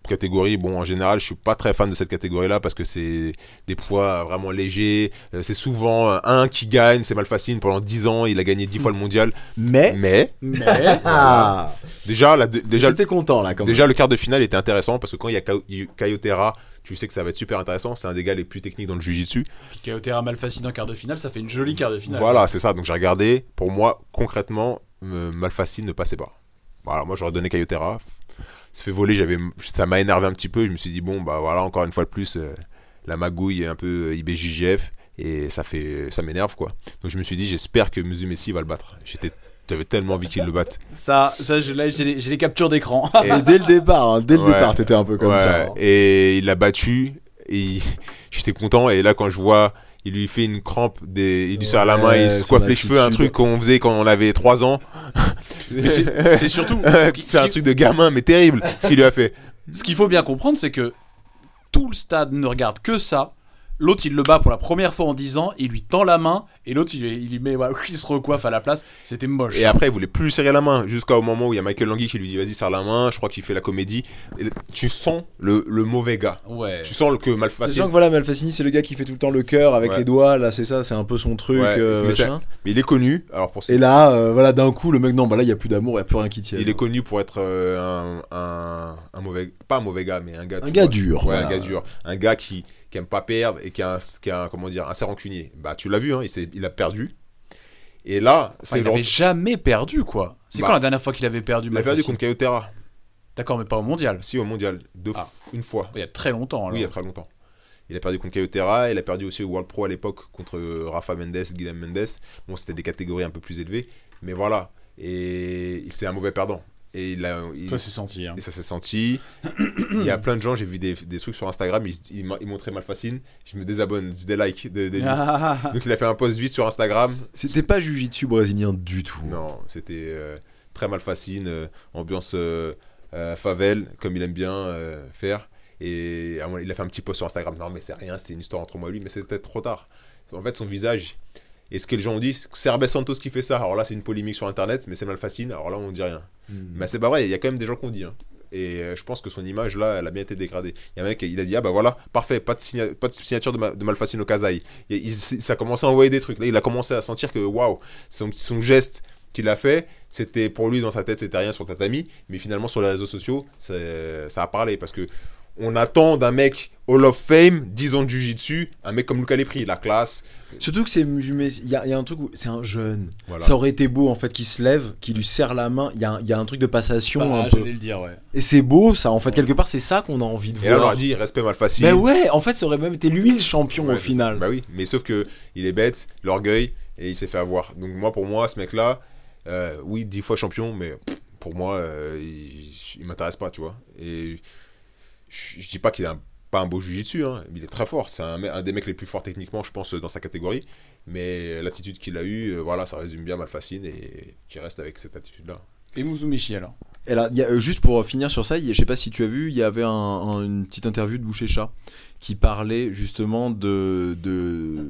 S4: catégorie, bon, en général, je suis pas très fan de cette catégorie-là parce que c'est des poids vraiment légers. Euh, c'est souvent euh, un qui gagne, c'est Malfacine. Pendant dix ans, il a gagné dix fois le mondial.
S2: Mais.
S4: Mais,
S3: Mais
S2: Ah
S4: déjà, la, déjà,
S2: J'étais content là quand même.
S4: déjà, le quart de finale était intéressant parce que quand il y a Ka- Caio Terra, tu sais que ça va être super intéressant. C'est un des gars les plus techniques dans le jiu-jitsu.
S3: puis Kaotera Malfacine en quart de finale, ça fait une jolie quart de finale.
S4: Voilà, c'est ça. Donc j'ai regardé. Pour moi, concrètement, euh, Malfacine ne passait pas. Voilà, moi j'aurais donné Caio Terra. Se fait voler, j'avais, ça m'a énervé un petit peu. Je me suis dit bon bah voilà, encore une fois de plus, euh, la magouille un peu I B J J F et ça fait, ça m'énerve quoi. Donc je me suis dit j'espère que Musu Messi va le battre. J'étais, j'avais tellement envie qu'il le batte.
S3: Ça, ça je, là, j'ai, les, j'ai les captures d'écran.
S2: Et dès le départ, hein, dès le
S4: Ouais.
S2: départ, t'étais un peu comme
S4: Ouais,
S2: ça. hein.
S4: Et il l'a battu et il- j'étais content. Et là quand je vois, il lui fait une crampe, des, il lui serre la main,
S2: Ouais,
S4: il se
S2: son
S4: coiffe les cheveux, un
S2: attitude.
S4: truc qu'on faisait quand on avait trois ans.
S3: Mais c'est, c'est surtout. ce qui-
S4: c'est
S3: ce
S4: un
S3: qui-
S4: truc de gamin, mais terrible ce qu'il lui a fait.
S3: Ce qu'il faut bien comprendre, c'est que tout le stade ne regarde que ça. L'autre, il le bat pour la première fois en dix ans, il lui tend la main, et l'autre, il, il lui met, ouais, il se recoiffe à la place. C'était moche.
S4: Et après, il voulait plus lui serrer la main, jusqu'au moment où il y a Michael Langui qui lui dit vas-y, serre la main. Je crois qu'il fait la comédie. Et tu sens le, le mauvais gars.
S3: Ouais.
S4: Tu sens le- que
S2: Sachant
S4: Malfacine.
S2: que voilà, Malfacini, c'est le gars qui fait tout le temps le cœur avec
S4: Ouais.
S2: les doigts, là, c'est ça, c'est un peu son truc.
S4: Ouais,
S2: euh,
S4: mais, c'est-
S2: machin.
S4: mais il est connu. Alors pour
S2: Et là, euh, voilà, d'un coup, le mec, non, bah là, il y a plus d'amour, il y a plus rien qui tient.
S4: il est connu pour être euh, un, un, un mauvais, pas un mauvais gars, mais un gars.
S2: Un
S4: tu
S2: gars
S4: vois.
S2: dur,
S4: Ouais,
S2: voilà.
S4: un gars dur. Un gars qui, qui aime pas perdre et qui a un, qui a un- comment dire, assez rancunier. Bah tu l'as vu, hein, il, s'est- il a perdu. Et là,
S3: Enfin,
S4: c'est
S3: il
S4: le-
S3: avait jamais perdu, quoi. C'est
S4: Bah,
S3: quand la dernière fois qu'il avait perdu,
S4: il a perdu
S3: Malfacine
S4: contre Caio Terra.
S3: D'accord, mais pas au mondial.
S4: Si au mondial, deux
S3: Ah.
S4: f- une fois.
S3: Il y a très longtemps. Alors.
S4: Oui, il y a très longtemps. Il a perdu contre Caio Terra, il a perdu aussi au World Pro à l'époque contre euh, Rafa Mendes, Guilherme Mendes. Bon, c'était des catégories un peu plus élevées, mais voilà. Et c'est un mauvais perdant. Et il a, il-
S3: Ça s'est senti. Hein.
S4: et ça s'est senti. Il y a plein de gens, j'ai vu des, des trucs sur Instagram, ils, ils, m'a- ils montraient Malfacine. Je me désabonne, je dis des likes de, de lui.
S3: Ah,
S4: Donc il a fait un post vite sur Instagram.
S2: C'était pas Jiu-Jitsu brésilien du tout.
S4: Non, c'était euh, très Malfacine, euh, ambiance euh, euh, favelle, comme il aime bien euh, faire. Et à un moment, il a fait un petit post sur Instagram. Non, mais c'est rien, c'était une histoire entre moi et lui, mais c'était peut-être trop tard. En fait, son visage. Et ce que les gens ont dit, c'est Cerbe Santos qui fait ça. Alors là, c'est une polémique sur internet, mais c'est Malfacine. Alors là, on dit rien.
S2: Hmm.
S4: Mais c'est pas vrai, il y a quand même des gens qui ont dit. Hein. Et euh, je pense que son image là, elle a bien été dégradée. Il y a un mec, il a dit ah bah voilà, parfait, pas de, signa- pas de signature de, Ma- de Malfacine au Kazaï. Il, il- ça a commencé à envoyer des trucs. Là, il a commencé à sentir que waouh, son, son geste qu'il a fait, c'était pour lui dans sa tête, c'était rien sur le tatami, mais finalement sur les réseaux sociaux, c'est- ça a parlé parce que on attend d'un mec Hall of Fame, dix ans de Jiu-Jitsu, un mec comme Luca Lepri, la classe.
S2: Surtout que c'est il y, a- il y a un truc où c'est un jeune.
S4: Voilà.
S2: Ça aurait été beau en fait qu'il se lève, qu'il lui serre la main. Il y a, un- il y a un truc de passation
S3: bah,
S2: un peu.
S3: j'allais le dire, ouais.
S2: Et c'est beau ça. En fait quelque part c'est ça qu'on a envie de
S4: Et là, on
S2: voir.
S4: leur dit respect Malfacine.
S2: Mais ouais, en fait ça aurait même été lui le champion
S4: Ouais,
S2: au
S4: c'est
S2: final.
S4: ça. Bah oui, mais sauf que il est bête, l'orgueil, et il s'est fait avoir. Donc moi, pour moi, ce mec-là, euh, oui, dix fois champion, mais pff, pour moi, euh, il, il m'intéresse pas, tu vois. Et je, je dis pas qu'il a un- pas un beau jiu-jitsu, hein, il est très fort. C'est un, me- un des mecs les plus forts techniquement, je pense, dans sa catégorie. Mais l'attitude qu'il a eue, euh, voilà, ça résume bien Malfacine et qui reste avec cette attitude-là.
S3: Et Muzumichi alors.
S2: Et là, il y a, euh, juste pour finir sur ça, il y a- je sais pas si tu as vu, il y avait un- un- une petite interview de Boucher-Chat qui parlait justement de, de,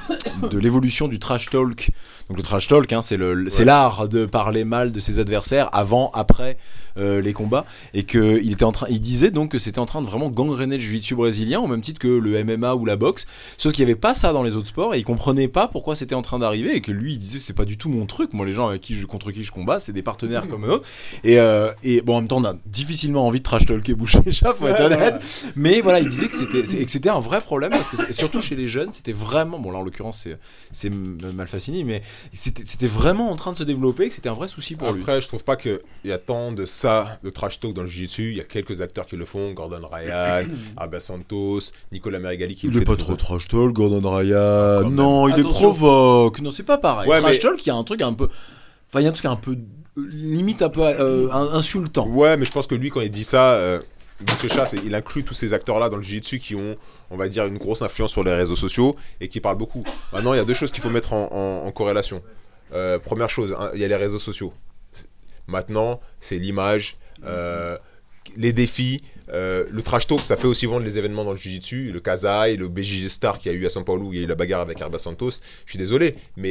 S2: de l'évolution du trash talk. Donc le trash talk, hein, c'est, le, c'est
S4: Ouais.
S2: l'art de parler mal de ses adversaires avant, après euh, les combats. Et qu'il était en train, il disait donc que c'était en train de vraiment gangréner le jiu-jitsu brésilien au même titre que le M M A ou la boxe. Sauf qu'il n'y avait pas ça dans les autres sports et il comprenait pas pourquoi c'était en train d'arriver et que lui il disait c'est pas du tout mon truc. Moi les gens avec qui je, contre qui je combats c'est des partenaires comme eux. Et, euh, et bon en même temps on a difficilement envie de trash talker Boucher-Chat faut être honnête. Mais voilà il disait que c'était, c'est- et que c'était un vrai problème parce que c'est- surtout chez les jeunes c'était vraiment bon là en l'occurrence c'est, c'est Malfacini mais c'était, c'était vraiment en train de se développer et que c'était un vrai souci pour lui.
S4: Après, je trouve pas qu'il y a tant de ça, de trash talk dans le jiu-jitsu. Il y a quelques acteurs qui le font, Gordon Ryan, Abba Santos, Nicolas Merigali qui
S2: Il
S4: le
S2: est
S4: fait
S2: pas
S4: de-
S2: trop trash talk, Gordon Ryan.
S4: Quand
S2: Non, il est
S3: Attention.
S2: provoque. Non, c'est pas pareil.
S4: Ouais,
S2: trash
S4: mais-
S2: talk, il y a un truc un peu. Enfin, il y a un truc un peu. Limite un peu euh, un- insultant.
S4: Ouais, mais je pense que lui, quand il dit ça, euh, Boucher-Chat, c'est- il inclut tous ces acteurs-là dans le jiu-jitsu qui ont, on va dire, une grosse influence sur les réseaux sociaux et qui parlent beaucoup. Maintenant, il y a deux choses qu'il faut mettre en, en- en corrélation. Euh, première chose, hein, il y a les réseaux sociaux. C'est- Maintenant, c'est l'image, euh, les défis, euh, le trash talk, ça fait aussi vendre les événements dans le jiu-jitsu, le Kazai, le B J J Star qu'il y a eu à São Paulo, où il y a eu la bagarre avec Herba Santos. Je suis désolé, mais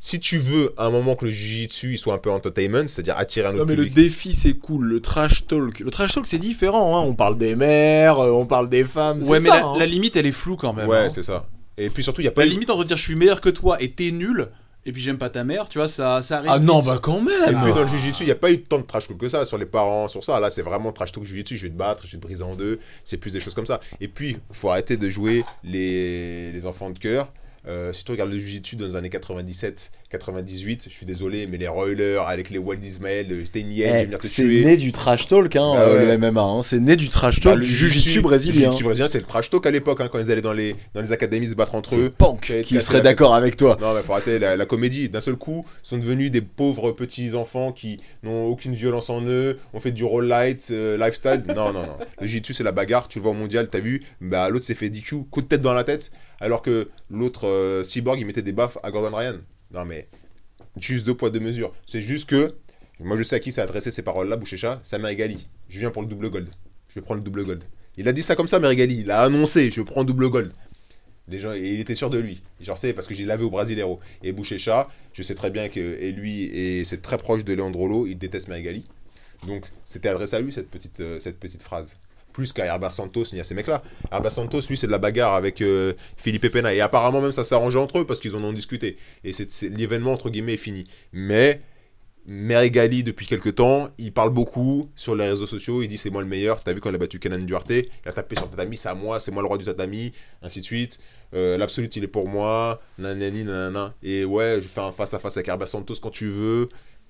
S4: si tu veux à un moment que le jiu-jitsu il soit un peu entertainment, c'est-à-dire attirer un autre
S2: Non mais le
S4: public.
S2: défi c'est cool, le trash talk. Le trash talk c'est différent, hein. On parle des mères, euh, on parle des femmes,
S3: Ouais,
S2: c'est
S3: mais
S2: ça.
S3: la,
S2: hein.
S3: la limite, elle est floue quand même.
S4: Ouais,
S3: hein.
S4: c'est ça. Et puis surtout, il y a pas
S3: La
S4: eu-
S3: limite entre dire je suis meilleur que toi et t'es nul, et puis j'aime pas ta mère, tu vois, ça, ça arrive.
S2: Ah non,
S3: vite.
S2: bah quand
S4: Et
S2: même.
S4: puis dans le jiu-jitsu, il n'y a pas eu tant de trash talk que ça sur les parents, sur ça. Là, c'est vraiment trash talk jiu-jitsu. Je vais te battre, je vais te briser en deux. C'est plus des choses comme ça. Et puis, faut arrêter de jouer les, les enfants de cœur. Euh, si tu regardes le jiu-jitsu dans les années quatre-vingt-dix-sept, quatre-vingt-dix-huit, je suis désolé, mais les Roilers avec les Walt Ismail, le Tenien, je vais
S2: Eh,
S4: venir te
S2: c'est
S4: tuer.
S2: né du trash talk, hein,
S4: Bah
S2: euh,
S4: ouais.
S2: le M M A. Hein. C'est né du trash
S4: Bah,
S2: talk
S4: le
S2: du jiu-jitsu brésilien.
S4: Le jiu-jitsu brésilien, c'est le trash talk à l'époque, hein, quand ils allaient dans les, dans les académies se battre entre
S2: C'est
S4: eux.
S2: Punk
S4: Fait
S2: qui
S4: casser
S2: serait
S4: la
S2: d'accord avec toi.
S4: Non, mais faut arrêter la, la comédie. D'un seul coup, sont devenus des pauvres petits enfants qui n'ont aucune violence en eux, on fait du roll light, euh, lifestyle. Non, non, non. Le jiu-jitsu, c'est la bagarre. Tu le vois au mondial, t'as vu. Bah, l'autre s'est fait D Q, coup de tête dans la tête, alors que l'autre euh, cyborg, il mettait des baffes à Gordon Ryan. Non, mais juste deux poids, deux mesures. C'est juste que, moi, je sais à qui s'est adressé ces paroles-là, Bouchécha, c'est à Merigali. Je viens pour le double gold. Je vais prendre le double gold. Il a dit ça comme ça, Merigali. Il a annoncé, je prends double gold. Les gens, et il était sûr de lui. Genre, c'est parce que j'ai lavé au Brasileiro. Et Bouchécha, je sais très bien que et lui, et c'est très proche de Leandrolo, il déteste Merigali. Donc, c'était adressé à lui, cette petite, euh, cette petite phrase. Plus qu'à Herbert Santos ni à ces mecs-là. Herbert Santos, lui, c'est de la bagarre avec euh, Philippe Pena. Et apparemment, même, ça s'arrangeait entre eux parce qu'ils en ont discuté. Et c'est, c'est- l'événement, entre guillemets, est fini. Mais Merigali, depuis quelques temps, il parle beaucoup sur les réseaux sociaux. Il dit c'est moi le meilleur. T'as vu quand il a battu Kenan Duarte, il a tapé sur le tatami, c'est à moi, c'est moi le roi du tatami, ainsi de suite. Euh, L'absolute, il est pour moi. Nanani, nanana. Et ouais, je fais un face-à-face avec Herbert Santos quand tu veux.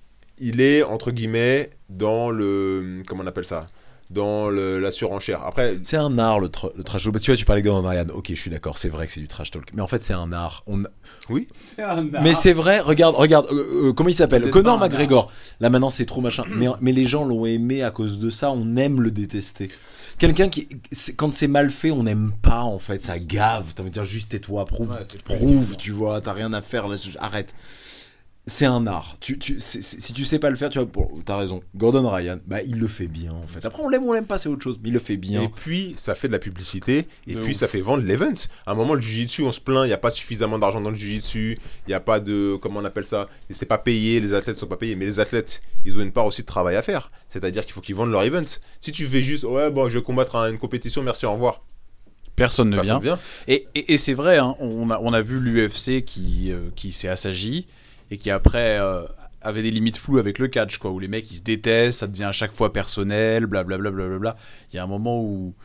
S4: Il est, entre guillemets, dans le. Comment on appelle ça? Dans le, la surenchère. Après,
S2: C'est un art le, tra- le trash talk. Parce que tu vois, tu parlais de Gordon Ryan. Ok, je suis d'accord, c'est vrai que c'est du trash talk. Mais en fait, c'est un art. On...
S4: oui.
S3: C'est un art.
S2: Mais c'est vrai, regarde, regarde, euh, euh, comment il s'appelle?
S3: Peut-être
S2: Conor
S3: pas un
S2: McGregor. Là maintenant, c'est trop machin. mais, mais les gens l'ont aimé à cause de ça. On aime le détester. Quelqu'un qui, c'est- quand c'est mal fait, on n'aime pas en fait. Ça gave. T'as envie de dire juste tais-toi, prouve,
S3: Ouais, c'est plus
S2: prouve,
S3: évident.
S2: tu vois. T'as rien à faire. Laisse, arrête. C'est un art. Tu, tu, c'est- c'est- si tu sais pas le faire, tu vois, bon, t'as raison. Gordon Ryan, bah il le fait bien en fait. Après on l'aime ou on l'aime pas, c'est autre chose. Mais il le fait bien.
S4: Et puis, ça fait de la publicité. Et
S3: De
S4: puis,
S3: ouf.
S4: ça fait vendre l'event. À un moment, le jiu-jitsu, on se plaint, il n'y a pas suffisamment d'argent dans le jiu-jitsu. Il n'y a pas de. Comment on appelle ça? Et c'est pas payé, les athlètes sont pas payés. Mais les athlètes, ils ont une part aussi de travail à faire. C'est-à-dire qu'il faut qu'ils vendent leur event. Si tu fais juste, ouais, bon, je vais combattre à une compétition, merci, au revoir.
S3: Personne ne
S4: Personne
S3: vient.
S4: vient.
S3: Et, et, et c'est vrai, hein, on, a, on a vu l'U F C qui, euh, qui s'est assagi et qui après euh, avait des limites floues avec le catch, quoi, où les mecs ils se détestent, ça devient à chaque fois personnel, blablabla. Blablabla. Il y a un moment où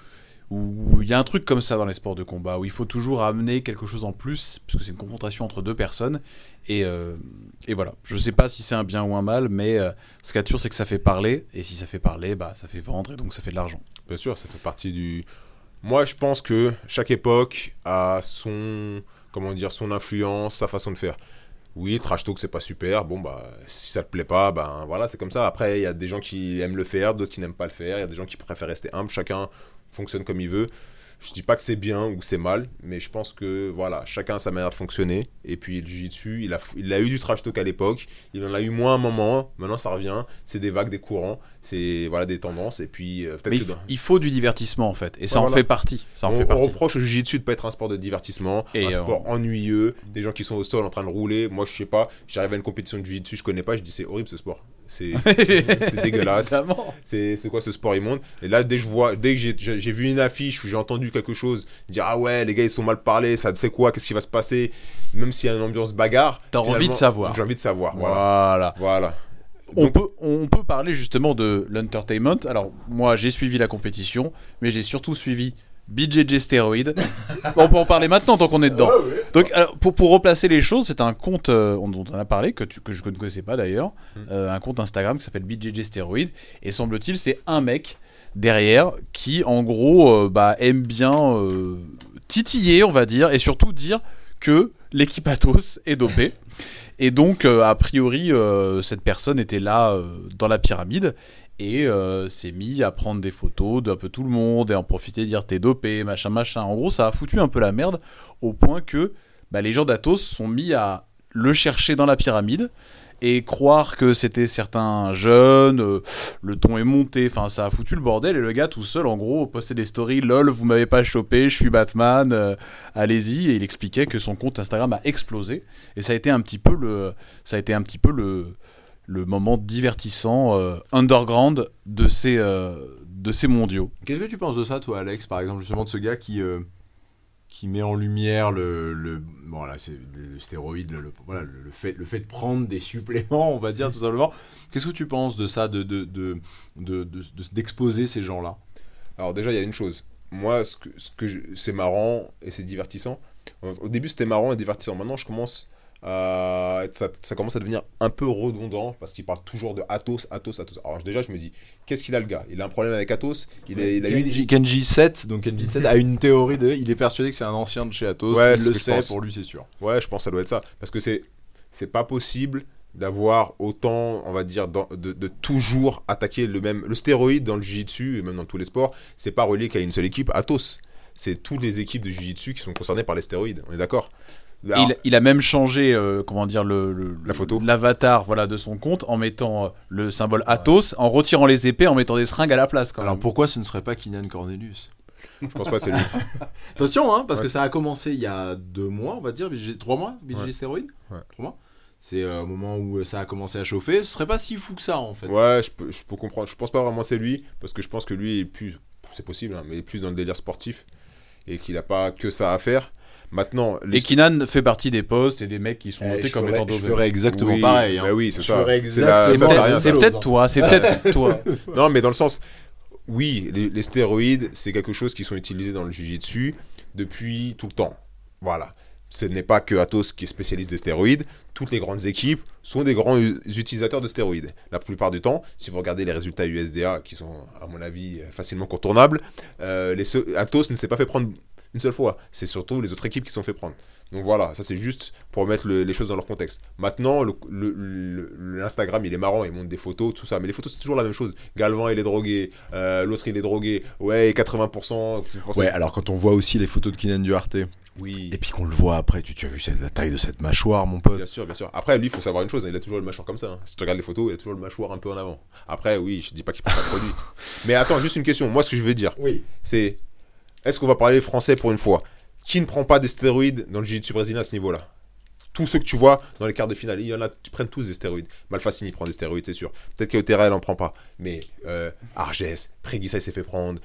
S3: où il y a un truc comme ça dans les sports de combat, où il faut toujours amener quelque chose en plus, parce que c'est une confrontation entre deux personnes. Et, euh, et voilà, je sais pas si c'est un bien ou un mal, mais euh, ce qu'il y a de sûr, c'est que ça fait parler, et si ça fait parler, bah, ça fait vendre, et donc ça fait de l'argent.
S4: Bien sûr, ça fait partie du. Moi, je pense que chaque époque a son, comment dire, son influence, sa façon de faire. Oui, trash talk, c'est pas super. Bon, bah, si ça te plaît pas, ben voilà, c'est comme ça. Après, il y a des gens qui aiment le faire, d'autres qui n'aiment pas le faire. Il y a des gens qui préfèrent rester humble. Chacun fonctionne comme il veut. Je dis pas que c'est bien ou que c'est mal, mais je pense que voilà, chacun a sa manière de fonctionner. Et puis le jiu-jitsu, il a, il a eu du trash talk à l'époque, il en a eu moins un moment. Maintenant, ça revient. C'est des vagues, des courants, c'est voilà des tendances. Et puis euh, peut-être
S3: Mais
S4: que
S3: il, f-
S4: dans-
S3: il faut du divertissement en fait, et ça
S4: Ouais,
S3: en
S4: voilà.
S3: fait partie. Ça en
S4: on,
S3: fait
S4: on
S3: partie.
S4: reproche au jiu-jitsu de pas être un sport de divertissement,
S3: Et,
S4: un
S3: euh,
S4: sport ennuyeux, des gens qui sont au sol en train de rouler. Moi, je sais pas, j'arrive à une compétition de jiu-jitsu, je connais pas, je dis c'est horrible ce sport. C'est c'est dégueulasse.
S3: Évidemment.
S4: C'est c'est quoi ce sport immonde? Et là, dès que je vois, dès que j'ai- j'ai j'ai vu une affiche ou j'ai entendu quelque chose, dire ah ouais, les gars ils sont mal parlés, ça c'est quoi, qu'est-ce qui va se passer? Même s'il y a une ambiance bagarre,
S3: T'as envie
S4: finalement,
S3: de savoir.
S4: J'ai envie de savoir. Voilà.
S3: Voilà.
S4: Voilà.
S3: On,
S4: Donc-
S3: peut, on peut parler justement de l'entertainment. Alors, moi, j'ai suivi la compétition, mais j'ai surtout suivi B J J Steroid. Bon, on peut en parler maintenant tant qu'on est dedans. Donc, alors, pour, pour replacer les choses, c'est un compte euh, on- dont on a parlé, que, tu- que je ne connaissais pas d'ailleurs,
S4: Mm.
S3: euh, un compte Instagram qui s'appelle B J J Steroid. Et semble-t-il, c'est un mec derrière qui, en gros, euh, bah, aime bien euh, titiller, on va dire, et surtout dire que l'équipe Athos est dopée. Et donc, euh, a priori, euh, cette personne était là euh, dans la pyramide et euh, s'est mis à prendre des photos d'un peu tout le monde et en profiter, dire t'es dopé, machin, machin. En gros, ça a foutu un peu la merde au point que bah, les gens d'Athos sont mis à le chercher dans la pyramide et croire que c'était certains jeunes, euh, le ton est monté, enfin ça a foutu le bordel et le gars tout seul en gros postait des stories, lol vous m'avez pas chopé, je suis Batman, euh, allez-y, et il expliquait que son compte Instagram a explosé et ça a été un petit peu le, ça a été un petit peu le, le moment divertissant euh, underground de ces, euh, de ces mondiaux.
S2: Qu'est-ce que tu penses de ça, toi, Alex, par exemple, justement de ce gars qui, euh, qui met en lumière le, le bon là, c'est le stéroïde, le, le- voilà, le, le fait, le fait de prendre des suppléments, on va dire tout simplement. Qu'est-ce que tu penses de ça, de, de, de, de, de- de- d'exposer ces gens-là?
S4: Alors déjà, il y a une chose. Moi, ce que, ce que je- c'est marrant et c'est divertissant. Au au début, c'était marrant et divertissant. Maintenant, je commence à être- ça, ça commence à devenir un peu redondant parce qu'il parle toujours de Athos, Athos, Athos. Alors déjà, je me dis, qu'est-ce qu'il a le gars? Il a un problème avec Athos. Il a, il a eu une...
S2: Kenji, Kenji sept, donc Kenji sept a une théorie de, il est persuadé que c'est un ancien de chez Athos,
S4: Ouais,
S2: il
S4: c'est
S2: le
S4: ce que je
S2: sait,
S4: pense.
S2: pour lui c'est sûr.
S4: Ouais, je pense que ça doit être ça. Parce que c'est, c'est pas possible d'avoir autant, on va dire, dans- de, de toujours attaquer le même. Le stéroïde dans le jiu-jitsu et même dans tous les sports, c'est pas relié qu'à une seule équipe, Athos. C'est toutes les équipes de jiu-jitsu qui sont concernées par les stéroïdes. On est d'accord?
S3: Et
S4: Alors,
S3: il, il a même changé, euh, comment dire, le, le-
S4: La photo.
S3: l'avatar, voilà, de son compte en mettant euh, le symbole Athos, en retirant les épées, en mettant des seringues à la place. Quand
S2: Alors
S3: même.
S2: pourquoi ce ne serait pas Keenan Cornelius?
S4: je pense pas que c'est lui.
S2: Attention, hein, parce
S4: Ouais,
S2: que
S4: c'est-
S2: ça a commencé il y a deux mois, on va dire, B G trois mois, B G
S4: Ouais.
S2: stéroïde
S4: Ouais.
S2: Trois mois. C'est euh, au moment où ça a commencé à chauffer, ce serait pas si fou que ça en fait.
S4: Ouais, je peux, je peux comprendre. Je pense pas vraiment que c'est lui, parce que je pense que lui est plus, c'est possible, hein, mais il est plus dans le délire sportif et qu'il a pas que ça à faire. Maintenant, les
S3: Et Keenan fait partie des posts et des mecs qui sont
S2: Eh,
S3: notés
S2: je
S3: comme
S2: ferais,
S3: étant
S2: je
S3: d'over.
S2: ferais exactement
S4: Oui,
S2: pareil. Hein.
S4: bah oui, c'est
S2: Je
S4: ça.
S2: ferais
S4: C'est la-
S2: exactement
S4: ça sert à
S3: C'est
S4: rien,
S3: peut-être-
S4: ça.
S3: c'est peut-être toi, c'est peut-être toi.
S4: Non, mais dans le sens, oui, les, les stéroïdes, c'est quelque chose qui sont utilisés dans le jiu-jitsu depuis tout le temps. Voilà. Ce n'est pas que Athos qui est spécialiste des stéroïdes. Toutes les grandes équipes sont des grands u- utilisateurs de stéroïdes. La plupart du temps, si vous regardez les résultats U S D A, qui sont, à mon avis, facilement contournables, euh, les se- Athos ne s'est pas fait prendre une seule fois. C'est surtout les autres équipes qui se sont fait prendre. Donc voilà, ça c'est juste pour mettre le- les choses dans leur contexte. Maintenant, le- le- le- l'Instagram, il est marrant, il montre des photos, tout ça. Mais les photos, c'est toujours la même chose. Galvan, il est drogué. euh, L'autre, il est drogué. Ouais, quatre-vingts pour cent.
S2: Ouais, alors quand on voit aussi les photos de Keenan Duarte,
S4: Oui.
S2: et puis qu'on le voit après, tu, tu as vu cette- la taille de cette mâchoire, mon pote.
S4: Bien sûr, bien sûr. Après, lui, il faut savoir une chose, il a toujours le mâchoire comme ça. hein. Si tu regardes les photos, il a toujours le mâchoire un peu en avant. Après, oui, je dis pas qu'il prend pas de produit. Mais attends, juste une question. Moi, ce que je veux dire,
S2: Oui.
S4: c'est est-ce qu'on va parler français pour une fois? Qui ne prend pas des stéroïdes dans le jiu-jitsu brésilien à ce niveau-là? Tous ceux que tu vois dans les quarts de finale, il y en a qui prennent tous des stéroïdes. Malfacini prend des stéroïdes, c'est sûr. Peut-être qu'Otera, elle en prend pas. Mais euh, Arges, Préguissa, il s'est fait prendre.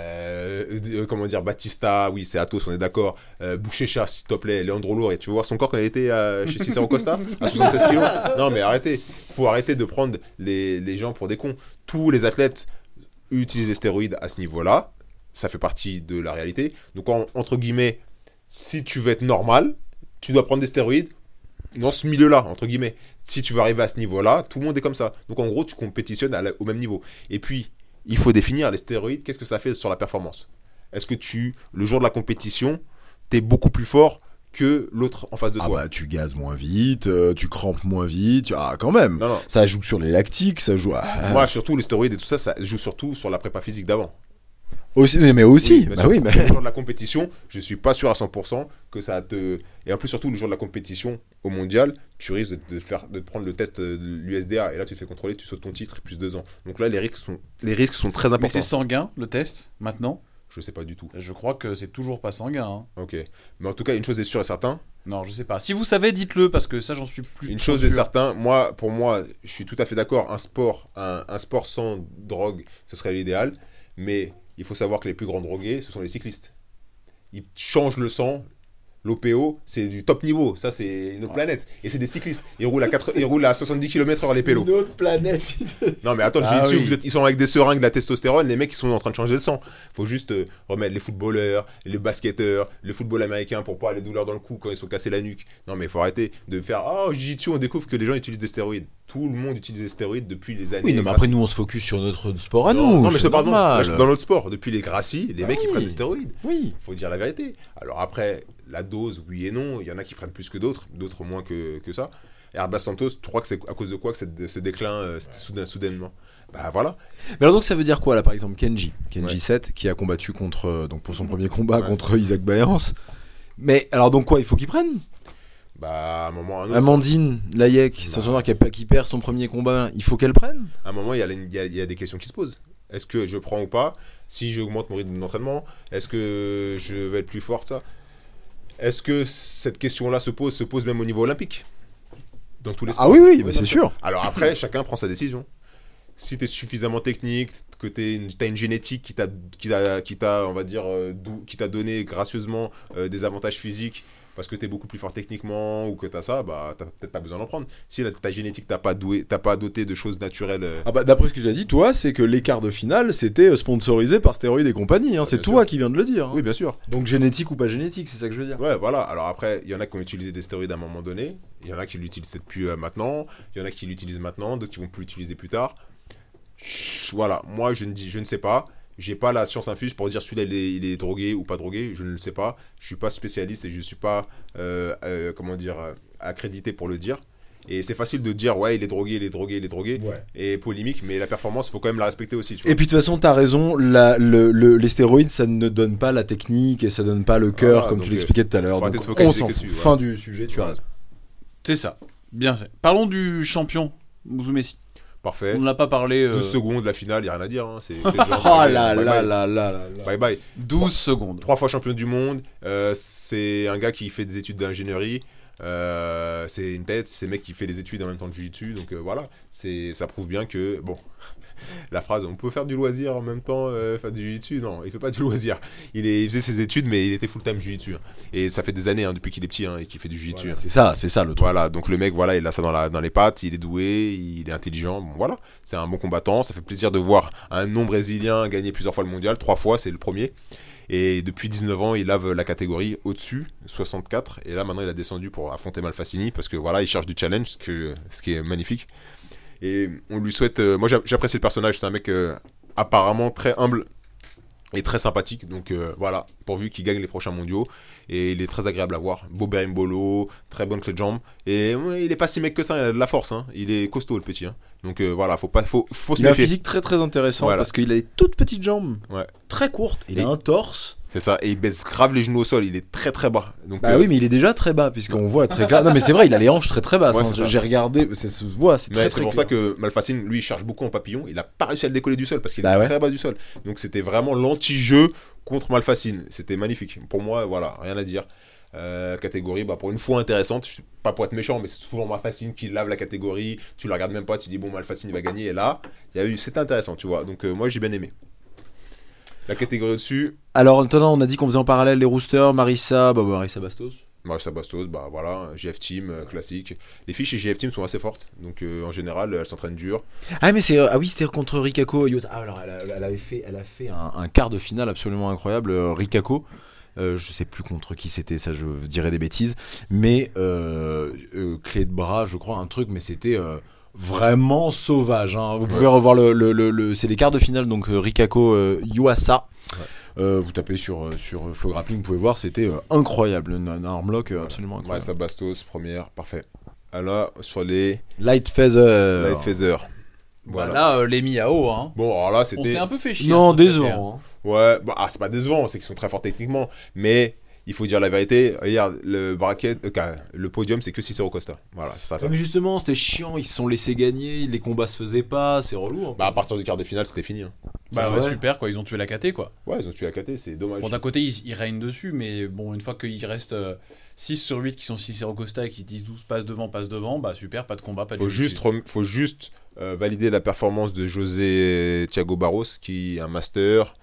S4: Euh, euh, comment dire, Batista, oui, c'est Athos, on est d'accord. Euh, Bouchécha, s'il te plaît, Leandro Lourdes. Tu veux voir son corps quand il était euh, chez Cicero Costa à soixante-seize kilos? Non, mais arrêtez. Faut arrêter de prendre les, les gens pour des cons. Tous les athlètes utilisent des stéroïdes à ce niveau-là. Ça fait partie de la réalité. Donc, en- entre guillemets, si tu veux être normal, tu dois prendre des stéroïdes dans ce milieu-là, entre guillemets. Si tu veux arriver à ce niveau-là, tout le monde est comme ça. Donc, en gros, tu compétitionnes à la- au même niveau. Et puis, il faut définir les stéroïdes, qu'est-ce que ça fait sur la performance. Est-ce que tu, le jour de la compétition, t'es beaucoup plus fort que l'autre en face de
S2: Ah
S4: toi?
S2: bah tu gazes moins vite, euh, tu crampes moins vite, tu- ah quand même.
S4: Non, non.
S2: Ça joue sur les lactiques, ça joue... ah,
S4: Moi, surtout, les stéroïdes et tout ça, ça joue surtout sur la prépa physique d'avant.
S2: aussi, mais, mais aussi,
S4: bien
S2: bah
S4: sûr.
S2: oui, mais...
S4: Le jour de la compétition, je suis pas sûr à cent pour cent que ça te. Et en plus, surtout le jour de la compétition au mondial, tu risques de te faire, de te prendre le test de l'U S D A et là tu te fais contrôler, tu sautes ton titre plus deux ans. Donc là, les risques sont, les risques sont très
S3: Mais
S4: importants.
S3: c'est sanguin, le test, maintenant?
S4: Je sais pas du tout.
S3: Je crois que c'est toujours pas sanguin. hein.
S4: Ok. Mais en tout cas, une chose est sûre et certaine.
S3: Non, je sais pas. Si vous savez, dites-le, parce que ça, j'en suis plus
S4: Une
S3: trop
S4: chose est
S3: sûr.
S4: certaine. Moi, pour moi, je suis tout à fait d'accord. Un sport, un, un sport sans drogue, ce serait l'idéal. Mais il faut savoir que les plus grands drogués, ce sont les cyclistes. Ils changent le sang. L'O P O, c'est du top niveau, ça c'est une autre
S3: Ouais.
S4: planète. Et c'est des cyclistes. Ils roulent à, quatre... Ils roulent à soixante-dix kilomètres heure les pélos.
S2: Une autre planète.
S4: Non mais attends, le
S3: Ah
S4: jiu-jitsu,
S3: oui.
S4: vous êtes... ils sont avec des seringues, de la testostérone, les mecs ils sont en train de changer le sang. Faut juste euh, remettre les footballeurs, les basketteurs, le football américain pour pas les douleurs dans le cou quand ils sont cassés la nuque. Non mais faut arrêter de faire ah au jiu-jitsu on découvre que les gens utilisent des stéroïdes. Tout le monde utilise des stéroïdes depuis les années.
S2: Oui, non, mais après nous on se focus sur notre sport à nous.
S4: non, non, mais je
S2: c'est
S4: te parle non,
S2: normal.
S4: là, je- dans notre sport, depuis les Gracie, les
S2: Ah
S4: mecs ils
S2: oui.
S4: prennent des stéroïdes.
S2: Oui.
S4: Faut dire la vérité. Alors après, la dose, oui et non. Il y en a qui prennent plus que d'autres, d'autres moins que, que ça. Et Herbas Santos, tu crois que c'est à cause de quoi que cette- ce déclin euh, soudain, soudainement? Bah voilà.
S2: Mais alors donc ça veut dire quoi là par exemple Kenji Kenji
S4: Ouais.
S2: sept qui a combattu contre euh, donc pour son premier combat
S4: Ouais.
S2: contre Isaac Bayance. Mais alors donc quoi il faut qu'il prenne?
S4: Bah, à un moment, à un autre,
S2: Amandine Layek,
S4: Bah.
S2: c'est un joueur qui, a pas- qui perd son premier combat. Il faut qu'elle prenne.
S4: à un moment, il y, a la- il y a- il y a des questions qui se posent. Est-ce que je prends ou pas? Si j'augmente mon rythme d'entraînement, est-ce que je vais être plus fort, ça? Est-ce que cette question-là se pose, se pose même au niveau olympique? Dans tous les sports.
S2: Ah oui, oui, bah,
S4: bien
S2: c'est
S4: sûr.
S2: sûr.
S4: Alors après, chacun prend sa décision. Si tu es suffisamment technique, que tu as une génétique qui t'a, qui t'a, qui t'a, on va dire, euh, dou- qui t'a donné gracieusement euh, des avantages physiques parce que tu es beaucoup plus fort techniquement ou que tu as ça, bah tu peut-être pas besoin d'en prendre. Si la- ta génétique t'a pas doué, t'as pas doté de choses naturelles. euh,
S2: Ah bah, d'après ce que tu as dit, toi, c'est que les quarts de finale, c'était euh, sponsorisé par Stéroïdes et compagnie. Hein.
S4: Ah,
S2: c'est
S4: bien
S2: toi
S4: sûr.
S2: qui viens de le dire. hein.
S4: Oui, bien sûr.
S2: Donc génétique ou pas génétique, c'est ça que je veux dire.
S4: Ouais, voilà. Alors après, il y en a qui ont utilisé des stéroïdes à un moment donné. Il y en a qui l'utilisent depuis euh, maintenant. Il y en a qui l'utilisent maintenant, d'autres qui vont plus l'utiliser plus tard. Chut, voilà. Moi, je ne dis, je ne sais pas. J'ai pas la science infuse pour dire celui-là il est, il est drogué ou pas drogué. Je ne le sais pas. Je suis pas spécialiste et je suis pas, euh, euh, comment dire, euh, accrédité pour le dire. Et c'est facile de dire ouais, il est drogué, il est drogué, il est drogué.
S2: Ouais.
S4: Et polémique, mais la performance, faut quand même la respecter aussi. Tu vois.
S2: Et puis de toute façon, t'as raison, la, le, le- les stéroïdes, ça ne donne pas la technique et ça donne pas le cœur,
S4: Voilà,
S2: comme
S4: donc,
S2: tu l'expliquais tout à l'heure.
S4: faut arrêter
S2: Donc,
S4: de se focaliser
S2: on s'en
S4: que
S2: fout.
S4: dessus,
S2: Fin
S4: voilà.
S2: du sujet, tu as raison.
S3: C'est ça. Bien fait. Parlons du champion, Musumeci.
S4: Parfait.
S3: On ne l'a pas parlé. euh,
S4: douze secondes, la finale, il n'y a rien à dire. Hein. C'est, c'est genre,
S2: Oh
S4: bye,
S2: là
S4: bye,
S2: là
S4: bye.
S2: là là là là.
S4: Bye bye.
S3: douze secondes.
S4: Trois fois champion du monde. euh, c'est un gars qui fait des études d'ingénierie. euh, c'est une tête. C'est un mec qui fait des études en même temps de jiu-jitsu. Donc euh, voilà. C'est, ça prouve bien que, bon, la phrase on peut faire du loisir en même temps euh, faire du jiu-jitsu. Non, il fait pas du loisir. Il, est, il faisait ses études, mais il était full-time jiu-jitsu. hein. Et ça fait des années, hein, depuis qu'il est petit, hein, et qu'il fait du jiu-jitsu.
S2: Voilà,
S4: hein.
S2: c'est ça, c'est ça le truc.
S4: Voilà, donc le mec, voilà, il a ça dans, la, dans les pattes, il est doué, il est intelligent, bon voilà, c'est un bon combattant, ça fait plaisir de voir un non-brésilien gagner plusieurs fois le mondial, trois fois, c'est le premier, et depuis dix-neuf ans, il lave la catégorie au-dessus, soixante-quatre, et là maintenant il a descendu pour affronter Malfacini, parce que voilà, il cherche du challenge, ce, que, ce qui est magnifique, et on lui souhaite, euh, moi j'a- j'apprécie le personnage, c'est un mec euh, apparemment très humble, et très sympathique, donc euh, voilà, pourvu qu'il gagne les prochains mondiaux, et il est très agréable à voir, beau berimbolo, très bonne clé de jambe, et ouais, il est pas si mec que ça, il a de la force, hein. Il est costaud le petit, hein. Donc euh, voilà, faut, pas, faut, faut se
S2: Il a un
S4: méfier,
S2: physique très très intéressant
S4: Voilà.
S2: parce qu'il a des toutes petites jambes,
S4: Ouais.
S2: très courtes. Il
S4: Et-
S2: a un torse.
S4: c'est ça, et il baisse grave les genoux au sol, il est très très bas, donc
S2: Bah
S4: euh,
S2: oui, mais il est déjà très bas puisqu'on voit très clair. Non mais c'est vrai, il a les hanches très très basses.
S4: Ouais,
S2: hein.
S4: c'est ça.
S2: J'ai regardé, ça se voit, c'est
S4: mais
S2: très
S4: c'est
S2: très
S4: pour
S2: clair.
S4: ça que Malfacine, lui, il cherche beaucoup en papillon. Il a pas réussi à le décoller du sol parce qu'il
S2: Bah
S4: est
S2: ouais.
S4: très bas du sol. Donc c'était vraiment l'anti-jeu contre Malfacine. C'était magnifique. Pour moi, voilà, rien à dire. Euh, catégorie, bah, pour une fois intéressante. Je suis pas pour être méchant, mais c'est souvent Malfacine qui lave la catégorie. Tu la regardes même pas, tu dis bon, Malfacine il va gagner. Et là, il y a eu, c'était intéressant, tu vois. Donc euh, moi, j'ai bien aimé. La catégorie au-dessus,
S2: Alors maintenant, on a dit qu'on faisait en parallèle les roosters, Marissa, bah, bah, Marissa Bastos.
S4: Marissa Bastos, bah voilà, G F Team euh, classique. Les filles chez G F Team sont assez fortes. Donc euh, en général, elles s'entraînent dur.
S2: Ah mais c'est ah oui, c'était contre Rikako Yosa. Ah alors elle, a- elle avait fait elle a fait un, un quart de finale absolument incroyable, euh, Rikako. Euh, je sais plus contre qui c'était, ça je dirais des bêtises, mais euh, euh, clé de bras, je crois un truc, mais c'était euh, vraiment sauvage. hein. Vous pouvez revoir le, le, le, le- c'est les quarts de finale, donc euh, Rikako euh, Yuasa. Euh, vous tapez sur euh, sur Flow Grappling, vous pouvez voir, c'était euh, incroyable, un, un armlock euh, absolument incroyable.
S4: Marissa Bastos, première, parfait. Alors, sur les
S2: Light Feather.
S4: Light Feather.
S3: Bah
S4: Voilà.
S3: là, euh, les Miao, hein.
S4: Bon, alors là,
S3: On
S4: c'était.
S3: s'est un peu fait chier.
S2: Non,
S3: hein, sur ce
S2: décevant. hein.
S4: Ouais, bah, ah, c'est pas décevant, c'est qu'ils sont très forts techniquement. Mais il faut dire la vérité. Regarde, le bracket, euh, qu'à- le podium, c'est que Cicero Costa. Voilà, c'est ça.
S2: Ouais, mais justement, c'était chiant, ils se sont laissés gagner, les combats se faisaient pas, c'est relou. hein.
S4: Bah, à partir du quart de finale, c'était fini. hein.
S3: Bah
S2: C'est
S3: ouais,
S2: vrai.
S3: super, quoi. Ils ont tué la K T, quoi.
S4: Ouais, ils ont tué la K T, c'est dommage.
S3: Bon, d'un côté, ils, ils règnent dessus, mais bon, une fois qu'il reste euh, six sur huit qui sont Cicero Costa et qui disent douze passe devant, passe devant, bah super, pas de combat, pas de
S4: Faut
S3: jiu-jitsu.
S4: juste, rem- faut juste euh, valider la performance de José Thiago Barros, qui est un master,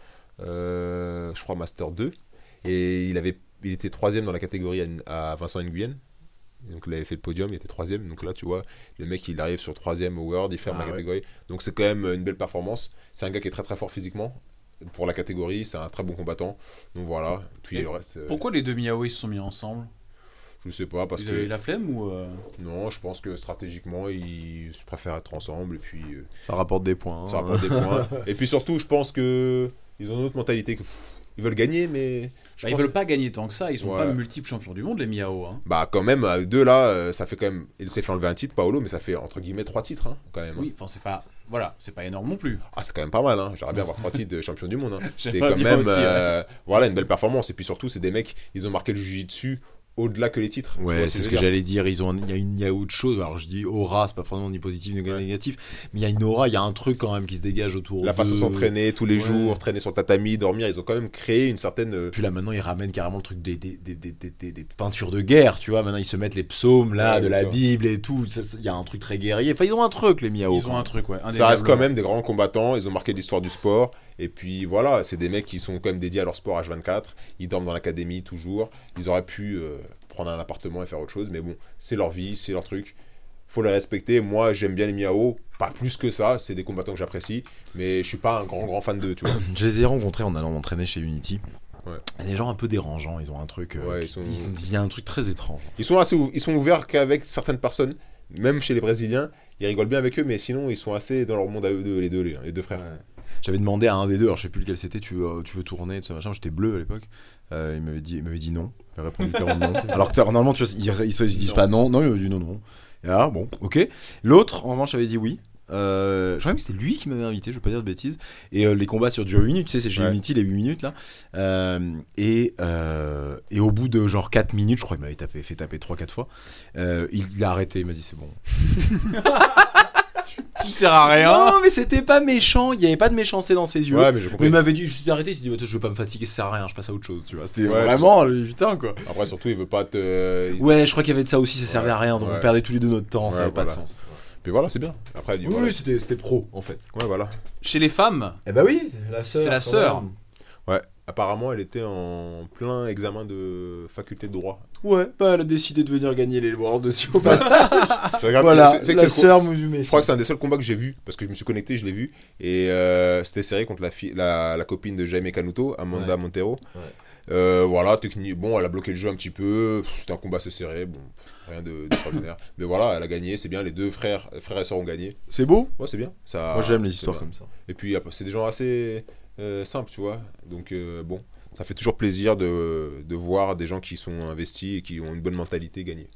S4: euh, je crois master deux. Et il, avait, il était troisième dans la catégorie à, à Vincent Nguyen. Donc il avait fait le podium, il était troisième. Donc là, tu vois, le mec, il arrive sur troisième au World, il ferme
S2: Ah
S4: la
S2: ouais.
S4: catégorie. Donc c'est quand même une belle performance. C'est un gars qui est très très fort physiquement pour la catégorie. C'est un très bon combattant. Donc voilà. Puis le reste, euh,
S3: Pourquoi les deux Miao ils se sont mis ensemble?
S4: je sais pas, parce
S3: Ils
S4: que
S3: avaient la flemme ou euh,
S4: non, je pense que stratégiquement, ils préfèrent être ensemble. Et puis. euh,
S2: Ça rapporte des points. hein.
S4: Ça rapporte des points. Et puis surtout, je pense que ils ont une autre mentalité. Que, pff, ils veulent gagner, mais je
S3: bah, ils
S4: pense-
S3: veulent pas gagner tant que ça, ils sont
S4: Ouais.
S3: pas multiples champions du monde, les Miao. Hein.
S4: Bah quand même, avec deux là, euh, ça fait quand même. Il s'est fait enlever un titre, Paolo, mais ça fait entre guillemets trois titres, hein, quand même. hein.
S3: Oui, enfin, c'est pas. Voilà, c'est pas énorme non plus.
S4: Ah, c'est quand même pas mal. Hein. J'aimerais bien avoir trois titres de champion du monde. Hein. C'est
S3: J'aimerais
S4: quand
S3: bien
S4: même,
S3: aussi,
S4: euh, voilà, une belle performance. Et puis surtout, c'est des mecs, ils ont marqué le jiu-jitsu au-delà que les titres. Tu vois
S2: Ouais,
S4: ce
S2: c'est
S4: que
S2: ce
S4: je
S2: que
S4: veux dire.
S2: j'allais dire. Ils ont, il y a une, il y a autre chose. Alors je dis aura, c'est pas forcément ni positif ni
S4: Ouais.
S2: négatif, mais il y a une aura, il y a un truc quand même qui se dégage autour.
S4: La façon de
S2: d'eux.
S4: s'entraîner tous les
S2: Ouais.
S4: jours, traîner sur le tatami, dormir, ils ont quand même créé une certaine. euh,
S2: Puis là maintenant ils ramènent carrément le truc des, des, des, des, des, des- des peintures de guerre, tu vois. Maintenant ils se mettent les psaumes là
S4: Ouais,
S2: de
S4: bien
S2: la
S4: sûr.
S2: Bible et tout. Ça, ça- Il y a un truc très guerrier. Enfin ils ont un truc les Miao.
S3: Ils ont un truc, ouais.
S4: Ça reste
S3: indéniablement.
S4: quand même des grands combattants, ils ont marqué l'histoire du sport. Et puis voilà, c'est des mecs qui sont quand même dédiés à leur sport H vingt-quatre. Ils dorment dans l'académie toujours. Ils auraient pu euh, prendre un appartement et faire autre chose. Mais bon, c'est leur vie, c'est leur truc. Faut les respecter. Moi, j'aime bien les Miao. Pas plus que ça. C'est des combattants que j'apprécie. Mais je suis pas un grand, grand fan d'eux, tu vois.
S2: Je les ai rencontrés en allant m'entraîner chez Unity.
S4: Ouais.
S2: Il y a des gens un peu dérangeants. Ils ont un truc. euh,
S4: Ouais, ils
S2: qui-
S4: sont-
S2: ils- Il y a un truc très étrange.
S4: Ils sont assez ou- ils sont ouverts qu'avec certaines personnes. Même chez les Brésiliens, ils rigolent bien avec eux. Mais sinon, ils sont assez dans leur monde à eux deux, les deux, les, les deux frères.
S2: J'avais demandé à un des deux, alors je sais plus lequel c'était, tu veux, tu veux tourner, tout ça machin, j'étais bleu à l'époque. Euh, il m'avait dit, il m'avait dit non. Il a répondu clairement non. Alors que normalement, tu vois, ils, ils, ils se disent
S4: Non.
S2: pas non, non, il m'a dit non, non. Et là, bon, ok. L'autre, en revanche, avait dit oui. Euh, je crois que c'était lui qui m'avait invité, je veux pas dire de bêtises. Et euh, les combats sur durent huit minutes, tu sais, c'est chez
S4: Ouais.
S2: Unity les huit minutes là. Euh, et, euh, et au bout de genre quatre minutes, je crois qu'il m'avait tapé, fait taper trois quatre fois, euh, il, il a arrêté, il m'a dit c'est bon.
S3: Tu sers à rien.
S2: Non, mais c'était pas méchant, il y avait pas de méchanceté dans ses yeux.
S4: Ouais, mais je
S2: Mais
S4: comprends.
S2: il m'avait dit, je suis arrêté, il s'est dit, bah, toi, je veux pas me fatiguer, ça sert à rien, je passe à autre chose, tu vois. C'était
S4: Ouais,
S2: vraiment, euh, putain, quoi.
S4: Après, surtout, il veut pas te. il-
S2: Ouais, je crois qu'il y avait de ça aussi, ça servait
S4: Ouais,
S2: à rien, donc
S4: ouais.
S2: on perdait tous les deux notre temps, ça
S4: Ouais,
S2: avait pas de
S4: voilà.
S2: sens.
S4: Puis voilà, c'est bien. Après, il dit,
S2: Oui,
S4: voilà.
S2: oui, c'était c'était pro, en fait.
S4: Ouais, voilà.
S3: Chez les femmes,
S2: Eh bah oui, la sœur.
S3: C'est la
S2: quand
S3: sœur.
S2: même.
S4: Ouais. Apparemment, elle était en plein examen de faculté de droit.
S2: Ouais, bah elle a décidé de venir gagner les Worlds aussi au passage.
S4: Je regarde-
S2: Voilà,
S4: c'est- c'est que
S2: la
S4: c'est le
S2: sœur
S4: co-
S2: Mouzumé.
S4: Je crois que c'est un des seuls combats que j'ai vu parce que je me suis connecté, je l'ai vu et euh, c'était serré contre la, fille, la, la copine de Jaime Canuto, Amanda
S2: Ouais.
S4: Montero.
S2: Ouais.
S4: Euh, voilà, technique. Bon, elle a bloqué le jeu un petit peu. Pff, C'était un combat assez serré. Bon, rien de- d'extraordinaire. Mais voilà, elle a gagné. C'est bien. Les deux frères, frères et sœurs ont gagné.
S2: C'est beau.
S4: Ouais, c'est bien. Ça.
S2: Moi j'aime les
S4: c'est
S2: histoires
S4: bien.
S2: comme ça.
S4: Et puis après, c'est des gens assez euh, simples, tu vois. Donc euh, bon, ça fait toujours plaisir de, de voir des gens qui sont investis et qui ont une bonne mentalité gagner.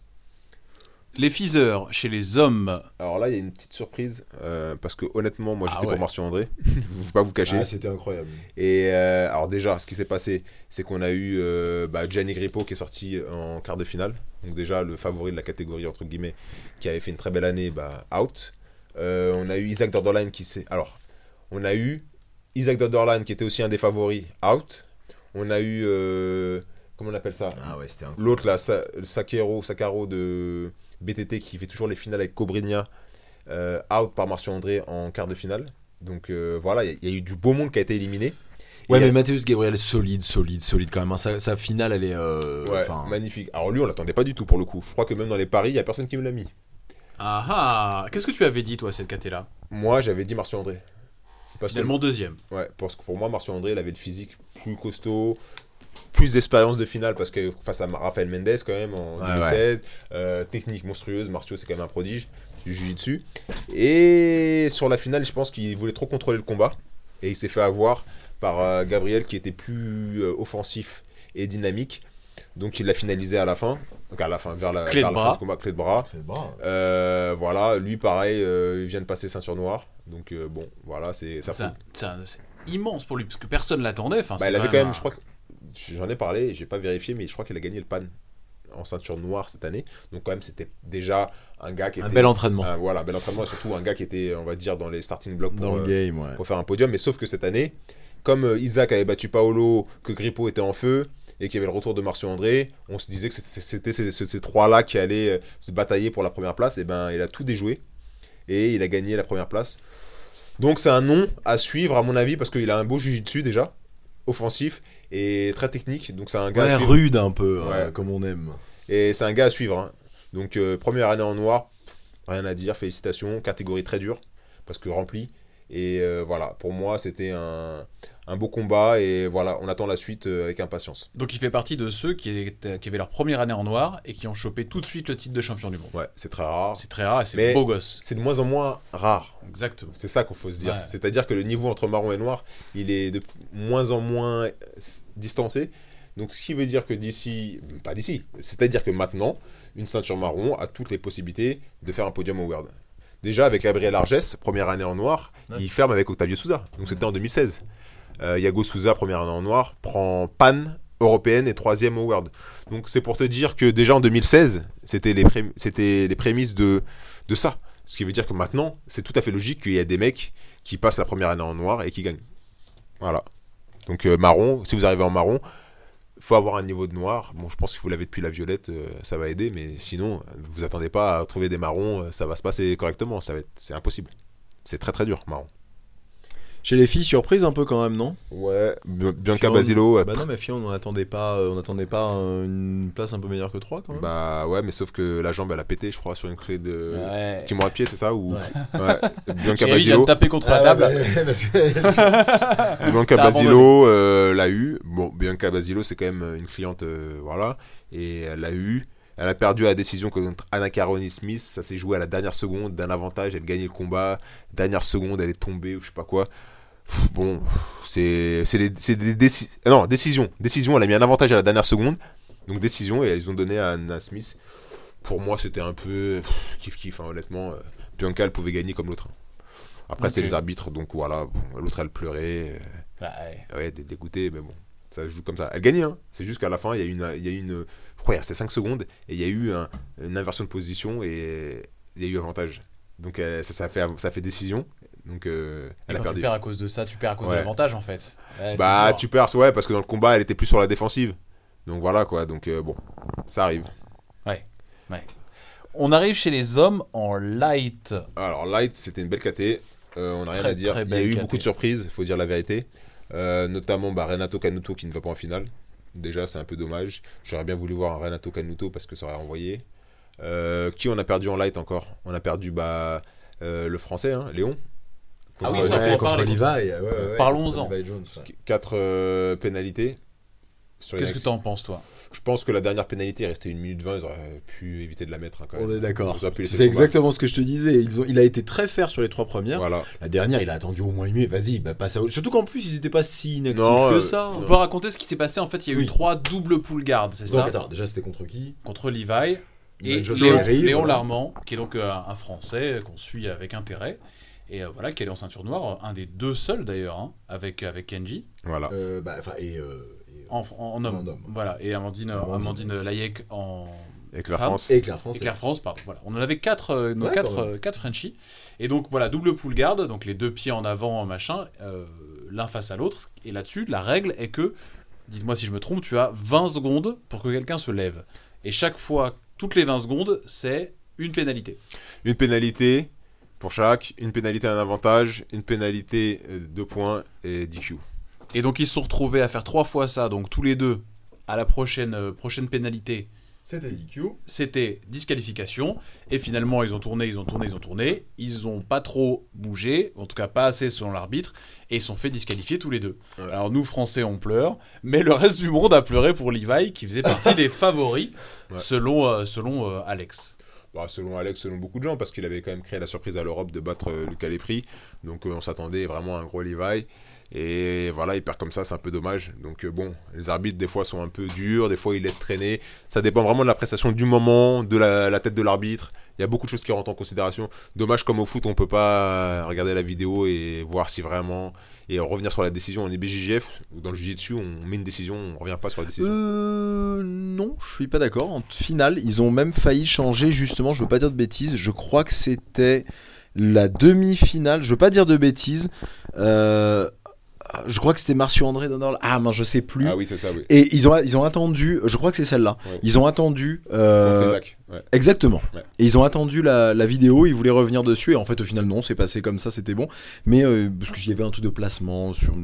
S3: les fiseurs, chez les hommes,
S4: Alors là, il y a une petite surprise euh, parce que honnêtement, moi
S3: Ah
S4: j'étais
S3: ouais.
S4: pour Martial André. Je ne vais pas vous cacher.
S2: Ah, c'était incroyable.
S4: Et euh, alors déjà, ce qui s'est passé, c'est qu'on a eu euh, bah, Gianni Grippo qui est sorti en quart de finale. Donc déjà, le favori de la catégorie, entre guillemets, qui avait fait une très belle année, bah, out. Euh, on a eu Isaac Dorderline qui s'est... Alors, on a eu Isaac Dorderline qui était aussi un des favoris, out. On a eu... euh, comment on appelle ça
S2: Ah ouais, c'était incroyable.
S4: L'autre là, Sa- Sakero, Sakaro de B T T qui fait toujours les finales avec Cobrinha, euh, out par Martial André en quart de finale. Donc euh, voilà, il y, a- il y a eu du beau monde qui a été éliminé.
S2: Ouais,
S4: Et il y
S2: mais
S4: a-
S2: Mathéus Gabriel, solide, solide, solide quand même. hein. Sa, sa finale, elle est. euh,
S4: Ouais,
S2: enfin,
S4: magnifique. Alors lui, on l'attendait pas du tout pour le coup. Je crois que même dans les paris, il y a personne qui me l'a mis.
S3: ah ah, qu'est-ce que tu avais dit toi cette caté-là?
S4: Moi, j'avais dit Martial André. Parce que,
S3: Finalement deuxième.
S4: ouais, parce que pour moi, Martial André, il avait le physique plus costaud, plus d'expérience de finale parce que face à Rafael Mendes quand même en
S2: Ouais,
S4: deux mille seize, euh, technique monstrueuse. Martial, c'est quand même un prodige du jiu-jitsu. Et sur la finale, je pense qu'il voulait trop contrôler le combat et il s'est fait avoir par euh, Gabriel qui était plus euh, offensif et dynamique. Donc il l'a finalisé à la fin, donc à la fin vers la,
S3: Clé de
S4: vers la
S3: bras.
S4: fin du combat, clé de bras.
S2: c'est bon.
S4: Euh, voilà, lui pareil, euh, il vient de passer ceinture noire, donc euh, bon, voilà, c'est ça.
S3: C'est
S4: fout.
S3: un- c'est un- c'est immense pour lui parce que personne l'attendait. Enfin,
S4: Bah,
S3: c'est
S4: il avait quand même,
S3: un-
S4: je crois que j'en ai parlé, j'ai pas vérifié, mais je crois qu'il a gagné le pan en ceinture noire cette année. Donc quand même, c'était déjà un gars qui
S2: Un
S4: était
S2: bel entraînement.
S4: un- voilà, bel entraînement et surtout un gars qui était, on va dire, dans les starting blocks pour,
S2: Dans le
S4: euh,
S2: game, ouais.
S4: pour faire un podium. Mais sauf que cette année, comme euh, Isaac avait battu Paolo, que Grippo était en feu et qu'il y avait le retour de Martial André, on se disait que c'était- c'était ces, ces- ces trois-là qui allaient euh, se batailler pour la première place. Et ben, il a tout déjoué et il a gagné la première place. Donc c'est un nom à suivre à mon avis parce qu'il a un beau jiu-jitsu déjà, offensif et très technique. Donc c'est un gars à
S2: Ouais,
S4: suivre.
S2: rude un peu,
S4: Ouais.
S2: hein, comme on aime.
S4: Et c'est un gars à suivre. hein. Donc euh, première année en noir, rien à dire, félicitations. Catégorie très dure parce que remplie. Et euh, voilà, pour moi c'était un, un beau combat et voilà, on attend la suite euh, avec impatience.
S3: Donc il fait partie de ceux qui, étaient- qui avaient leur première année en noir et qui ont chopé tout de suite le titre de champion du monde.
S4: Ouais, c'est très rare.
S3: C'est très rare et c'est
S4: Mais-
S3: beau gosse.
S4: C'est de moins en moins rare.
S3: Exactement.
S4: C'est ça qu'il faut se dire.
S3: Ouais.
S4: C'est-à-dire que le niveau entre marron et noir, il est de moins en moins euh, s- distancé. Donc ce qui veut dire que d'ici, pas d'ici, c'est-à-dire que maintenant, une ceinture marron a toutes les possibilités de faire un podium au World. Déjà avec Gabriel Arges, première année en noir,
S2: Ouais.
S4: il ferme avec Octavio Souza. Donc c'était en deux mille seize. Euh, Yago Souza, première année en noir, prend pan européenne et troisième au World. Donc c'est pour te dire que déjà en deux mille seize, c'était les, pré- c'était les prémices de, de ça. Ce qui veut dire que maintenant, c'est tout à fait logique qu'il y a des mecs qui passent la première année en noir et qui gagnent. Voilà. Donc euh, marron, si vous arrivez en marron, il faut avoir un niveau de noir. Bon, je pense que si vous l'avez depuis la violette, euh, ça va aider, mais sinon, vous attendez pas à trouver des marrons, euh, ça va se passer correctement. Ça va être, c'est impossible. C'est très très dur, marron.
S2: Chez les filles, surprise un peu quand même, non?
S4: Ouais, Bi- Bianca
S2: Filles,
S4: Basilo.
S2: on...
S4: euh,
S2: Bah non, mais filles, on n'attendait pas, euh, on attendait pas euh, une place un peu meilleure que trois quand même.
S4: Bah ouais, mais sauf que la jambe elle a pété, je crois, sur une clé de.
S3: Ouais.
S4: Qui m'ont à pied, c'est ça ou...
S2: Ouais.
S4: Ouais. Bianca
S3: Thierry vient de
S4: Basilo.
S3: taper contre la
S2: Ah,
S3: table.
S2: ouais, bah, parce que-
S4: Bianca
S3: T'as
S4: Basilo euh, l'a eu. Bon, Bianca Basilo, c'est quand même une cliente, euh, voilà. Et elle l'a eu. Elle a perdu à la décision contre Anna Caroni Smith. Ça s'est joué à la dernière seconde d'un avantage. Elle gagnait le combat. Dernière seconde, elle est tombée ou je sais pas quoi. Pff, Bon, c'est c'est des, c'est des déci- non, décision. Décision, elle a mis un avantage à la dernière seconde. Donc décision, et elles ont donné à Anna Smith. Pour moi, c'était un peu pff, kiff-kiff, hein, honnêtement. Euh, Bianca, elle pouvait gagner comme l'autre. Après,
S3: Ok.
S4: c'est les arbitres, donc voilà. Bon, l'autre, elle pleurait. euh,
S3: Bah, ouais.
S4: Ouais, dé- dégoûté, mais bon, ça se joue comme ça. Elle gagnait, hein. C'est juste qu'à la fin, il y a eu une, il y a eu une, je crois, il restait cinq secondes, et il y a eu un- une inversion de position, et il y a eu avantage. Donc euh, ça, ça, fait, ça fait décision, donc euh,
S3: Et
S4: elle a
S3: quand
S4: perdu.
S3: tu perds à cause de ça, tu perds à cause
S4: Ouais.
S3: de l'avantage en fait. Ouais,
S4: Bah,
S3: c'est
S4: tu
S3: dur.
S4: perds, ouais, parce que dans le combat, elle était plus sur la défensive. Donc voilà, quoi, donc euh, bon, ça arrive.
S3: On arrive chez les hommes en light.
S4: Alors, Light, c'était une belle caté, euh, on n'a rien
S3: Très,
S4: à dire.
S3: très
S4: Il y a
S3: belle
S4: eu
S3: caté.
S4: beaucoup de surprises, faut dire la vérité. Euh, notamment bah, Renato Canuto qui ne va pas en finale. Déjà, c'est un peu dommage. J'aurais bien voulu voir un Renato Canuto parce que ça aurait envoyé. Euh, qui on a perdu en light encore? On a perdu bah, euh, le français, hein, Léon.
S3: Ah oui,
S4: Contre-
S3: ça, faut
S2: ouais,
S3: en
S2: contre
S3: parler.
S2: Levi, ouais, ouais, ouais,
S3: Parlons-en.
S2: contre Levi Jones, ouais.
S4: quatre euh, pénalités. Sur les
S3: Qu'est-ce que
S4: axes.
S3: t'en penses toi?
S4: Je pense que la dernière pénalité est restée une minute vingt. Ils auraient pu éviter de la mettre, hein, quand même.
S2: On est d'accord.
S4: Ils auraient pu laisser
S2: C'est
S4: le combat.
S2: exactement ce que je te disais. Ils ont- il a été très fair sur les trois premières.
S4: Voilà.
S2: La dernière, il a attendu au moins une minute. Vas-y, bah, passe à autre. Surtout qu'en plus, ils étaient pas si inactifs
S4: Non,
S2: que
S4: euh,
S2: ça.
S3: On
S2: hein.
S3: peut raconter ce qui s'est passé. En fait, il y a eu
S2: Oui.
S3: trois doubles pull guards, c'est
S2: Donc,
S3: ça?
S2: attends, déjà, c'était contre qui?
S3: Contre Levi et
S2: Bah, Josh
S3: Léon,
S2: Ferry,
S3: Léon
S2: voilà.
S3: Larmand, qui est donc euh, un Français qu'on suit avec intérêt. Et euh, voilà, qui est en ceinture noire, un des deux seuls d'ailleurs, hein, avec, avec Kenji,
S4: Voilà.
S2: Euh, bah, enfin, et, euh, et,
S3: en, en, en homme.
S2: En homme.
S3: Voilà, et Amandine,
S2: Amandine.
S3: Amandine Layek en
S4: Avec la
S3: femme.
S4: France.
S2: et Claire France.
S3: Et Claire France, pardon. Voilà. On en avait quatre, euh, nos
S2: Ouais,
S3: quatre,
S2: quand même.
S3: euh, quatre Frenchies. Et donc voilà, double pull guard, donc les deux pieds en avant, machin, euh, l'un face à l'autre. Et là-dessus, la règle est que, dites-moi si je me trompe, tu as vingt secondes pour que quelqu'un se lève. Et chaque fois, toutes les vingt secondes, c'est une pénalité.
S4: Une pénalité pour chaque, une pénalité à un avantage, une pénalité euh, deux points et D Q.
S3: Et donc ils se sont retrouvés à faire trois fois ça, donc tous les deux, à la prochaine, euh, prochaine pénalité,
S2: C'était D Q.
S3: c'était disqualification. Et finalement, ils ont tourné, ils ont tourné, ils ont tourné. Ils ont pas trop bougé, en tout cas pas assez selon l'arbitre, et ils sont fait disqualifier tous les deux.
S4: Ouais.
S3: Alors nous, Français, on pleure, mais le reste du monde a pleuré pour Levi, qui faisait partie des favoris,
S4: Ouais.
S3: selon, euh, selon euh, Alex.
S4: Bah, selon Alex, selon beaucoup de gens, parce qu'il avait quand même créé la surprise à l'Europe de battre euh, Lucas Lepri. Donc euh, on s'attendait vraiment à un gros Levi. Et voilà, il perd comme ça, c'est un peu dommage. Donc euh, bon, les arbitres des fois sont un peu durs, des fois ils laissent traîner. Ça dépend vraiment de la prestation du moment, de la, la tête de l'arbitre. Il y a beaucoup de choses qui rentrent en considération. Dommage comme au foot, on peut pas regarder la vidéo et voir si vraiment... Et revenir sur la décision. On est B J J F, ou dans le jiu-jitsu, on met une décision, on revient pas sur la décision.
S2: Euh, non, je suis pas d'accord. En finale, ils ont même failli changer, justement, je veux pas dire de bêtises, je crois que c'était la demi-finale, je veux pas dire de bêtises, euh, je crois que c'était Marcio André Donald, ah mince, je sais plus.
S4: Ah oui, c'est ça, oui.
S2: Et ils ont, ils ont attendu, je crois que c'est celle-là,
S4: Ouais.
S2: ils ont attendu... euh,
S4: Contre les Zach, ouais.
S2: Exactement.
S4: Ouais.
S2: Et ils ont attendu la, la vidéo, ils voulaient revenir dessus, et en fait au final non, c'est passé comme ça, c'était bon. Mais euh, parce qu'il y avait un truc de placement sur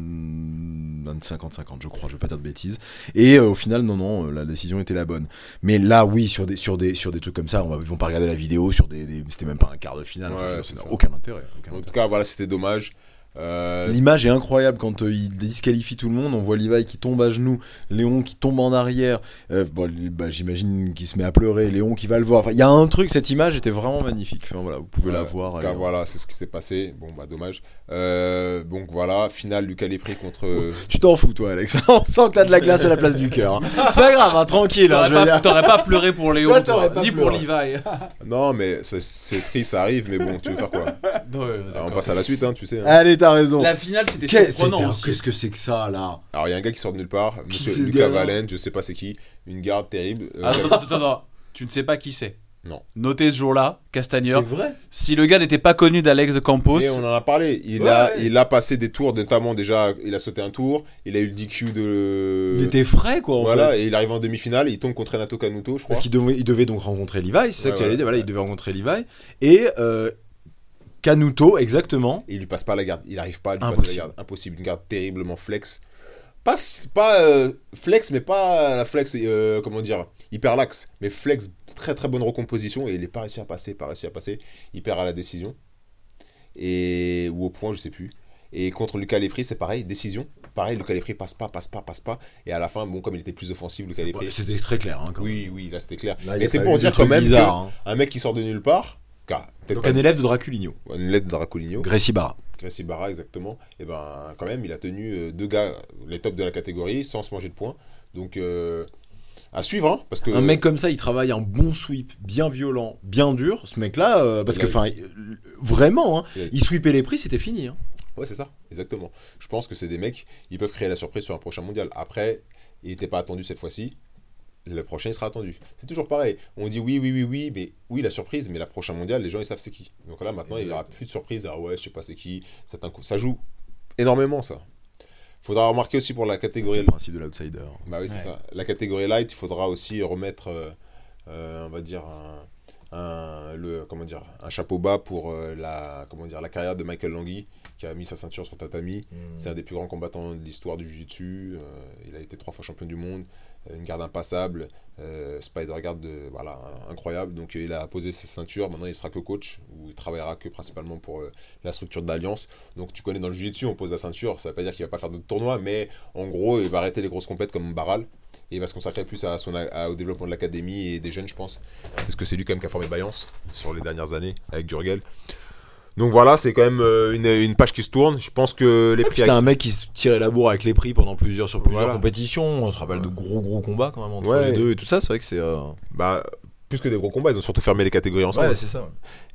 S2: une cinquante cinquante, je crois, je vais pas dire de bêtises. Et euh, au final, non, non, euh, la décision était la bonne. Mais là, oui, sur des, sur des, sur des trucs comme ça, on va, ils vont pas regarder la vidéo, sur des, des- c'était même pas un quart de finale, enfin,
S4: Ouais,
S2: je veux dire,
S4: c'est
S2: ça n'a
S4: ça.
S2: aucun intérêt. aucun
S4: En tout
S2: intérêt.
S4: cas, voilà, c'était dommage. Euh,
S2: L'image est incroyable quand euh, il disqualifie tout le monde. On voit Levi qui tombe à genoux, Léon qui tombe en arrière. Euh, bon, bah, j'imagine qu'il se met à pleurer. Léon qui va le voir. Enfin, il y a un truc. Cette image était vraiment magnifique. Enfin, voilà, vous pouvez la
S4: Ouais,
S2: voir.
S4: en tout
S2: allez,
S4: cas, voilà, c'est ce qui s'est passé. Bon, bah, dommage. Euh, donc voilà, finale Lucas Lepri contre.
S2: Tu t'en fous, toi, Alex. On sent que t'as de la glace à la place du cœur. hein. C'est pas grave, hein, tranquille. hein,
S3: T'aurais
S2: je veux
S3: pas,
S2: dire.
S3: t'aurais pas pleuré pour Léon,
S2: Toi,
S3: toi,
S2: t'aurais pas
S3: ni pour
S2: pleuré.
S3: Levi.
S4: Non, mais c'est- c'est triste, ça arrive, mais bon, tu veux faire quoi?
S3: Non, ouais,
S4: Alors, on
S3: d'accord.
S4: passe à la suite, hein, tu sais. hein.
S2: Allez, t'as raison.
S3: La finale, c'était
S2: Qu'est-
S3: surprenant
S2: c'était un-
S3: aussi.
S2: Qu'est-ce que c'est que ça là?
S4: Alors, il y a un gars qui sort de nulle part,
S2: Qui
S4: Monsieur
S2: c'est ce
S4: Lucas
S2: gars-là
S4: Valent, je sais pas c'est qui, une garde terrible. Euh,
S3: Attends, attends, attends, attends. Tu ne sais pas qui c'est.
S4: Non.
S3: Notez ce jour-là, Castagneur.
S2: C'est vrai.
S3: Si le gars n'était pas connu d'Alex de Campos,
S4: Et on en a parlé. Il,
S2: Ouais,
S4: a,
S2: ouais.
S4: il a passé des tours, notamment déjà, il a sauté un tour. Il a eu le D Q de.
S2: Il était frais quoi en
S4: Voilà,
S2: fait.
S4: et il arrive en demi-finale. Il tombe contre Renato Canuto, je crois.
S2: Parce qu'il devait, il devait donc rencontrer Levi, c'est ça
S4: Ouais,
S2: que tu allais
S4: ouais,
S2: dire. Voilà,
S4: ouais.
S2: il devait rencontrer Levi. Et euh, Canuto, exactement.
S4: Et il lui passe pas la garde. Il arrive pas à lui passer
S2: Impossible.
S4: la garde. Impossible. Une garde terriblement flex. Pas, pas euh, flex, mais pas la flex, euh, comment dire, hyper laxe. Mais flex, très très bonne recomposition. Et il est pas réussi à passer, pas réussi à passer. Il perd à la décision. Et, ou au point, je sais plus. Et contre Lucas Lepri, c'est pareil, décision. Pareil, Lucas Lepri passe pas, passe pas, passe pas. Et à la fin, bon, comme il était plus offensif, Lucas Lepri.
S2: Ouais, C'était très clair. Hein, quand même.
S4: Oui, oui, là c'était clair.
S2: Là, il y
S4: Mais
S2: a
S4: c'est
S2: pas
S4: pour
S2: eu de
S4: dire quand
S2: trucs
S4: même
S2: bizarres,
S4: qu'un mec qui sort de nulle part, car peut-être
S2: Donc
S4: pas
S2: un élève de Draculigno.
S4: une lettre de Dracoligno,
S2: Gracie Barra.
S4: Gracie Barra exactement, et ben quand même il a tenu euh, deux gars, les tops de la catégorie, sans se manger de points. Donc euh, à suivre, hein, parce que
S2: Un mec comme ça, il travaille un bon sweep, bien violent, bien dur. Ce mec-là, euh, parce
S4: Il
S2: que,
S4: a-
S2: enfin, vraiment, hein,
S4: Il a-
S2: il sweepait les prix, c'était fini. Hein.
S4: ouais c'est ça, exactement. Je pense que c'est des mecs, ils peuvent créer la surprise sur un prochain mondial. Après, il n'était pas attendu cette fois-ci. Le prochain il sera attendu. C'est toujours pareil. On dit oui, oui, oui, oui, mais oui la surprise, mais la prochaine mondiale, les gens ils savent c'est qui. Donc là maintenant il n'y aura plus de surprise. Ah ouais, je sais pas c'est qui. C'est un coup. Ça joue énormément ça. Faudra remarquer aussi pour la
S2: C'est
S4: catégorie.
S2: le principe de l'outsider.
S4: Bah oui c'est
S3: Ouais.
S4: ça. La catégorie light, il faudra aussi remettre, euh, euh, on va dire un, un- le comment dire un chapeau bas pour euh, la comment dire la carrière de Michael Langui qui a mis sa ceinture sur tatami. C'est un des plus grands combattants de l'histoire du jiu-jitsu. Euh, il a été trois fois champion du monde, euh, une garde impassable, euh, spider guard de, voilà, incroyable. Donc euh, il a posé sa ceinture. Maintenant il sera que coach, ou il travaillera que principalement pour euh, la structure de l'Alliance. Donc tu connais dans le jiu-jitsu, on pose la ceinture. Ça veut pas dire qu'il va pas faire d'autres tournois, mais en gros il va arrêter les grosses compètes comme Barral. Et il va se consacrer plus à son, à- au développement de l'académie et des jeunes, je pense. Parce que c'est lui quand même qui a formé Bayance sur les dernières années avec Gurgel. Donc voilà, c'est quand même euh, une, une page qui se tourne. Je pense que les prix.
S2: C'était un mec qui se tirait la bourre avec les prix pendant plusieurs, sur plusieurs
S4: Voilà.
S2: compétitions. On se rappelle de gros gros combats quand même entre
S4: Ouais.
S2: les deux et tout ça. C'est vrai que c'est. euh,
S4: Bah, plus que des gros combats, ils ont surtout fermé les catégories ensemble.
S2: Ouais, c'est ça.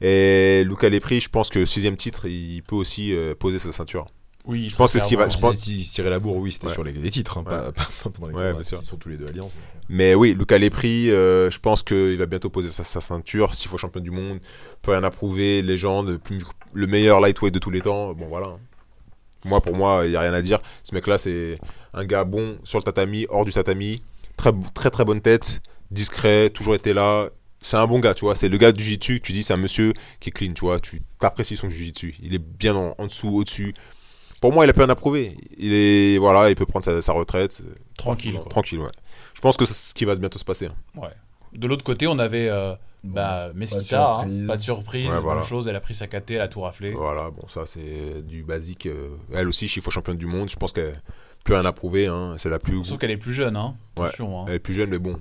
S4: Et Luca Lepri, je pense que sixième titre, il peut aussi euh, poser sa ceinture.
S3: oui,
S4: Je pense que ce qui va- je pense-
S2: Il se tirait la bourre, oui, c'était
S4: Ouais.
S2: sur les, les titres, hein, pas,
S4: Ouais.
S2: pas- pas pendant les
S4: Ouais,
S2: combats.
S4: bien sûr.
S2: Ils sont tous les deux alliances.
S4: Mais oui, Luca Lepri, euh, je pense qu'il va bientôt poser sa, sa ceinture, six fois champion du monde, peut rien à prouver, légende, plus- le meilleur lightweight de tous les temps. Bon voilà. Moi, pour moi, il n'y a rien à dire. Ce mec-là, c'est un gars bon sur le tatami, hors du tatami, très très très bonne tête, discret, toujours été là. C'est un bon gars, tu vois. C'est le gars du jiu-jitsu, tu dis, c'est un monsieur qui est clean, tu vois. Tu apprécies son jiu-jitsu. Il est bien en, en dessous, au-dessus. Pour moi, il a plus rien à prouver. Il est, voilà, il peut prendre sa, sa retraite.
S3: tranquille. quoi.
S4: Tranquille, ouais. Je pense que c'est ce qui va bientôt se passer. hein.
S3: Ouais. De l'autre côté, on avait euh, bah, Mesquita,
S2: pas de
S3: hein,
S2: surprise.
S3: pas de surprise,
S4: Ouais, voilà.
S3: bonne chose, elle a pris sa caté, elle a tout raflé.
S4: Voilà, bon, ça, c'est du basique. euh, Elle aussi, six fois championne du monde. Je pense qu'elle n'a plus rien à prouver. hein. C'est la plus.
S3: Sauf qu'elle est plus jeune, hein.
S4: Ouais.
S3: Attention. hein.
S4: Elle est plus jeune, mais bon.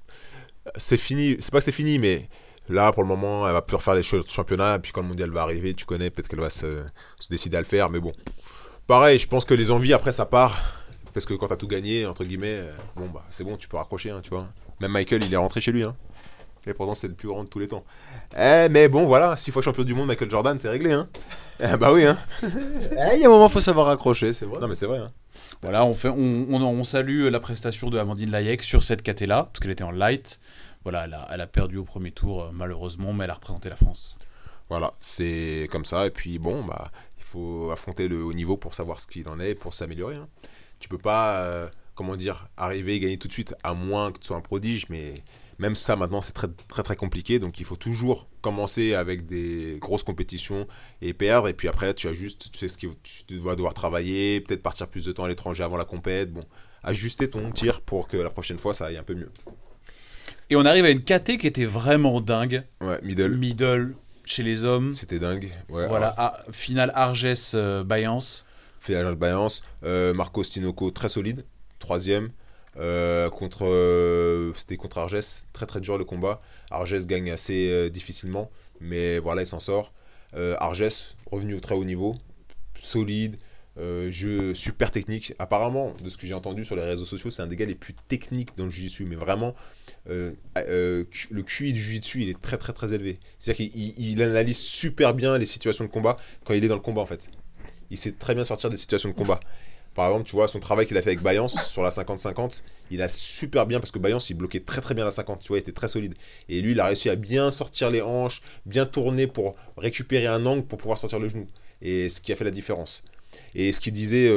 S4: C'est fini. C'est pas que c'est fini, mais là, pour le moment, elle va plus refaire les ch- championnats. Et puis quand le mondial va arriver, tu connais, peut-être qu'elle va se, se décider à le faire. Mais bon. Pareil, je pense que les envies, après, ça part. Parce que quand t'as tout gagné, entre guillemets, euh, bon, bah, c'est bon, tu peux raccrocher, hein, tu vois. Même Michael, il est rentré chez lui. Hein. Et pourtant, c'est le plus grand de tous les temps. Eh, mais bon, voilà, six fois champion du monde, Michael Jordan, c'est réglé. Hein. Eh, bah oui, hein.
S2: Eh, Il y a un moment, faut savoir raccrocher, c'est vrai.
S4: Non, mais c'est vrai. Hein.
S3: Voilà, on, fait, on, on, on salue la prestation de Amandine Layek sur cette caté-là, parce qu'elle était en light. Voilà, elle a, elle a perdu au premier tour, euh, malheureusement, mais elle a représenté la France.
S4: Voilà, c'est comme ça. Et puis bon, bah, il faut affronter le haut niveau pour savoir ce qu'il en est, pour s'améliorer. Hein. Tu peux pas, euh, comment dire, arriver et gagner tout de suite, à moins que tu sois un prodige. Mais même ça, maintenant, c'est très, très, très compliqué. Donc il faut toujours commencer avec des grosses compétitions et perdre. Et puis après, tu ajustes, tu sais ce que tu vas devoir travailler, peut-être partir plus de temps à l'étranger avant la compète. Bon, ajuster ton tir pour que la prochaine fois, ça aille un peu mieux.
S3: Et on arrive à une caté qui était vraiment dingue.
S4: Ouais, middle,
S3: Middle chez les hommes.
S4: c'était dingue. Ouais,
S3: Voilà, à- finale Arges-Bayance.
S4: fait la Bayance. Euh, Marco Stinoco, très solide, troisième. Euh, contre, euh, c'était contre Arges, très très dur le combat. Arges gagne assez euh, difficilement, mais voilà, il s'en sort. Euh, Arges, revenu au très haut niveau, solide, Euh, jeu super technique. Apparemment, de ce que j'ai entendu sur les réseaux sociaux, c'est un des gars les plus techniques dans le jiu-jitsu. Mais vraiment, euh, euh, le Q I du jiu-jitsu, il est très très très élevé. C'est-à-dire qu'il il, il analyse super bien les situations de combat quand il est dans le combat en fait. Il sait très bien sortir des situations de combat. Par exemple, tu vois, son travail qu'il a fait avec Bayance sur la cinquante cinquante, il a super bien, parce que Bayance, il bloquait très très bien la cinquante, tu vois, il était très solide. Et lui, il a réussi à bien sortir les hanches, bien tourner pour récupérer un angle pour pouvoir sortir le genou. Et ce qui a fait la différence. Et ce qu'il disait,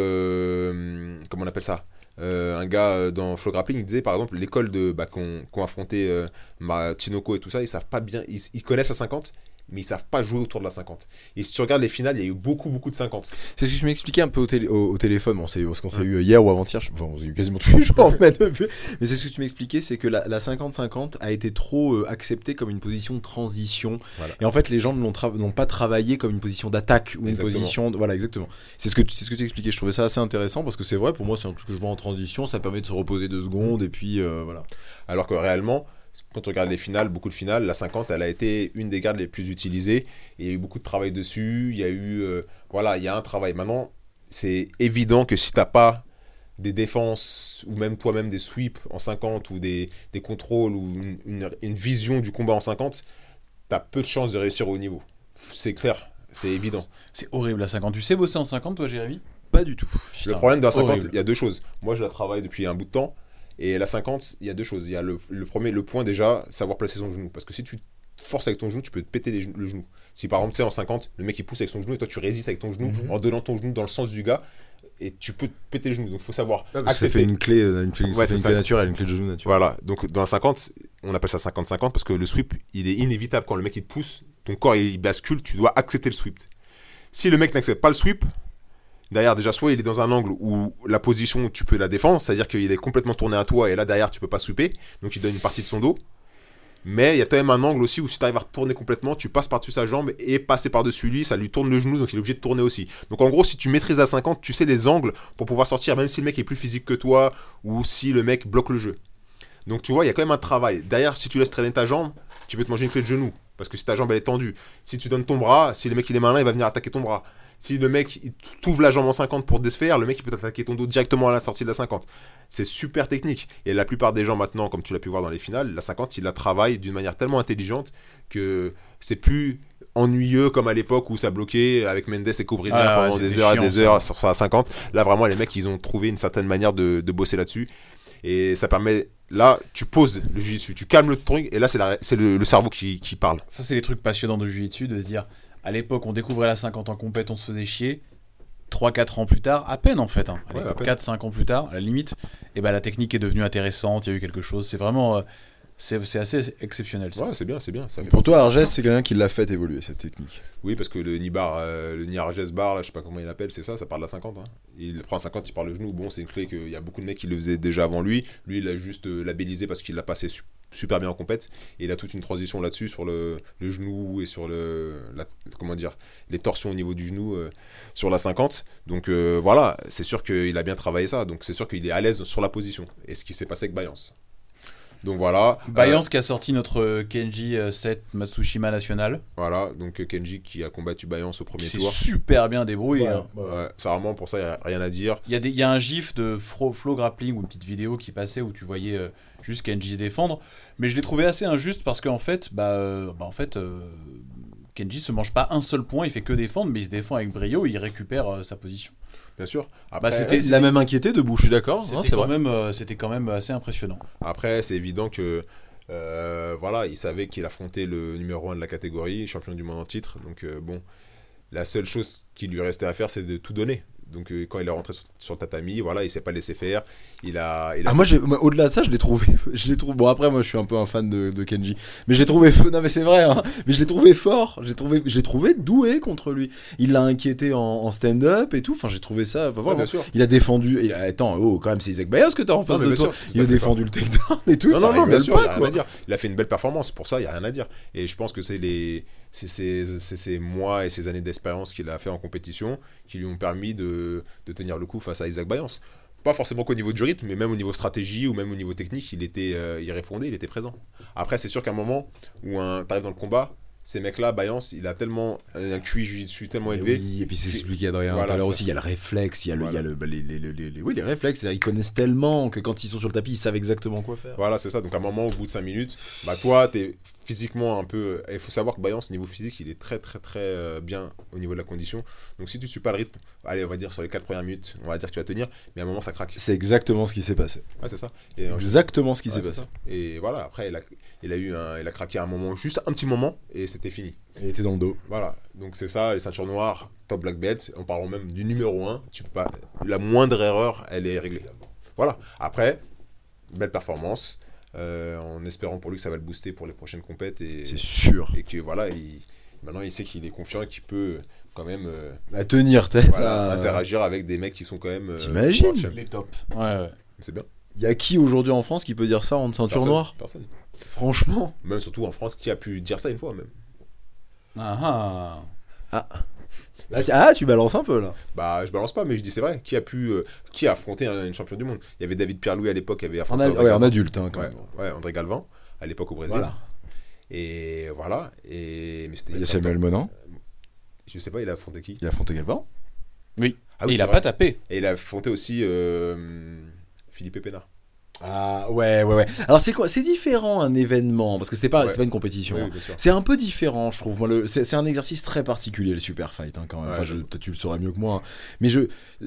S4: euh, comment on appelle ça euh, un gars dans Flow Grappling, il disait par exemple, l'école de bah, qu'on qu'on affronté euh, ma Tinoco et tout ça, ils savent pas bien, ils, ils connaissent la cinquante, mais ils savent pas jouer autour de la cinquante. Et si tu regardes les finales, il y a eu beaucoup beaucoup de cinquante.
S2: C'est ce que je m'expliquais un peu au, télé, au, au téléphone, on s'est, parce qu'on s'est ouais. eu hier ou avant-hier, je, enfin on s'est eu quasiment tous les jours, mais, depuis, mais c'est ce que tu m'expliquais, c'est que la, la cinquante cinquante a été trop euh, acceptée comme une position de transition, voilà. Et en fait les gens ne l'ont, tra- n'ont pas travaillé comme une position d'attaque ou exactement. Une position, de, voilà exactement. C'est ce que c'est ce que tu expliquais, je trouvais ça assez intéressant parce que c'est vrai, pour moi c'est un truc que je vois en transition, ça permet de se reposer deux secondes et puis euh, voilà.
S4: Alors que réellement, quand on regarde les finales, beaucoup de finales, la cinquante, elle a été une des gardes les plus utilisées. Il y a eu beaucoup de travail dessus. Il y a eu, euh, voilà, il y a un travail. Maintenant, c'est évident que si t'as pas des défenses ou même toi-même des sweeps en cinquante ou des, des contrôles ou une, une, une vision du combat en cinquante, t'as peu de chances de réussir au haut niveau. C'est clair, c'est évident.
S3: C'est horrible la cinquante. Tu sais bosser en cinquante, toi, Jérémy ?
S2: Pas du tout.
S4: Putain, le problème de la cinquante, il y a deux choses. Moi, je la travaille depuis un bout de temps. Et la cinquante, il y a deux choses. Il y a le, le premier, le point déjà, savoir placer son genou. Parce que si tu forces avec ton genou, tu peux te péter les, le genou. Si par exemple, tu sais, en cinquante, le mec il pousse avec son genou et toi tu résistes avec ton genou mm-hmm. en donnant ton genou dans le sens du gars, et tu peux te péter le genou. Donc il faut savoir.
S2: Ouais, accepter. Ça fait une clé, une, clé, ouais, une clé naturelle, une clé de genou naturelle.
S4: Voilà. Donc dans la cinquante, on appelle ça cinquante cinquante parce que le sweep, il est inévitable quand le mec il te pousse, ton corps il bascule, tu dois accepter le sweep. Si le mec n'accepte pas le sweep, derrière, déjà, soit il est dans un angle où la position, tu peux la défendre, c'est-à-dire qu'il est complètement tourné à toi et là, derrière, tu peux pas sweeper, donc il donne une partie de son dos. Mais il y a quand même un angle aussi où si tu arrives à retourner complètement, tu passes par-dessus sa jambe et passer par-dessus lui, ça lui tourne le genou, donc il est obligé de tourner aussi. Donc en gros, si tu maîtrises à cinquante, tu sais les angles pour pouvoir sortir, même si le mec est plus physique que toi ou si le mec bloque le jeu. Donc tu vois, il y a quand même un travail. Derrière, si tu laisses traîner ta jambe, tu peux te manger une clé de genou, parce que si ta jambe elle est tendue. Si tu donnes ton bras, si le mec il est malin, il va venir attaquer ton bras. Si le mec il t'ouvre la jambe en cinquante pour te défaire, le mec il peut attaquer ton dos directement à la sortie de la cinquante. C'est super technique. Et la plupart des gens maintenant, comme tu l'as pu voir dans les finales, la cinquante, ils la travaillent d'une manière tellement intelligente que c'est plus ennuyeux comme à l'époque où ça bloquait avec Mendes et Cobrinha ah, pendant ouais, des heures et des heures sur la cinquante. Là vraiment les mecs ils ont trouvé une certaine manière de, de bosser là-dessus. Et ça permet, là, tu poses le jiu-jitsu, tu calmes le truc, et là, c'est, la, c'est le, le cerveau qui, qui parle.
S3: Ça, c'est les trucs passionnants de jiu-jitsu, de se dire, à l'époque, on découvrait la cinquante en compète, on se faisait chier. trois quatre ans plus tard, à peine en fait, hein. Allez, ouais, quatre cinq ans plus tard, à la limite, et ben, la technique est devenue intéressante, il y a eu quelque chose. C'est vraiment. Euh, c'est, c'est assez exceptionnel. Ça.
S4: Ouais, c'est bien, c'est bien. Ça
S2: Pour toi, Arges, c'est quelqu'un qui l'a fait évoluer, cette technique.
S4: Oui, parce que le Nibar, euh, le Ni-Arges bar, là, je sais pas comment il l'appelle, c'est ça, ça part de la cinquante. Hein. Il prend cinquante, il part le genou. Bon, c'est une clé qu'il y a beaucoup de mecs qui le faisaient déjà avant lui. Lui, il a juste euh, labellisé parce qu'il l'a passé su- super bien en compète. Et il a toute une transition là-dessus sur le, le genou et sur le, la, comment dire, les torsions au niveau du genou euh, sur la cinquante. Donc euh, voilà, c'est sûr qu'il a bien travaillé ça. Donc c'est sûr qu'il est à l'aise sur la position. Et ce qui s'est passé avec Bayance. Donc voilà.
S3: Bayance euh, qui a sorti notre Kenji sept Matsushima National.
S4: Voilà, donc Kenji qui a combattu Bayance au premier
S3: c'est
S4: tour.
S3: C'est super bien débrouillé.
S4: Ouais,
S3: hein.
S4: ouais, ça vraiment pour ça, il n'y a rien à dire.
S3: Il y, y a un gif de Flow, Flow Grappling ou une petite vidéo qui passait où tu voyais euh, juste Kenji se défendre. Mais je l'ai trouvé assez injuste parce qu'en fait, bah, euh, bah, en fait euh, Kenji se mange pas un seul point, il fait que défendre, mais il se défend avec brio et il récupère euh, sa position.
S4: Bien sûr.
S2: Après, bah c'était, il a même inquiété debout, je suis d'accord.
S3: C'était,
S2: hein, c'est
S3: quand
S2: vrai.
S3: même, euh, c'était quand même assez impressionnant.
S4: Après, c'est évident que euh, voilà, il savait qu'il affrontait le numéro un de la catégorie, champion du monde en titre. Donc euh, bon, la seule chose qui lui restait à faire, c'est de tout donner. Donc euh, quand il est rentré sur, sur le tatami, voilà, il s'est pas laissé faire. Il a, il a
S2: ah moi, j'ai, moi, au-delà de ça, je l'ai trouvé, je l'ai trouvé. Bon après, moi, je suis un peu un fan de, de Kenji, mais je l'ai trouvé. Non mais c'est vrai, hein, mais je l'ai trouvé fort. J'ai trouvé, j'ai trouvé doué contre lui. Il l'a inquiété en, en stand-up et tout. Enfin, j'ai trouvé ça. Enfin,
S4: ouais, bien sûr.
S2: Il a défendu. Il a, attends, oh, quand même, c'est Isaac Bayas que t'as en face non, de toi. Sûr, il a défendu pas. Le takedown et tout.
S4: Non,
S2: ça
S4: non, non, bien sûr,
S2: pas,
S4: il y a rien à dire. Il a fait une belle performance. Pour ça, il y a rien à dire. Et je pense que c'est les C'est ces mois et ces années d'expérience qu'il a fait en compétition qui lui ont permis de, de tenir le coup face à Isaac Bayance. Pas forcément qu'au niveau du rythme, mais même au niveau stratégie ou même au niveau technique, il, était, euh, il répondait, il était présent. Après, c'est sûr qu'à un moment où tu arrives dans le combat, ces mecs-là, Bayance, il a tellement un Q I jiu-jitsu tellement
S2: Mais
S4: élevé.
S2: oui, et puis c'est expliqué Adrien
S4: Voilà,
S2: tout à l'heure
S4: ça.
S2: aussi, il y a le réflexe, il y a, le,
S4: Voilà.
S2: il y a le, bah, les, les, les, les- oui, les réflexes, c'est-à-dire ils connaissent tellement que quand ils sont sur le tapis, ils savent exactement quoi faire.
S4: Voilà, c'est ça. Donc à un moment, au bout de cinq minutes, bah toi, t'es physiquement un peu. Il faut savoir que Bayance, niveau physique, il est très très très euh, bien au niveau de la condition. Donc si tu suis pas le rythme, allez, on va dire sur les quatre premières minutes, on va dire que tu vas tenir, mais à un moment, ça craque.
S2: C'est exactement ce qui s'est passé.
S4: Ouais, c'est ça. Et, euh,
S2: Exactement ce qui
S4: ouais,
S2: s'est
S4: c'est
S2: passé.
S4: ça. Et voilà, après, il a, il a eu un, il a craqué à un moment, juste un petit moment, et c'était fini.
S2: Il était dans le dos.
S4: Voilà. Donc c'est ça, les ceintures noires, top black belt. En parlant même du numéro un, tu peux pas. La moindre erreur, elle est réglée. Voilà. Après, belle performance. Euh, en espérant pour lui que ça va le booster pour les prochaines compètes et,
S2: C'est sûr.
S4: et que voilà, il, maintenant il sait qu'il est confiant et qu'il peut quand même euh,
S2: À tenir tête.
S4: voilà,
S2: à-
S4: interagir avec des mecs qui sont quand même. euh,
S2: T'imagines
S4: world champ.
S3: Les tops. Ouais, ouais.
S4: C'est bien.
S2: Il y a qui aujourd'hui en France qui peut dire ça en ceinture
S4: Personne.
S2: noire?
S4: Personne.
S2: Franchement.
S4: Même surtout en France, qui a pu dire ça une fois même.
S3: Ah ah.
S2: Là, tu- ah, tu balances un peu là.
S4: Bah, je balance pas, mais je dis c'est vrai. Qui a pu, euh, qui a affronté un- une championne du monde? Il y avait David Pierre-Louis à l'époque, qui avait
S2: En,
S4: affronté
S2: a-
S4: André
S2: ouais, en
S4: Galvin.
S2: adulte hein, quand
S4: Ouais,
S2: même.
S4: ouais, André Galvin à l'époque au Brésil.
S2: Voilà.
S4: Et voilà. Et mais c'était.
S2: Il y a Samuel Monin,
S4: Je sais pas, il a affronté qui?
S2: il a affronté Galvin.
S3: Oui.
S4: Ah
S3: Et
S4: oui,
S3: il
S4: c'est
S3: a
S4: vrai.
S3: pas tapé.
S4: Et il a affronté aussi euh, Philippe Pena.
S2: Ah ouais, ouais, ouais. Alors c'est quoi? C'est différent un événement, parce que c'était pas,
S4: Ouais.
S2: c'était pas une compétition.
S4: Oui,
S2: hein.
S4: oui, bien sûr.
S2: C'est un peu différent, je trouve. Moi, le, c'est, c'est un exercice très particulier, le super fight, hein, quand même.
S4: Ouais,
S2: Enfin,
S4: je-
S2: je, peut-être tu le saurais mieux que moi. hein. Mais je.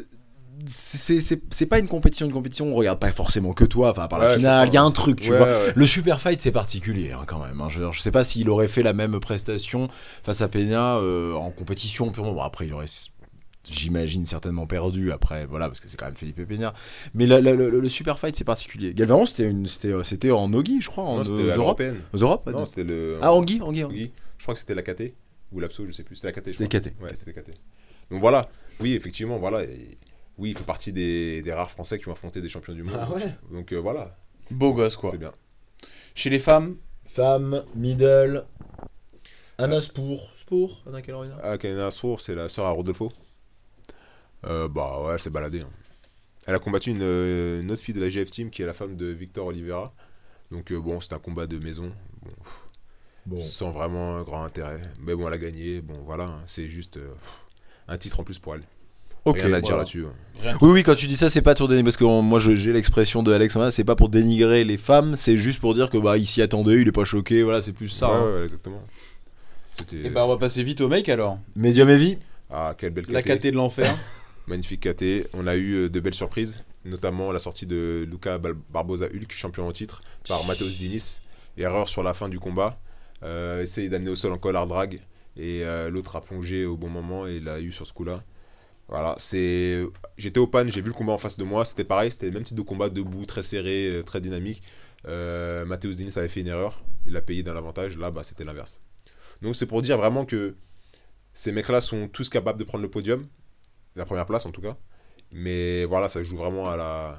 S2: C'est, c'est, c'est pas une compétition, une compétition. On regarde pas forcément que toi. Enfin, par la
S4: Ouais, je
S2: finale, il y
S4: comprends.
S2: a un truc, tu
S4: Ouais,
S2: vois.
S4: ouais.
S2: Le super fight, c'est particulier, hein, quand même. hein. Je, je sais pas s'il aurait fait la même prestation face à Pena euh, en compétition purement. Bon, après, il aurait. J'imagine certainement perdu après, voilà, parce que c'est quand même Felipe Peña. Mais la- la- le, le super fight, c'est particulier. Galvin, c'était, une, c'était, euh, c'était en Nogi, je crois, en,
S4: Non, c'était
S2: aux
S4: à
S2: Europes.
S4: l'européenne.
S2: Aux Europes
S4: Non, c'était le.
S2: Ah, Anguille, Anguille. Anguille.
S4: Anguille. Je crois que c'était la K T ou l'Abso, je sais plus. C'était la K T. je
S2: C'était
S4: crois.
S2: K T.
S4: Ouais, c'était la K T. Donc voilà. Oui, effectivement, voilà. Et- oui, il fait partie des, des rares Français qui ont affronté des champions du monde.
S2: Ah ouais.
S4: Donc euh, voilà.
S3: Beau gosse, quoi.
S4: C'est bien.
S3: Chez les femmes,
S2: Femme, middle, Anna Spour. Spour Anna Carolina.
S4: Ah, Kanina Sour, c'est la sœur à Rodolfo. Euh, bah ouais, elle s'est baladée. hein. Elle a combattu une, euh, une autre fille de la G F Team qui est la femme de Victor Oliveira. Donc euh, bon, c'est un combat de maison. Bon,
S2: Bon.
S4: sans vraiment un grand intérêt. Mais bon, elle a gagné. Bon, voilà. hein, c'est juste euh, un titre en plus pour elle.
S2: Ok.
S4: Rien à dire
S2: voilà.
S4: là-dessus. hein.
S2: Oui, oui, quand tu dis ça, c'est pas pour dénigrer, parce que on- moi je- j'ai l'expression de Alex, hein, c'est pas pour dénigrer les femmes, c'est juste pour dire que bah il s'y attendait, il est pas choqué, voilà, c'est plus ça.
S4: Ouais,
S2: hein.
S4: ouais, exactement. C'était.
S3: et ben on va passer vite au mec alors.
S2: Medium heavy.
S4: Ah, quelle belle
S3: La
S4: K T.
S3: K T de l'enfer.
S4: Magnifique K T. On a eu euh, de belles surprises, notamment la sortie de Luca Bal- Barbosa Hulk, champion en titre, par Mateus Diniz. Erreur sur la fin du combat. Euh, essayer d'amener au sol en collar drag. Et euh, l'autre a plongé au bon moment et il l'a eu sur ce coup-là. Voilà, c'est. J'étais au pan, j'ai vu le combat en face de moi. C'était pareil, c'était le même type de combat, debout, très serré, euh, très dynamique. Euh, Mateus Diniz avait fait une erreur. Il a payé d'un avantage. Là, bah, c'était l'inverse. Donc c'est pour dire vraiment que ces mecs-là sont tous capables de prendre le podium. La première place en tout cas. Mais voilà, ça joue vraiment à la,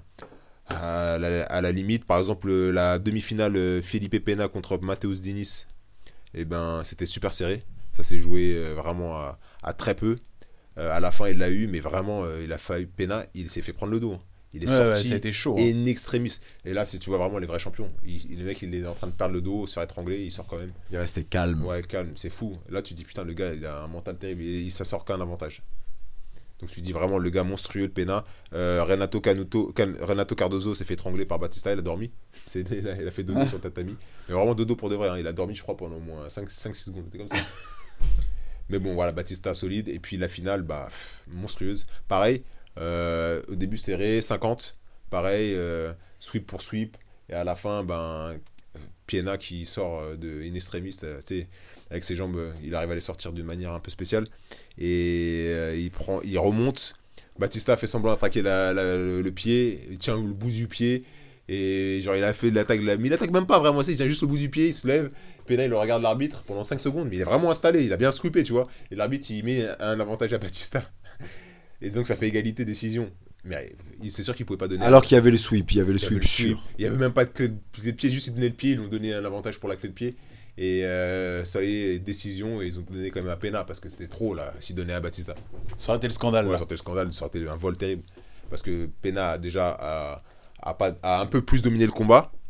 S4: à la, à la limite. Par exemple, la demi-finale euh, Felipe Pena contre Mateus Diniz, eh ben, c'était super serré. Ça s'est joué euh, vraiment à, à très peu. Euh, à la fin, il l'a eu, mais vraiment, euh, il a failli Pena, il s'est fait prendre le dos. hein. Il est
S3: Ouais, ouais,
S4: sorti
S3: ça a été chaud. hein.
S4: in extremis. Et là, c'est, tu vois vraiment les vrais champions. Il, le mec, il est en train de perdre le dos, se faire étrangler, il sort quand même.
S2: Il est resté calme.
S4: Ouais, calme, c'est fou. Là, tu dis putain, le gars, il a un mental terrible. Et il, ça sort qu'un avantage. Donc tu dis vraiment le gars monstrueux, le Pena. Euh, Renato, Canuto, Can- Renato Cardozo s'est fait étrangler par Batista, il a dormi. C'est, il, a, il a fait dodo sur le tatami. Mais vraiment dodo pour de vrai. hein. Il a dormi, je crois, pendant au moins cinq six secondes. C'était comme ça. Mais bon, voilà, Batista solide. Et puis la finale, bah, pff, monstrueuse. Pareil, euh, au début serré, cinquante. Pareil, euh, sweep pour sweep. Et à la fin, ben, Piena qui sort euh, de in extremis, euh, tu sais, avec ses jambes, euh, il arrive à les sortir d'une manière un peu spéciale. Et euh, il, prend, il remonte. Batista fait semblant d'attraquer la, la- le, le pied. Il tient le bout du pied. Et genre, il a fait de l'attaque. de la- Mais il attaque même pas vraiment. Il tient juste le bout du pied. Il se lève. Pena, il le regarde l'arbitre pendant cinq secondes. Mais il est vraiment installé. Il a bien scoopé, tu vois. Et l'arbitre, il met un avantage à Batista. Et donc, ça fait égalité décision. Mais il- c'est sûr qu'il pouvait pas donner.
S2: Alors qu'il y avait le sweep, il y avait le
S4: Il y avait
S2: sweep
S4: le sweep.
S2: sûr.
S4: Il y avait même pas de clé de, clé de pied, juste ils donnaient le pied, ils lui ont donné un avantage pour la clé de pied. Et euh, ça y est, décision, et ils ont donné quand même à Pena parce que c'était trop là, s'ils donnaient à Batista.
S3: Ça aurait été le scandale.
S4: Ouais,
S3: là.
S4: ça sortait le scandale, ça sortait un vol terrible. Parce que Pena a déjà a, a pas, a un peu plus dominé le combat,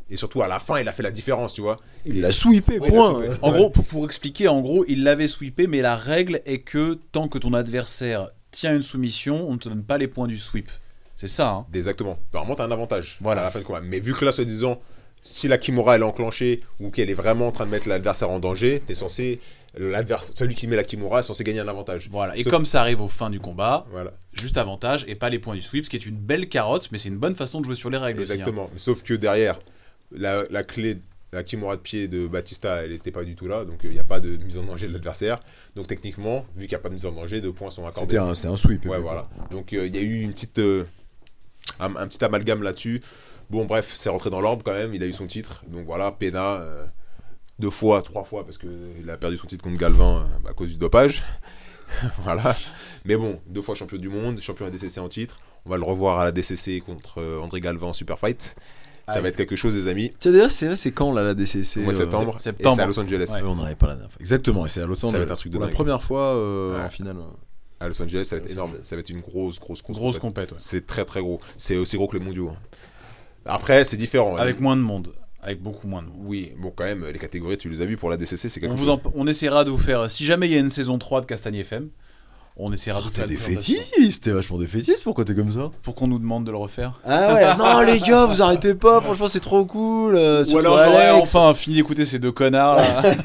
S4: Et surtout, à la fin, il a fait la différence, tu vois.
S2: Il l'a sweepé,
S4: Ouais, il
S2: point.
S4: l'a sweepé.
S3: En gros, pour, pour expliquer, en gros, il l'avait sweepé, mais la règle est que tant que ton adversaire tient une soumission, on ne te donne pas les points du sweep. C'est ça, hein.
S4: Exactement. Normalement, t'as un avantage
S3: Voilà.
S4: à la fin du combat. Mais vu que là, soi-disant, si la Kimura elle est enclenchée ou qu'elle est vraiment en train de mettre l'adversaire en danger, t'es censé. L'adversaire, celui qui met la Kimura est censé gagner un avantage.
S3: Voilà. Et
S4: Sauf-
S3: comme ça arrive au fin du combat,
S4: Voilà.
S3: juste avantage et pas les points du sweep, ce qui est une belle carotte, mais c'est une bonne façon de jouer sur les règles aussi. hein.
S4: Exactement. Mais sauf que derrière, la, la clé, la Kimura de pied de Batista, elle n'était pas du tout là. Donc il n'y a pas de mise en danger de l'adversaire. Donc techniquement, vu qu'il n'y a pas de mise en danger, deux points sont accordés.
S2: C'était un, c'était un sweep.
S4: Ouais, voilà. Donc il euh, y a eu une petite, euh, un, un petit amalgame là-dessus. Bon, bref, c'est rentré dans l'ordre quand même. Il a eu son titre. Donc voilà, Pena, euh, deux fois, trois fois, parce qu'il a perdu son titre contre Galvin euh, à cause du dopage. Voilà. Mais bon, deux fois champion du monde, champion A D C C en titre. On va le revoir à la D C C contre euh, André Galvin en Super Fight. Ça
S3: Aïe.
S4: va être quelque chose, les amis.
S2: Tiens, d'ailleurs, c'est vrai, c'est quand là la D C C
S4: Au mois de
S2: euh,
S4: septembre.
S3: septembre.
S4: Et c'est à Los Angeles.
S2: Ouais, on n'en avait pas la dernière fois. Exactement, et c'est à Los
S4: Ça va
S2: Angeles.
S4: être un truc de
S2: Pour la
S4: dingue.
S2: première fois euh,
S4: Ouais.
S2: en finale.
S4: À Los Angeles, ça va être
S2: Los
S4: énorme.
S2: Angeles.
S4: Ça va être une grosse, grosse, grosse,
S3: Grosse
S4: compète.
S3: compète, ouais.
S4: C'est très, très gros. C'est aussi gros que les mondiaux. hein. Après, c'est différent.
S3: Avec moins de monde. Avec beaucoup moins de monde.
S4: Oui, bon, quand même, les catégories, tu les as vues pour la D C C, c'est quelque
S3: On,
S4: chose.
S3: vous en- on essaiera de vous faire. Si jamais il y a une saison trois de Castagne F M, on essaiera de vous
S2: T'es
S3: faire
S2: des
S3: une présentation.
S2: fétistes, t'es vachement des fétistes, pourquoi t'es comme ça?
S3: Pour qu'on nous demande de le refaire.
S2: Ah ouais, non les gars, vous arrêtez pas, franchement c'est trop cool. euh,
S3: Ou
S2: surtout
S3: alors j'aurais
S2: Alex.
S3: enfin fini d'écouter ces deux connards là.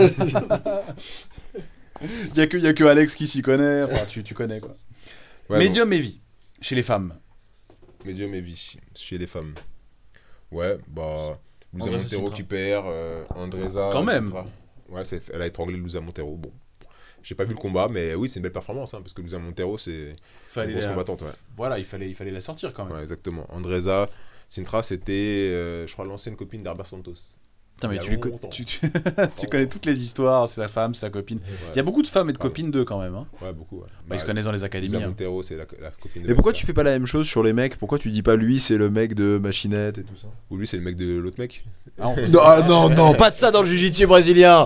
S3: Il y a que, y a que Alex qui s'y connaît. Enfin, tu, tu connais quoi.
S4: Ouais,
S3: Medium heavy chez les femmes.
S4: bon, Medium heavy chez les femmes. Ouais, bah. Luisa
S3: Andresa
S4: Montero
S3: Sintra.
S4: qui perd, euh, Andresa.
S3: Quand même.
S4: Sintra. Ouais, c'est- elle a étranglé Luisa Montero. Bon. J'ai pas vu le combat, mais oui, c'est une belle performance, hein, parce que Luisa Montero, c'est une
S3: Fallait
S4: grosse
S3: la...
S4: combattante. Ouais.
S3: Voilà, il fallait, il fallait la sortir quand même.
S4: Ouais, exactement. Andresa Sintra, c'était, euh, je crois, l'ancienne copine d'Herbert Santos.
S3: Putain, mais
S4: Il y a
S3: tu, les co-
S4: longtemps.
S3: tu, tu- tu connais toutes les histoires. C'est sa femme, sa copine.
S4: Ouais,
S3: Il y a beaucoup de femmes et de
S4: Pardon.
S3: copines d'eux quand même. Hein.
S4: ouais, beaucoup. Ouais.
S3: Bah, ils se connaissent dans les académies.
S4: Luisa
S3: hein.
S4: Montero, c'est la, la copine de
S2: Et pourquoi
S4: Batista.
S2: tu fais pas la même chose sur les mecs? Pourquoi tu dis pas lui c'est le mec de Machinette et tout ça?
S4: Ou lui, c'est le mec de l'autre mec.
S3: Ah, on,
S2: Non, ah, non, non, pas de ça dans le jiu-jitsu brésilien.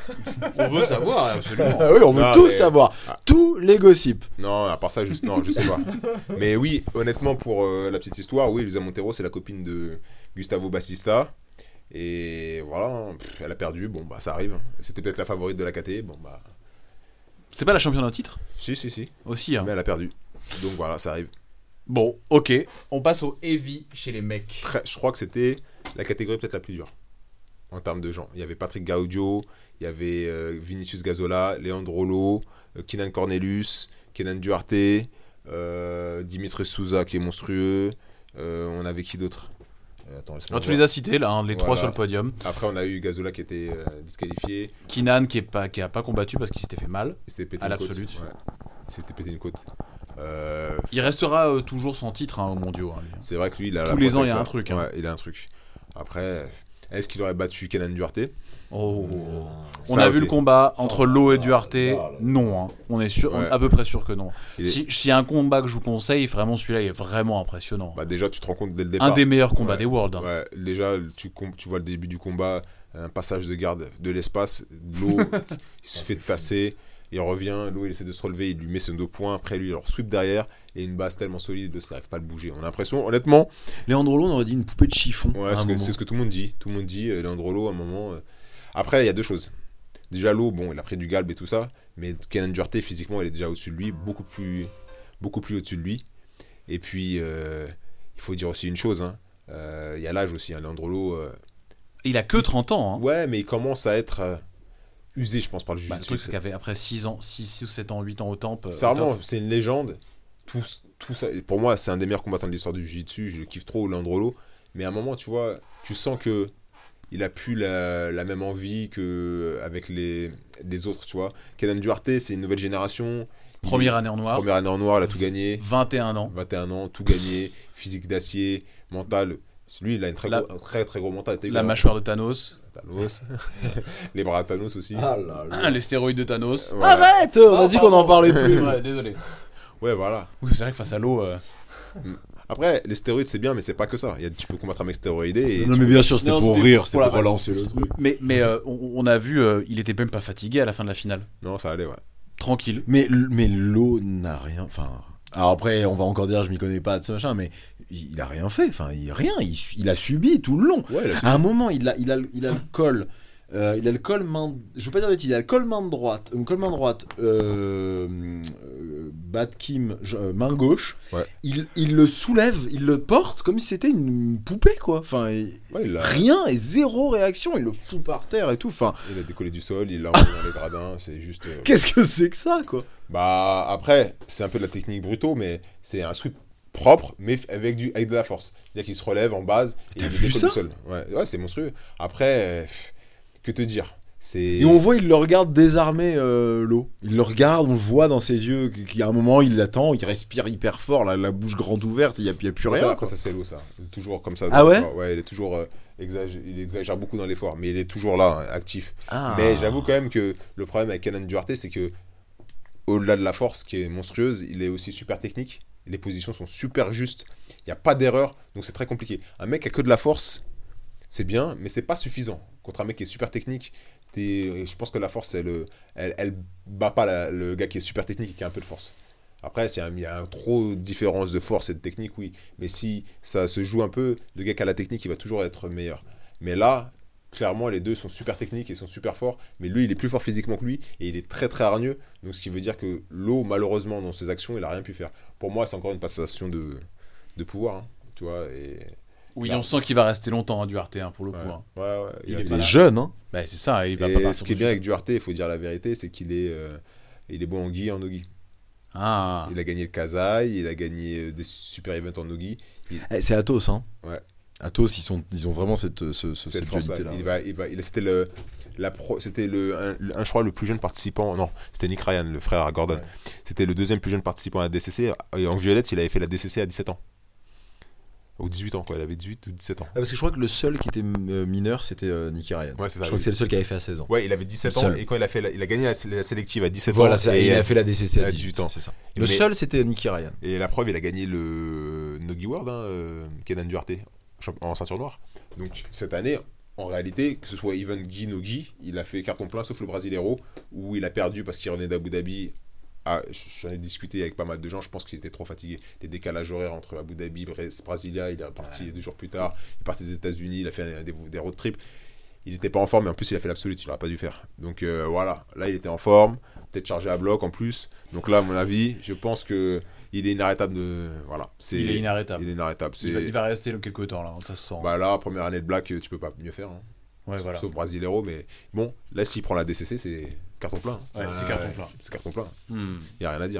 S3: on veut savoir absolument.
S2: Ah oui, on veut
S4: Non,
S2: tout
S4: mais-
S2: savoir.
S4: Ah.
S2: Tous les gossips.
S4: Non, à part ça, juste, non, je sais pas. Mais oui, honnêtement, pour euh, la petite histoire, oui, Luisa Montero, c'est la copine de Gustavo Batista. Et voilà, hein, pff, elle a perdu, bon, bah ça arrive. C'était peut-être la favorite de la K T, bon, bah.
S3: C'est pas la championne en titre
S4: Si, si, si.
S3: aussi. Hein.
S4: Mais elle a perdu. Donc voilà, ça arrive.
S3: Bon, ok. On passe au heavy chez les mecs.
S4: Très- je crois que c'était la catégorie peut-être la plus dure en termes de gens. Il y avait Patrick Gaudio, il y avait euh, Vinicius Gazola, Leandro Lo, euh, Kinan Cornelius, Kenan Duarte, euh, Dimitri Souza qui est monstrueux. Euh, on avait qui d'autre Euh, Attends, laisse-moi
S3: Alors, tu
S4: voir.
S3: les as cités là, hein, les trois
S4: Voilà.
S3: sur le podium.
S4: Après, on a eu Gazola qui était euh, disqualifié.
S3: Kinan qui, est pas, qui a pas combattu parce qu'il s'était fait mal.
S4: Il s'était pété
S3: À
S4: une côte.
S3: l'absolute.
S4: Ouais. Il s'était pété une côte. Euh,
S3: Il restera euh, toujours sans titre hein, aux mondiaux. hein, lui.
S4: c'est vrai que lui, il a
S3: Tous
S4: la
S3: les
S4: poisse
S3: ans,
S4: avec
S3: il y a
S4: ça.
S3: un truc, hein.
S4: Ouais, il a un truc. Après, est-ce qu'il aurait battu Kenan Duarte?
S3: Oh.
S4: Ça
S3: On a
S4: aussi.
S3: vu le combat entre Lo et
S2: là
S3: Duarte.
S2: là là.
S3: Non, hein. On est sûr,
S4: Ouais.
S3: à peu près sûr que non.
S4: Il est-
S3: Si, s'il y a un combat que je vous conseille, vraiment celui-là il est vraiment impressionnant.
S4: Bah, déjà, tu te rends compte dès le départ.
S3: un des meilleurs combats
S4: Ouais.
S3: des Worlds. hein.
S4: Ouais, déjà, tu, com- tu vois le début du combat, un passage de garde de l'espace, l'eau, il se fait passer, il revient, l'eau il essaie de se relever, il lui met ses deux points, après lui il leur sweep derrière, et une base tellement solide, il n'arrive pas à le bouger. On a l'impression, honnêtement,
S2: Leandro Lo, on aurait dit une poupée de chiffon.
S4: ouais,
S2: à
S4: c'est,
S2: un
S4: que-
S2: moment.
S4: c'est ce que tout le monde dit. Tout le monde dit, euh, Leandro Lo, à un moment. euh. Après, il y a deux choses. Déjà, l'eau, bon, il a pris du galbe et tout ça, mais Kenan Duarte, physiquement, il est déjà au-dessus de lui, beaucoup plus, beaucoup plus au-dessus de lui. Et puis, euh, il faut dire aussi une chose, hein, euh, il y a l'âge aussi, hein, Leandro Lo. euh,
S3: Il a que trente ans. hein.
S4: Ouais, mais il commence à être euh, usé, je pense, par le
S3: Bah, le
S4: jiu-jitsu.
S3: truc, c'est qu'après six ans, six ou sept ans, huit ans au temple.
S4: C'est vraiment, c'est une légende. Tout, tout ça, et pour moi, c'est un des meilleurs combattants de l'histoire du jiu-jitsu. Je le kiffe trop, Leandro Lo. Mais à un moment, tu vois, tu sens que il a plus la, la même envie que avec les, les autres, tu vois. Kenan Duarte, c'est une nouvelle génération. Il
S3: Première
S4: est-
S3: année en noir.
S4: Première année en noir, il a tout gagné.
S3: vingt et un ans.
S4: vingt et un ans, tout gagné. Physique d'acier, mental. Lui, il a une très
S3: La-
S4: gros- un très très gros mental. T'as vu,
S3: La
S4: hein,
S3: mâchoire de Thanos.
S4: Thanos. Les bras de Thanos aussi.
S2: Ah là là.
S3: Les stéroïdes de Thanos.
S4: Voilà.
S2: Arrête, on a dit qu'on en parlait plus.
S3: Ouais, désolé.
S4: Ouais, voilà.
S3: Oui, c'est vrai que face à l'eau. euh,
S4: Après, les stéroïdes, c'est bien, mais c'est pas que ça. Il y a, tu peux combattre un mec stéroïdé et.
S2: Non
S4: tu
S2: mais
S4: peux-
S2: bien sûr, c'était
S3: Non,
S2: pour
S3: c'était
S2: rire,
S3: pour
S2: c'était
S3: la
S2: pour
S3: vanne.
S2: relancer le truc.
S3: Mais, mais euh, on, on a vu, euh, il était même pas fatigué à la fin de la finale.
S4: Non, ça allait, ouais.
S3: Tranquille.
S2: Mais, mais l'eau n'a rien. Enfin, Alors après, on va encore dire, je m'y connais pas de ce machin, mais il, il a rien fait. Enfin, il rien. Il, su- il a subi tout le long.
S4: Ouais, il a
S2: À un moment, il a, il a, il a le col. Euh, il a le col main. Je veux pas dire de bêtises. Il a le col main droite. Euh, col main droite. Euh, euh, Bad Kim je- euh, main gauche.
S4: Ouais.
S2: Il, il le soulève, il le porte comme si c'était une poupée quoi. Enfin, il-
S4: Ouais, il, a,
S2: rien et zéro réaction. Il le fout par terre et tout. Enfin,
S4: il a décollé du sol, il l'a envoyé dans les gradins, c'est juste... euh,
S2: qu'est-ce que c'est que ça quoi?
S4: Bah après, c'est un peu de la technique brutaux, mais c'est un sweep propre, mais avec, du, avec de la force. C'est-à-dire qu'il se relève en base et
S2: T'as
S4: il
S2: vu
S4: décolle
S2: ça
S4: du sol. Ouais, ouais c'est monstrueux. Après, euh, que te dire c'est...
S2: Et on voit, il le regarde désarmer euh, l'eau. Il le regarde, on le voit dans ses yeux, qu'il y a un moment, il l'attend, il respire hyper fort, la, la bouche grande ouverte, il n'y a, il y a plus
S4: Après,
S2: rien.
S4: ça, après
S2: quoi.
S4: ça c'est l'eau ça. Il est toujours comme ça.
S2: Ah ouais
S4: l'effort. Ouais, il est toujours euh, exagère, il exagère beaucoup dans l'effort, mais il est toujours là, hein, actif.
S2: Ah.
S4: Mais j'avoue quand même que le problème avec Kenan Duarte, c'est que au-delà de la force qui est monstrueuse, il est aussi super technique. Les positions sont super justes. Il n'y a pas d'erreur, donc c'est très compliqué. Un mec qui a que de la force, c'est bien, mais c'est pas suffisant. Contre un mec qui est super technique, t'es- je pense que la force, elle, elle, elle bat pas la- le gars qui est super technique et qui a un peu de force. Après, s'il y a, il y a trop de différence de force et de technique, oui. Mais si ça se joue un peu, le gars qui a la technique, il va toujours être meilleur. Mais là, clairement, les deux sont super techniques et sont super forts. Mais lui, il est plus fort physiquement que lui et il est très très hargneux. Donc, ce qui veut dire que l'eau, malheureusement, dans ses actions, il a rien pu faire. Pour moi, c'est encore une passation de, de pouvoir. Hein, tu vois, et...
S3: Oui,
S4: Clairement.
S3: on sent qu'il va rester longtemps, hein, Duarte, hein, pour le
S4: Ouais,
S3: coup. hein.
S4: ouais, ouais,
S3: Il
S4: il a-
S3: est
S2: Il
S3: pas
S2: est
S3: là.
S2: jeune, hein.
S3: Bah, c'est ça, il va
S4: Et
S3: pas
S4: ce
S3: partir
S4: qui est
S3: tout
S4: bien
S3: de
S4: avec Duarte, il faut dire la vérité, c'est qu'il est, euh, il est bon en gi et en nogi.
S3: suite. Ah,
S4: Il a gagné le Kazai, il a gagné euh, des super events en nogi.
S2: Eh, c'est Athos, hein.
S4: Ouais.
S2: Athos, ils, sont, ils ont vraiment cette, ce, ce-
S4: Cette
S2: cette
S4: force-là.
S2: dualité-là.
S4: Il va, il va, il, c'était le, la pro, c'était le, un, un, je crois, le plus jeune participant. Non, c'était Nick Ryan, le frère à Gordon.
S2: Ouais.
S4: C'était le deuxième plus jeune participant à la D C C. Et en violette, il avait fait la D C C à dix-sept ans. Ou dix-huit ans, quoi. Il avait dix-huit ou dix-sept ans.
S2: Ah, parce que je crois que le seul qui était euh, mineur, c'était euh, Nicky Ryan.
S4: Ouais, c'est ça,
S2: je crois
S4: oui.
S2: que c'est le seul qui avait fait à seize ans.
S4: Ouais, il avait dix-sept
S2: Le
S4: ans.
S2: seul.
S4: Et quand il a fait, la- il a gagné la, la sélective à dix-sept
S2: Voilà,
S4: ans.
S2: ça,
S4: et
S2: il a fait la D C C à
S4: à
S2: dix-huit
S4: dix-huit ans.
S2: c'est ça. Le
S4: Mais-
S2: seul, c'était Nicky Ryan.
S4: Et la preuve, il a gagné le Nogi World, hein, euh, Kenan Duarte, champ- en ceinture noire. Donc cette année, en réalité, que ce soit Even Gi, Nogi, il a fait carton plein, sauf le Brasileiro, où il a perdu parce qu'il revenait d'Abu Dhabi. Ah, j'en ai discuté avec pas mal de gens, je pense qu'il était trop fatigué. Les décalages horaires entre Abu Dhabi et Brasilia, il est reparti deux jours plus tard, il est parti des États-Unis, il a fait des, des road trips. Il n'était pas en forme, mais en plus, il a fait l'absolute, il n'aurait pas dû faire. Donc euh, voilà, là, il était en forme, peut-être chargé à bloc en plus. Donc là, à mon avis, je pense que il est inarrêtable de. Voilà. C'est,
S3: il est inarrêtable.
S4: Il est inarrêtable. C'est...
S3: Il va, il va rester quelques temps là, ça se sent.
S4: Bah là, première année de Black, tu peux pas mieux faire. Hein.
S3: ouais, voilà.
S4: Sauf Brasileiro, mais bon, là, s'il prend la D C C, c'est carton plein.
S3: Ouais, c'est
S4: Euh,
S3: carton plein.
S4: C'est carton plein.
S3: Hmm.
S4: Il n'y a rien à dire.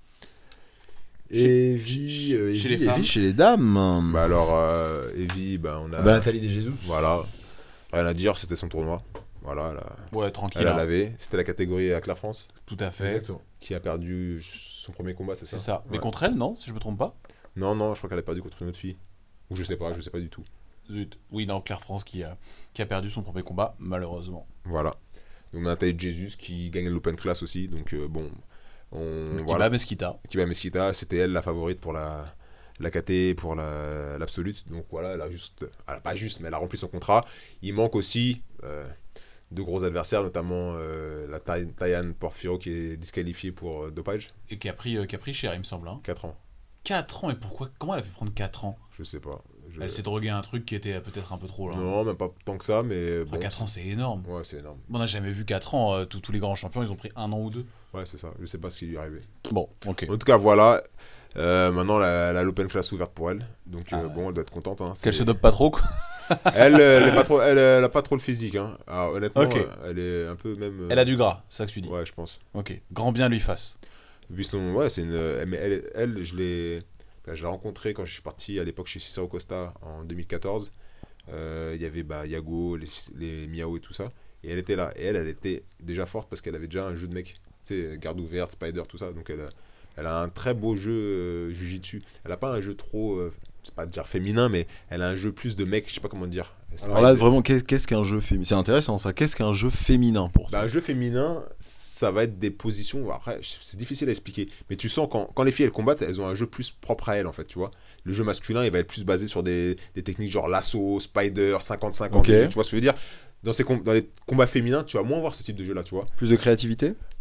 S2: Et Evie, euh,
S3: chez
S2: Evie-
S3: les femmes.
S2: Evie chez les dames.
S4: Bah alors, euh, Evie, bah on a.
S2: Ah bah, Nathalie des Jésus.
S4: Voilà. Rien à dire, c'était son tournoi. Voilà, elle a,
S3: Ouais, tranquille.
S4: elle a
S3: hein.
S4: lavé. C'était la catégorie à Claire France
S3: Tout à fait.
S4: qui a perdu son premier combat, c'est ça
S3: C'est ça. Mais
S4: Ouais.
S3: contre elle, non, si je me trompe pas.
S4: Non, non, je crois qu'elle a perdu contre une autre fille. Ou je sais pas, je sais pas du tout.
S3: Zut. Oui, non, Claire France qui a, qui a perdu son premier combat, malheureusement.
S4: Voilà. Donc Nathalie de Jesus qui gagne l'Open Class aussi. Donc euh, bon, on
S3: Qui
S4: voilà.
S3: bat Mesquita.
S4: Qui bat Mesquita, c'était elle la favorite pour la la K T pour la l'absolute. Donc voilà, elle a juste, elle a pas juste, mais elle a rempli son contrat. Il manque aussi euh, de gros adversaires, notamment euh, la Tay- Tayane Porfirio qui est disqualifiée pour euh, dopage.
S3: Et qui a pris, euh, qui a pris cher, il me semble. Hein.
S4: quatre ans.
S3: quatre ans, et pourquoi Comment elle a pu prendre quatre ans
S4: Je sais pas. Je-
S3: Elle s'est droguée à un truc qui était peut-être un peu trop là.
S4: Non, même pas tant que ça, mais
S3: Enfin,
S4: bon,
S3: quatre ans, c'est énorme.
S4: Ouais, c'est énorme.
S3: On n'a jamais vu quatre ans. euh, tous tous les grands champions, ils ont pris un an ou deux.
S4: Ouais, c'est ça. Je sais pas ce qui lui est arrivé.
S3: Bon, ok.
S4: En tout cas, voilà. Euh, maintenant, la, la l'Open Class ouverte pour elle. Donc, euh,
S3: Ah.
S4: bon, elle doit être contente. Hein.
S3: Qu'elle
S4: C'est-
S3: se dope pas trop, quoi.
S4: Elle, euh, elle, est pas trop, elle, elle a pas trop le physique. Hein. Alors, honnêtement,
S3: Ok.
S4: euh, elle est un peu même. euh,
S3: Elle a du gras, c'est ça que tu dis.
S4: Ouais, je pense.
S3: Ok. Grand bien lui fasse.
S4: Puis son, ouais, c'est une. euh, Mais elle, elle, je l'ai, je l'ai rencontrée quand je suis parti à l'époque chez Cicero Costa en deux mille quatorze. Euh, Il y avait bah, Yago, les, les Miao et tout ça. Et elle était là. Et elle, elle était déjà forte parce qu'elle avait déjà un jeu de mec. Tu sais, garde ouverte, spider, tout ça. Donc elle a, elle a un très beau jeu euh, jujitsu. Elle a pas un jeu trop. Euh, c'est pas dire féminin, mais elle a un jeu plus de mec. Je sais pas comment dire. C'est
S2: Alors
S4: pas
S2: là,
S4: une-
S2: vraiment, qu'est- qu'est-ce qu'un jeu féminin? C'est intéressant ça. Qu'est-ce qu'un jeu féminin pour toi?
S4: Bah, un jeu féminin, ça va être des positions. Bon, après, c'est difficile à expliquer. Mais tu sens quand, quand les filles elles combattent, elles ont un jeu plus propre à elles en fait, tu vois. Le jeu masculin, il va être plus basé sur des, des techniques genre lasso, spider, cinquante cinquante.
S2: Ok.
S4: Tu vois ce que je veux dire? Dans, ces com- dans les combats féminins, tu vas moins voir ce type de jeu là, tu vois.
S2: Plus de créativité?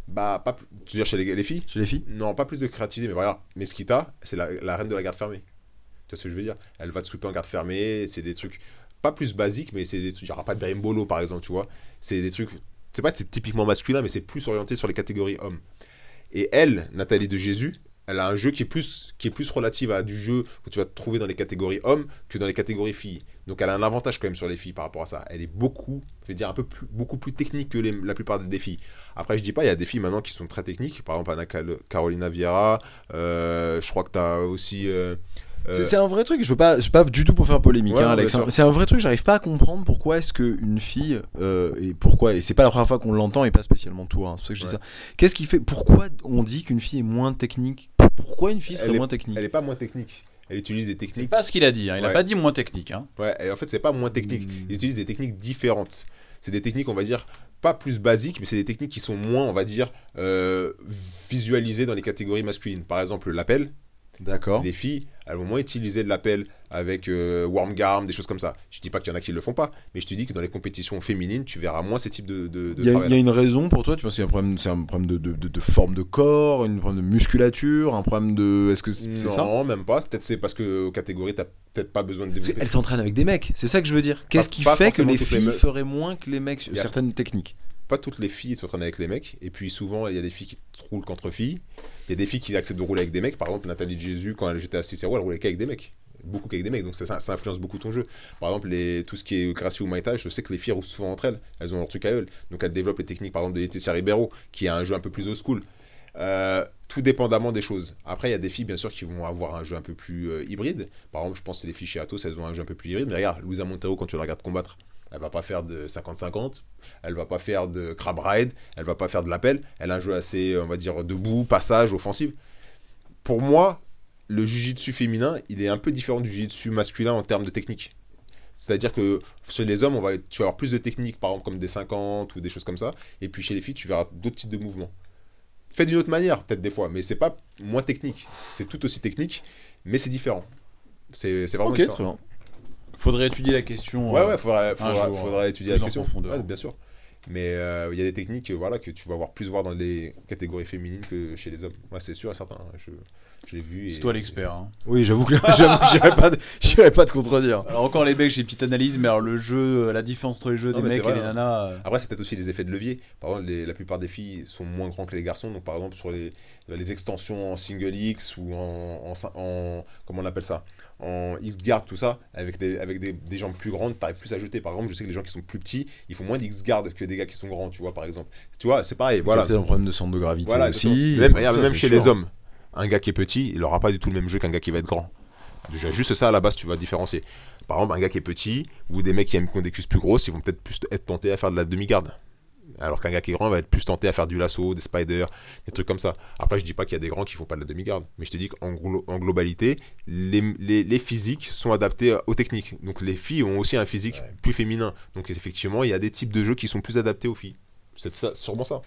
S4: Bah, pas, plus- tu veux dire chez les, les filles?
S2: Chez les filles?
S4: Non, pas plus de créativité, mais regarde, Mesquita, c'est la, la reine de la garde fermée. Tu vois ce que je veux dire? Elle va te sweeper en garde fermée, c'est des trucs pas plus basiques, mais c'est des trucs. Il n'y aura pas de Daimbolo par exemple, tu vois. C'est des trucs. C'est pas c'est typiquement masculin, mais c'est plus orienté sur les catégories hommes. Et elle, Nathalie de Jésus, elle a un jeu qui est plus, qui est plus relatif à du jeu que tu vas trouver dans les catégories hommes que dans les catégories filles. Donc elle a un avantage quand même sur les filles par rapport à ça. Elle est beaucoup, je vais dire un peu plus, beaucoup plus technique que les- la plupart des filles. Après je dis pas, il y a des filles maintenant qui sont très techniques. Par exemple Anna Cal- Carolina Vieira. euh, je crois que tu as aussi. euh,
S2: C'est
S4: euh,
S2: c'est un vrai truc, je veux pas, je suis pas du tout pour faire polémique,
S4: Ouais,
S2: hein,
S4: non,
S2: Alex.
S4: bien
S2: hein.
S4: sûr.
S2: C'est un vrai truc, j'arrive pas à comprendre pourquoi est-ce qu'une fille, euh, et pourquoi, et c'est pas la première fois qu'on l'entend, et pas spécialement toi, hein, c'est pour ça que je dis
S4: Ouais.
S2: ça. Qu'est-ce qui fait, pourquoi on dit qu'une fille est moins technique? Pourquoi une fille serait
S4: Elle est-
S2: moins technique?
S4: Elle est pas moins technique. Elle utilise des
S3: C'est
S4: techniques.
S3: pas ce qu'il a dit, hein. il a
S4: Ouais.
S3: pas dit moins technique. Hein.
S4: Ouais, et en fait, c'est pas moins technique.
S2: Hmm.
S4: Ils utilisent des techniques différentes. C'est des techniques, on va dire, pas plus basiques, mais c'est des techniques qui sont moins, on va dire, euh, visualisées dans les catégories masculines. Par exemple, l'appel.
S2: D'accord.
S4: Les filles, elles vont moins utiliser de l'appel avec euh, Wormgarm, des choses comme ça. Je dis pas qu'il y en a qui le font pas, mais je te dis que dans les compétitions féminines, tu verras moins ces types de, de, de
S2: Il y, a-
S4: travail.
S2: il y a une raison pour toi, tu penses qu'il y a un problème, c'est un problème de, de, de- de forme de corps, un problème de musculature, un problème de. Est-ce que c'est c'est ça?
S4: Non, même pas. Peut-être c'est parce que aux catégories, t'as peut-être pas besoin de
S2: Parce
S4: développer.
S2: qu'elle s'entraîne avec des mecs, c'est ça que je veux dire. Qu'est-ce qui
S4: pas
S2: fait que
S4: forcément
S2: les
S4: toutes les
S2: filles
S4: me-
S2: feraient moins que les mecs sur
S4: Il y a-
S2: certaines techniques?
S4: Pas toutes les filles s'entraînent avec les mecs. Et puis souvent, il y a des filles qui roulent qu'entre filles. Il y a des filles qui acceptent de rouler avec des mecs. Par exemple, Nathalie de Jésus, quand elle était à Cicero, elle roulait qu'avec des mecs. Beaucoup qu'avec des mecs. Donc ça, ça, ça influence beaucoup ton jeu. Par exemple, les, tout ce qui est Gracie ou Muay Thai, je sais que les filles roulent souvent entre elles. Elles ont leur truc à elles. Donc elles développent les techniques, par exemple, de Laetitia Ribeiro, qui a un jeu un peu plus old school. Euh, tout dépendamment des choses. Après, il y a des filles, bien sûr, qui vont avoir un jeu un peu plus euh, hybride. Par exemple, je pense que les filles chez Atos, elles ont un jeu un peu plus hybride. Mais regarde, Luisa Montero, quand tu la regardes combattre, elle va pas faire de cinquante cinquante, elle va pas faire de crab ride, elle va pas faire de l'appel. Elle a un jeu assez, on va dire, debout, passage, offensif. Pour moi, le jiu-jitsu féminin, il est un peu différent du jiu-jitsu masculin en termes de technique. C'est-à-dire que chez les hommes, on va, tu vas avoir plus de techniques, par exemple, comme des cinquante ou des choses comme ça. Et puis chez les filles, tu verras d'autres types de mouvements. Fait d'une autre manière, peut-être des fois, mais c'est pas moins technique. C'est tout aussi technique, mais c'est différent. C'est c'est vraiment
S2: Ok,
S4: différent.
S2: très bien.
S3: Faudrait étudier la question.
S4: Ouais,
S3: euh,
S4: ouais, faudra, faudra,
S3: jour,
S4: faudra
S3: euh,
S4: étudier
S3: plus
S4: la
S3: en
S4: question.
S3: profondeur.
S4: Ouais, bien sûr. Mais euh, il y a des techniques euh, voilà, que tu vas voir plus voir dans les catégories féminines que chez les hommes. Ouais, c'est sûr et certain. hein. Je, je l'ai vu. et-
S3: C'est toi l'expert. Hein.
S2: Oui, j'avoue que j'avoue que j'irais pas, de- j'irais pas te contredire.
S3: Alors encore les mecs, j'ai une petite analyse, mais alors le jeu, la différence entre les jeux
S4: Non,
S3: des
S4: mais
S3: mecs
S4: c'est
S3: et
S4: vrai,
S3: les
S4: hein.
S3: nanas. euh,
S4: Après, c'est peut-être aussi les effets de levier. Par exemple, les- la plupart des filles sont moins grands que les garçons. Donc, par exemple, sur les, les extensions en single X ou en, en, cin- en- comment on appelle ça, en X-guard, tout ça, avec des, avec des, des jambes plus grandes, t'arrives plus à jeter. Par exemple, je sais que les gens qui sont plus petits, ils font moins d'X-guard que des gars qui sont grands, tu vois, par exemple. Tu vois, c'est pareil.
S2: Voilà.
S4: Voilà.
S2: Peut-être un problème de centre de gravité
S4: Voilà,
S2: aussi.
S4: exactement. Même,
S2: et
S4: regarde,
S2: ça,
S4: même
S2: c'est
S4: chez
S2: sûr.
S4: les hommes, un gars qui est petit, il aura pas du tout le même jeu qu'un gars qui va être grand. Déjà, juste ça à la base, tu vas différencier. Par exemple, un gars qui est petit ou des mecs qui aiment qui ont des cuisses plus grosses, ils vont peut-être plus être tentés à faire de la demi-garde. Alors qu'un gars qui est grand va être plus tenté à faire du lasso, des spiders, des trucs comme ça. Après, je dis pas qu'il y a des grands qui font pas de la demi-garde, mais je te dis qu'en glo- en globalité, les, les, les physiques sont adaptés aux techniques. Donc les filles ont aussi un physique
S2: Ouais.
S4: plus féminin. Donc effectivement, il y a des types de jeux qui sont plus adaptés aux filles. C'est ça, sûrement ça.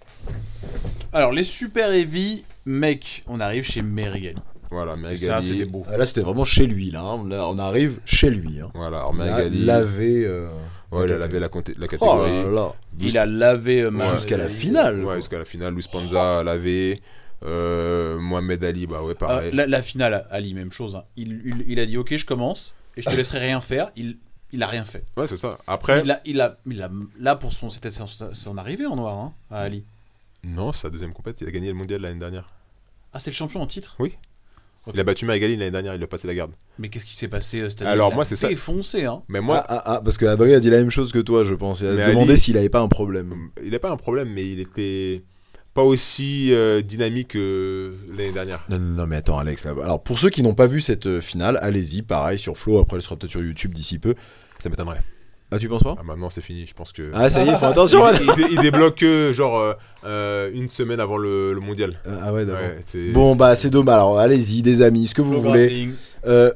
S3: Alors les super heavy, mec, on arrive chez Merigali.
S4: Voilà,
S3: Et
S4: Megali.
S3: ça, c'était beau.
S2: Ah, là, c'était vraiment chez lui. Là, hein. Là, on arrive chez lui. Hein.
S4: Voilà, alors
S2: Il a
S4: Megali.
S2: lavé. euh,
S4: Ouais, il
S2: la
S4: a lavé la, conté- la
S2: Oh
S4: catégorie.
S2: là là.
S3: Il a lavé euh,
S4: Ouais.
S2: Jusqu'à la
S3: Merigali.
S2: finale.
S4: Ouais, jusqu'à la finale. Luis Panza a lavé. Euh, Mohamed Ali, bah ouais,
S3: Ah,
S4: pareil.
S3: la, la finale, Ali, même chose. hein. Il, il, il a dit ok, je commence et je te laisserai rien faire. Il, il a rien fait.
S4: Ouais, c'est ça. Après,
S3: Il a, il a, il a, là pour son, c'était son, son arrivée en noir, hein, à Ali.
S4: non, c'est sa deuxième compète. Il a gagné le mondial l'année dernière.
S3: Ah, c'est le champion en titre.
S4: Oui.
S3: Ok.
S4: Il a battu Megali l'année dernière. Il a passé la garde.
S3: Mais qu'est-ce qui s'est passé euh, cette année
S4: Alors,
S3: Il a
S4: moi, c'est ça.
S3: défoncé, hein.
S4: Mais moi,
S2: Ah, ah, ah, parce que Adrien a dit la même chose que toi, je pense. Il a
S4: Mais
S2: se demandé
S4: Ali-
S2: s'il avait pas un problème.
S4: il n'a pas un problème, mais il était pas aussi euh, dynamique que l'année dernière.
S2: Non, non, non, mais attends, Alex. Là, alors, pour ceux qui n'ont pas vu cette euh, finale, allez-y, pareil, sur Flow. Après, elle sera peut-être sur YouTube d'ici peu.
S4: Ça m'étonnerait.
S2: Ah, tu penses pas?
S4: Ah, maintenant, c'est fini. Je pense que.
S2: Ah, ça y est, faut attention.
S4: il, il, dé- il débloque que, genre euh, euh, une semaine avant le, le mondial.
S2: Ah ouais, d'accord.
S4: Ouais, c'est-
S2: Bon, bah, c'est dommage. Alors, allez-y, des amis, ce que vous
S3: Flow
S2: voulez.
S3: grappling.
S2: Euh,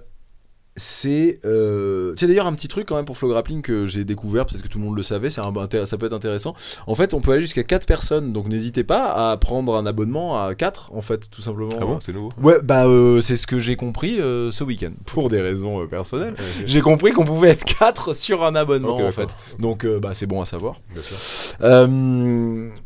S2: c'est euh, c'est d'ailleurs un petit truc quand même pour Flow Grappling que j'ai découvert, peut-être que tout le monde le savait, c'est un, intér- ça peut être intéressant. En fait, on peut aller jusqu'à quatre personnes, donc n'hésitez pas à prendre un abonnement à quatre en fait, tout simplement.
S4: Ah bon, c'est nouveau.
S2: Ouais, bah euh, c'est ce que j'ai compris euh, ce week-end, pour des raisons euh, personnelles.
S4: Ouais, ok.
S2: J'ai compris qu'on pouvait être quatre sur un abonnement
S4: Ok,
S2: en
S4: d'accord.
S2: fait, donc euh, bah, c'est bon à savoir.
S4: Bien sûr.
S2: Euh,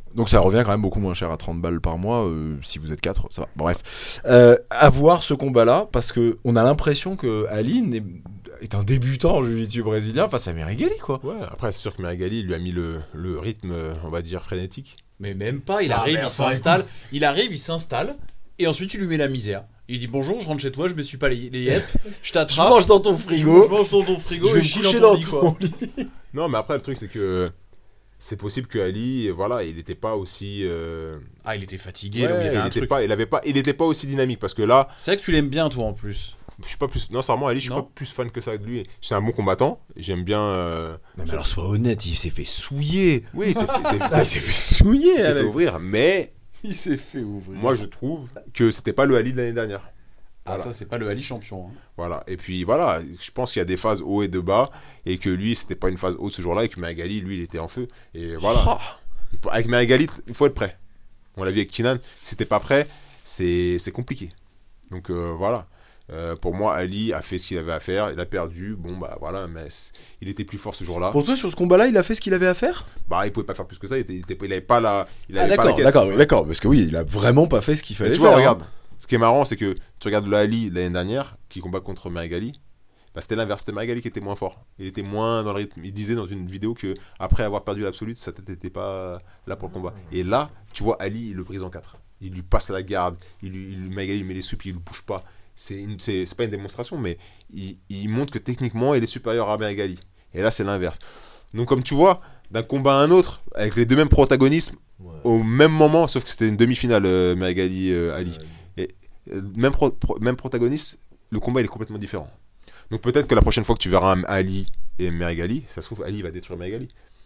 S2: Donc ça revient quand même beaucoup moins cher à trente balles par mois, euh, si vous êtes quatre, ça va. Bref, euh, à voir ce combat-là, parce que on a l'impression que Ali n'est- est un débutant en jiu-jitsu brésilien face à Meregali, quoi.
S4: Ouais, après, c'est sûr que Meregali lui a mis le, le rythme, euh, on va dire, frénétique.
S3: Mais même pas, il
S2: Ah,
S3: arrive,
S2: mais
S3: il
S2: enfin,
S3: s'installe, il arrive, il s'installe, et ensuite tu lui mets la misère. Il dit bonjour, je rentre chez toi, je me suis pas les, les yep, je
S2: Je
S3: t'attrape,
S2: mange dans ton
S3: je,
S2: frigo,
S3: je mange dans ton frigo
S2: je
S3: et
S2: vais
S3: je
S2: me
S3: chie
S2: coucher
S3: dans
S2: dans
S3: ton lit, quoi.
S2: ton lit.
S4: Non, mais après, le truc, c'est que c'est possible que Ali, voilà, il n'était pas aussi. euh,
S3: Ah, il était fatigué,
S4: ouais,
S3: donc il y avait
S4: il
S3: un
S4: était
S3: truc.
S4: pas, il avait pas, il était pas aussi dynamique parce que là,
S3: C'est vrai que tu l'aimes bien, toi, en plus.
S4: je suis pas plus. Non, sincèrement, Ali, je suis
S3: Non.
S4: pas plus fan que ça de lui. C'est un bon combattant. J'aime bien. euh,
S2: Non mais alors sois honnête, il s'est fait souiller.
S4: Oui, c'est fait, c'est-
S2: Ah,
S4: c'est-
S2: il s'est fait souiller,
S4: il s'est fait
S2: Alex.
S4: ouvrir, mais
S3: Il s'est fait ouvrir.
S4: moi, je trouve que c'était pas le Ali de l'année dernière.
S3: Ah,
S4: Voilà.
S3: ça, c'est pas le Ali champion. hein.
S4: Voilà. Et puis voilà, je pense qu'il y a des phases haut et de bas, et que lui, c'était pas une phase haute ce jour-là, et que Meregali, lui, il était en feu. Et voilà.
S2: Oh.
S4: Avec Meregali, il faut être prêt. On l'a vu avec Kinan, si t'es pas prêt, c'est c'est compliqué. Donc euh, voilà. Euh, pour moi, Ali a fait ce qu'il avait à faire, il a perdu, bon bah voilà, mais c- il était plus fort ce jour-là.
S2: Pour toi, sur ce combat-là, il a fait ce qu'il avait à faire?
S4: Bah il pouvait pas faire plus que ça, il, était, il, était- il avait pas la, il
S2: Ah,
S4: avait pas la
S2: d'accord,
S4: caisse.
S2: d'accord, oui, d'accord, parce que oui, il a vraiment pas fait ce qu'il fallait
S4: Mais tu
S2: faire.
S4: vois,
S2: hein.
S4: regarde, ce qui est marrant, c'est que tu regardes le Ali de l'année dernière, qui combat contre Meregali, bah, c'était l'inverse, c'était Meregali qui était moins fort. Il était moins dans le rythme. Il disait dans une vidéo que après avoir perdu l'absolute, sa tête n'était pas là pour le combat. Et là, tu vois, Ali, il le brise en quatre. Il lui passe la garde, il lui, il, Meregali, il met les soupes, il ne bouge pas. C'est, une, c'est, c'est pas une démonstration, mais il, il montre que techniquement, il est supérieur à Meregali. Et là, c'est l'inverse. Donc, comme tu vois, d'un combat à un autre, avec les deux mêmes protagonismes,
S2: Ouais.
S4: au même moment, sauf que c'était une demi-finale, euh, Meregali-Ali.
S2: Ouais.
S4: Euh, même, pro- pro- même protagoniste, le combat il est complètement différent. Donc peut-être que la prochaine fois que tu verras un Ali et Meregali, ça se trouve Ali va détruire Meregali.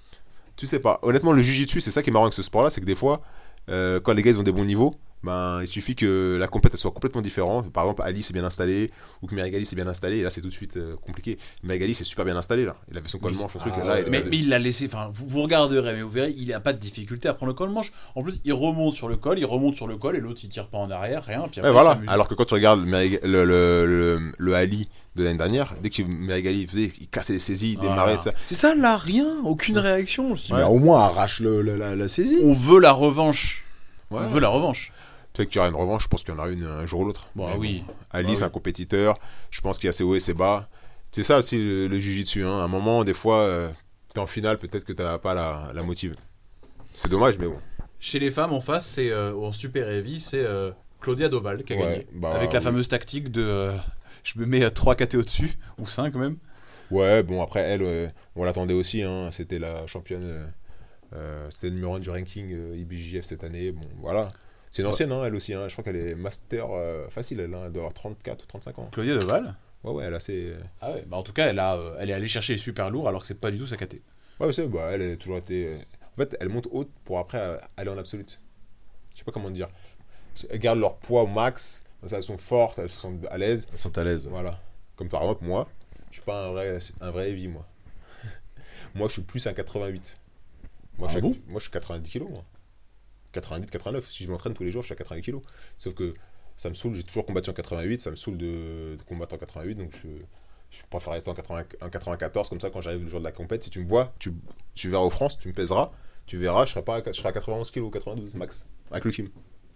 S4: Tu sais pas. Honnêtement, le jiu-jitsu, c'est ça qui est marrant avec ce sport-là, c'est que des fois, euh, quand les gars ils ont des bons niveaux, ben il suffit que la compète elle soit complètement différente. Par exemple, Ali s'est bien installé ou que Meregali s'est bien installé, et là c'est tout de suite euh, compliqué. Meregali c'est super bien installé là. Il avait son col
S3: Oui.
S4: manche, son truc.
S2: Ah,
S4: et là,
S2: ouais,
S4: il-
S3: Mais, mais il l'a laissé, enfin, vous, vous regarderez, mais vous verrez, il n'a pas de difficulté à prendre le col manche. En plus, il remonte sur le col, il remonte sur le col, et l'autre il tire pas en arrière, rien. Puis après,
S4: Ouais,
S3: il
S4: voilà.
S3: s'amuse.
S4: Alors que quand tu regardes Mereg- le, le, le, le Ali de l'année dernière, dès que Meregali faisait, il cassait les saisies, il
S3: Voilà.
S4: démarrait, ça.
S2: C'est ça, là, rien, aucune réaction. Je me dis,
S4: Ouais.
S2: mais au moins arrache le, le- la, la saisie.
S3: On veut la revanche.
S4: Ouais.
S3: On veut la revanche.
S4: Peut-être qu'il y aura une revanche, je pense qu'il y en aura une un jour ou l'autre.
S3: Bon,
S4: Mais
S3: ah oui.
S4: Ali,
S3: Ah
S4: c'est
S3: oui.
S4: un compétiteur. Je pense qu'il y a ses hauts et ses bas. C'est ça aussi le, le jiu-jitsu. Hein. À un moment, des fois, euh, t'es en finale, peut-être que t'as pas la, la motive. C'est dommage, mais bon.
S3: Chez les femmes, en face, c'est euh, en super heavy, c'est euh, Claudia Doval qui a
S4: Ouais,
S3: gagné.
S4: bah,
S3: avec la
S4: oui.
S3: fameuse tactique de. euh, je me mets trois K T au-dessus, ou cinq même.
S4: Ouais, bon, après, elle, euh, on l'attendait aussi. Hein. C'était la championne. euh, euh, c'était le numéro un du ranking euh, I B J F cette année. Bon, voilà. C'est une ancienne, hein, elle aussi. Hein. Je crois qu'elle est master euh, facile, elle. Hein. Elle doit avoir trente-quatre ou trente-cinq ans.
S3: Claudia Doval.
S4: Ouais, ouais, elle a assez. euh,
S3: Ah ouais, bah en tout cas, elle, a, euh, elle est allée chercher les super lourds alors que c'est pas du tout sa K T.
S4: Ouais, c'est, bah, elle a toujours été. euh, En fait, elle monte haute pour après euh, aller en absolute. Je sais pas comment dire. Elles gardent leur poids au max. Comme ça, elles sont fortes, elles se sentent à l'aise.
S2: Elles sont à l'aise.
S4: Voilà. Comme par exemple, moi, je suis pas un vrai, un vrai heavy, moi. Moi, je suis plus un quatre-vingt-huit. Moi,
S2: Ah
S4: je, suis,
S2: bon
S4: moi je suis quatre-vingt-dix kilos, moi. quatre-vingt-dix, quatre-vingt-neuf. Si je m'entraîne tous les jours, je suis à quatre-vingts kilos. Sauf que ça me saoule, j'ai toujours combattu en quatre-vingt-huit, ça me saoule de, de combattre en quatre-vingt-huit, donc je, je préfère être en, quatre-vingts en quatre-vingt-quatorze, comme ça, quand j'arrive le jour de la compète, si tu me vois, tu, tu verras aux France, tu me pèseras, tu verras, je serai, pas à, je serai à quatre-vingt-onze kilos, quatre-vingt-douze max, avec le Kim.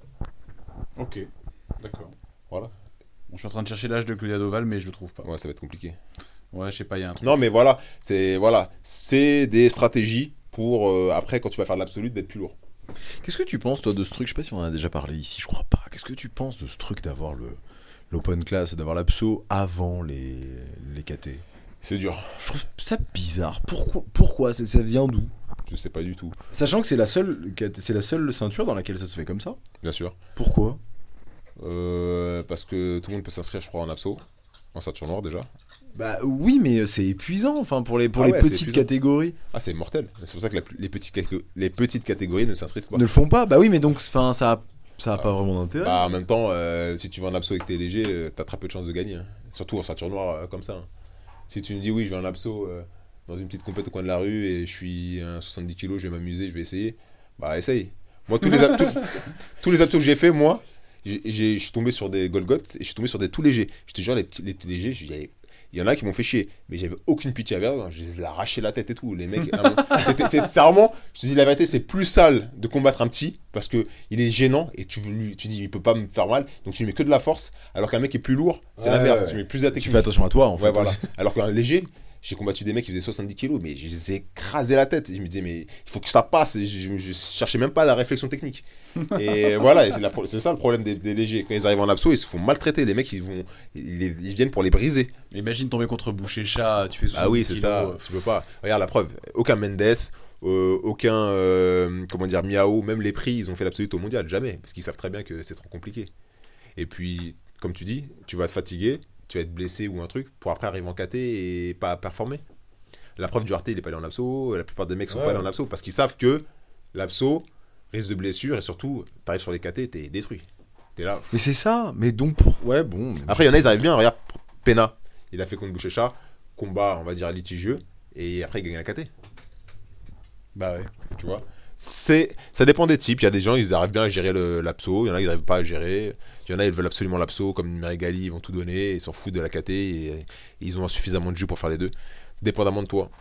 S3: Ok, d'accord.
S4: Voilà.
S3: Bon, je suis en train de chercher l'âge de Claudia Doval, mais je le trouve pas.
S4: Ouais, ça va être compliqué.
S3: Ouais, je sais pas, il y a un truc.
S4: Non, mais voilà, c'est voilà, c'est des stratégies pour, euh, après, quand tu vas faire de l'absolu, d'être plus lourd.
S2: Qu'est-ce que tu penses, toi, de ce truc? Je sais pas si on en a déjà parlé ici, je crois pas. Qu'est-ce que tu penses de ce truc d'avoir le l'open class, d'avoir l'abso avant les, les K T?
S4: C'est dur,
S2: Je trouve ça bizarre. Pourquoi, pourquoi C'est- Ça vient d'où?
S4: je sais pas du tout,
S2: Sachant que c'est la seule K T c'est la seule ceinture dans laquelle ça se fait comme ça.
S4: bien sûr.
S2: Pourquoi?
S4: Euh, parce que tout le monde peut s'inscrire, je crois, en abso, en ceinture noire déjà.
S2: Bah oui, mais c'est épuisant, enfin pour les pour
S4: Ah
S2: les
S4: ouais, c'est
S2: petites
S4: épuisant.
S2: catégories.
S4: Ah, c'est mortel. C'est pour ça que la plus- les, petites catégo- les petites catégories ne s'inscrivent pas.
S2: Ne le font pas. Bah oui, mais donc enfin ça a, ça a
S4: Ah.
S2: pas vraiment d'intérêt.
S4: Bah, en même temps, euh, si tu vas en abso et que t'es léger, euh, t'as très peu de chances de gagner. Hein. Surtout en ceinture noire euh, comme ça. Hein. Si tu me dis oui, je vais en abso euh, dans une petite compète au coin de la rue et je suis un soixante-dix kilos, je vais m'amuser, je vais essayer. Bah, essaye. Moi, tous les, ab- tous, tous les absos que j'ai fait, moi, j'ai- j'ai- je suis tombé sur des Golgoth et je suis tombé sur des tout légers. Je te jure, les petits les tout légers, j'y avais- Il y en a qui m'ont fait chier, mais j'avais aucune pitié avec eux. Je les ai arraché la tête et tout. Les mecs, ah, c'était, c'est, c'est vraiment, je te dis la vérité, c'est plus sale de combattre un petit parce que il est gênant et tu lui, tu dis il peut pas me faire mal, donc tu lui mets que de la force. Alors qu'un mec qui est plus lourd, c'est
S2: Ouais,
S4: l'inverse.
S2: ouais.
S4: Tu mets plus de la technique.
S2: Tu fais attention à toi en fait.
S4: Ouais, voilà. Alors qu'un léger, j'ai combattu des mecs qui faisaient soixante-dix kilos, mais je les ai écrasé la tête. Je me disais, mais il faut que ça passe. Et je, je, je cherchais même pas la réflexion technique. Et voilà, et c'est, la, c'est ça le problème des, des légers. Quand ils arrivent en abso, ils se font maltraiter. Les mecs, ils, vont, ils, ils viennent pour les briser.
S3: Imagine tomber contre Boucher-Chat, tu fais
S4: Ah oui, c'est
S3: kilos,
S4: ça.
S3: euh,
S4: Tu peux pas. Regarde la preuve. Aucun Mendes, euh, aucun euh, comment dire, Miao, même les prix, ils ont fait l'absolute au mondial. Jamais. Parce qu'ils savent très bien que c'est trop compliqué. Et puis, comme tu dis, tu vas te fatiguer, tu vas être blessé ou un truc pour après arriver en K T et pas performer. La preuve, Duarte, il n'est pas allé en abso. La plupart des mecs sont
S2: Ouais.
S4: pas allés en abso parce qu'ils savent que l'abso risque de blessure et surtout, t'arrives sur les K T, t'es détruit. T'es là.
S2: Mais c'est ça. Mais donc pour. Ouais, bon.
S4: Après, il y en a, ils arrivent bien. Regarde, Pena, il a fait contre Boucher-Chat, combat, on va dire, litigieux, et après, il gagne la K T.
S3: Bah ouais.
S4: Tu vois, c'est, ça dépend des types. Il y a des gens, ils arrivent bien à gérer le, l'abso. Il y en a, ils n'arrivent pas à gérer. Il y en a, ils veulent absolument l'abso, comme Merigali, ils vont tout donner, ils s'en foutent de la K T, et, et ils ont suffisamment de jus pour faire les deux, dépendamment de toi.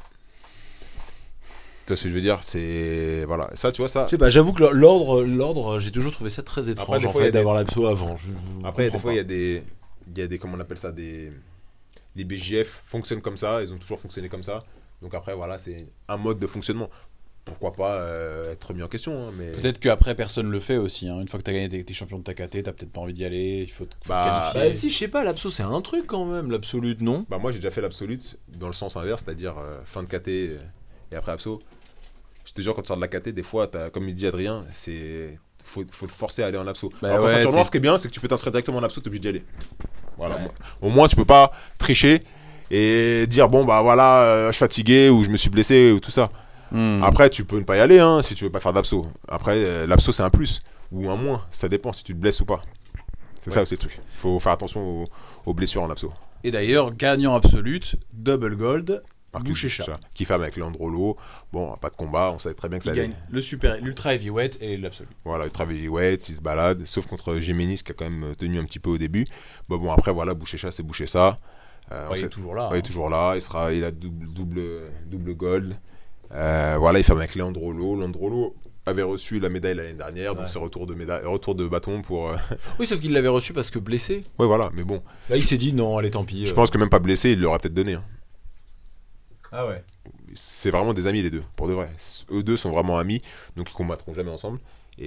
S4: Tu vois ce que je veux dire, c'est voilà, ça, tu vois ça.
S2: Je sais pas, j'avoue que l'ordre, l'ordre, j'ai toujours trouvé ça très étrange
S4: Après, des
S2: en
S4: fois, il y
S2: fait
S4: a des-
S2: d'avoir l'abso avant. Je- je
S4: Après, des
S2: comprends
S4: fois, il y
S2: pas.
S4: a des, il y a des, comment on appelle ça, des, des B J F fonctionnent comme ça. Ils ont toujours fonctionné comme ça. Donc après, voilà, c'est un mode de fonctionnement. Pourquoi pas euh, être remis en question, hein, mais
S3: Peut-être qu'après personne le fait aussi. Hein. Une fois que t'as gagné tes, tes champions de ta K T, t'as peut-être pas envie d'y aller. Il faut, te- faut
S4: Bah,
S3: te qualifier.
S2: Bah si, je sais pas, l'abso c'est un truc quand même, l'absolute, non?
S4: bah moi j'ai déjà fait l'absolute dans le sens inverse, c'est-à-dire euh, fin de K T euh, et après abso. Je te jure, quand tu sors de la K T, des fois, t'as, comme il dit Adrien, c'est faut, faut te forcer à aller en abso.
S3: Bah
S4: Alors pour
S3: ouais,
S4: ceinture noire,
S3: t'es-
S4: ce qui est bien, c'est que tu peux t'inscrire directement en abso, t'es obligé d'y aller. Voilà.
S3: Ouais.
S4: Moi- Au moins, tu peux pas tricher et dire bon bah voilà, euh, je suis fatigué ou je me suis blessé ou tout ça.
S3: Hmm.
S4: Après, tu peux ne pas y aller hein, si tu veux pas faire d'abso. Après, euh, l'abso c'est un plus ou un moins, ça dépend si tu te blesses ou pas. C'est
S3: Ouais.
S4: ça aussi le truc. Faut faire attention aux, aux blessures en abso.
S3: Et d'ailleurs, gagnant absolute, double gold,
S4: Marcus
S3: Boucher-Chat.
S4: Boucher-Chat, qui fait avec Leandrolo. Bon, pas de combat, on savait très bien que
S3: Qui
S4: ça allait.
S3: gagne le super, l'ultra heavyweight et l'absolu.
S4: Voilà, il travaille heavyweight, il se balade, sauf contre Géménis qui a quand même tenu un petit peu au début. Bon, bon après, voilà, Boucher-Chat, c'est Boucher-Ça. Euh, on
S3: Ouais, il
S4: sait-
S3: est toujours là.
S4: ouais, il est
S3: hein.
S4: toujours là, il, sera, il a double, double, double gold. Euh, voilà, il fait avec Leandrolo. Leandrolo avait reçu la médaille l'année dernière, donc
S3: Ouais.
S4: c'est retour de, médaille, retour de bâton pour. euh,
S2: Oui, sauf qu'il l'avait reçu parce que blessé.
S4: Ouais, voilà, mais bon,
S2: Là, il s'est dit non, allez, tant pis.
S4: je
S2: euh.
S4: pense que même pas blessé, il l'aurait peut-être donné. hein.
S2: Ah ouais.
S4: C'est vraiment des amis les deux, pour de vrai. Eux deux sont vraiment amis, donc ils combattront jamais ensemble.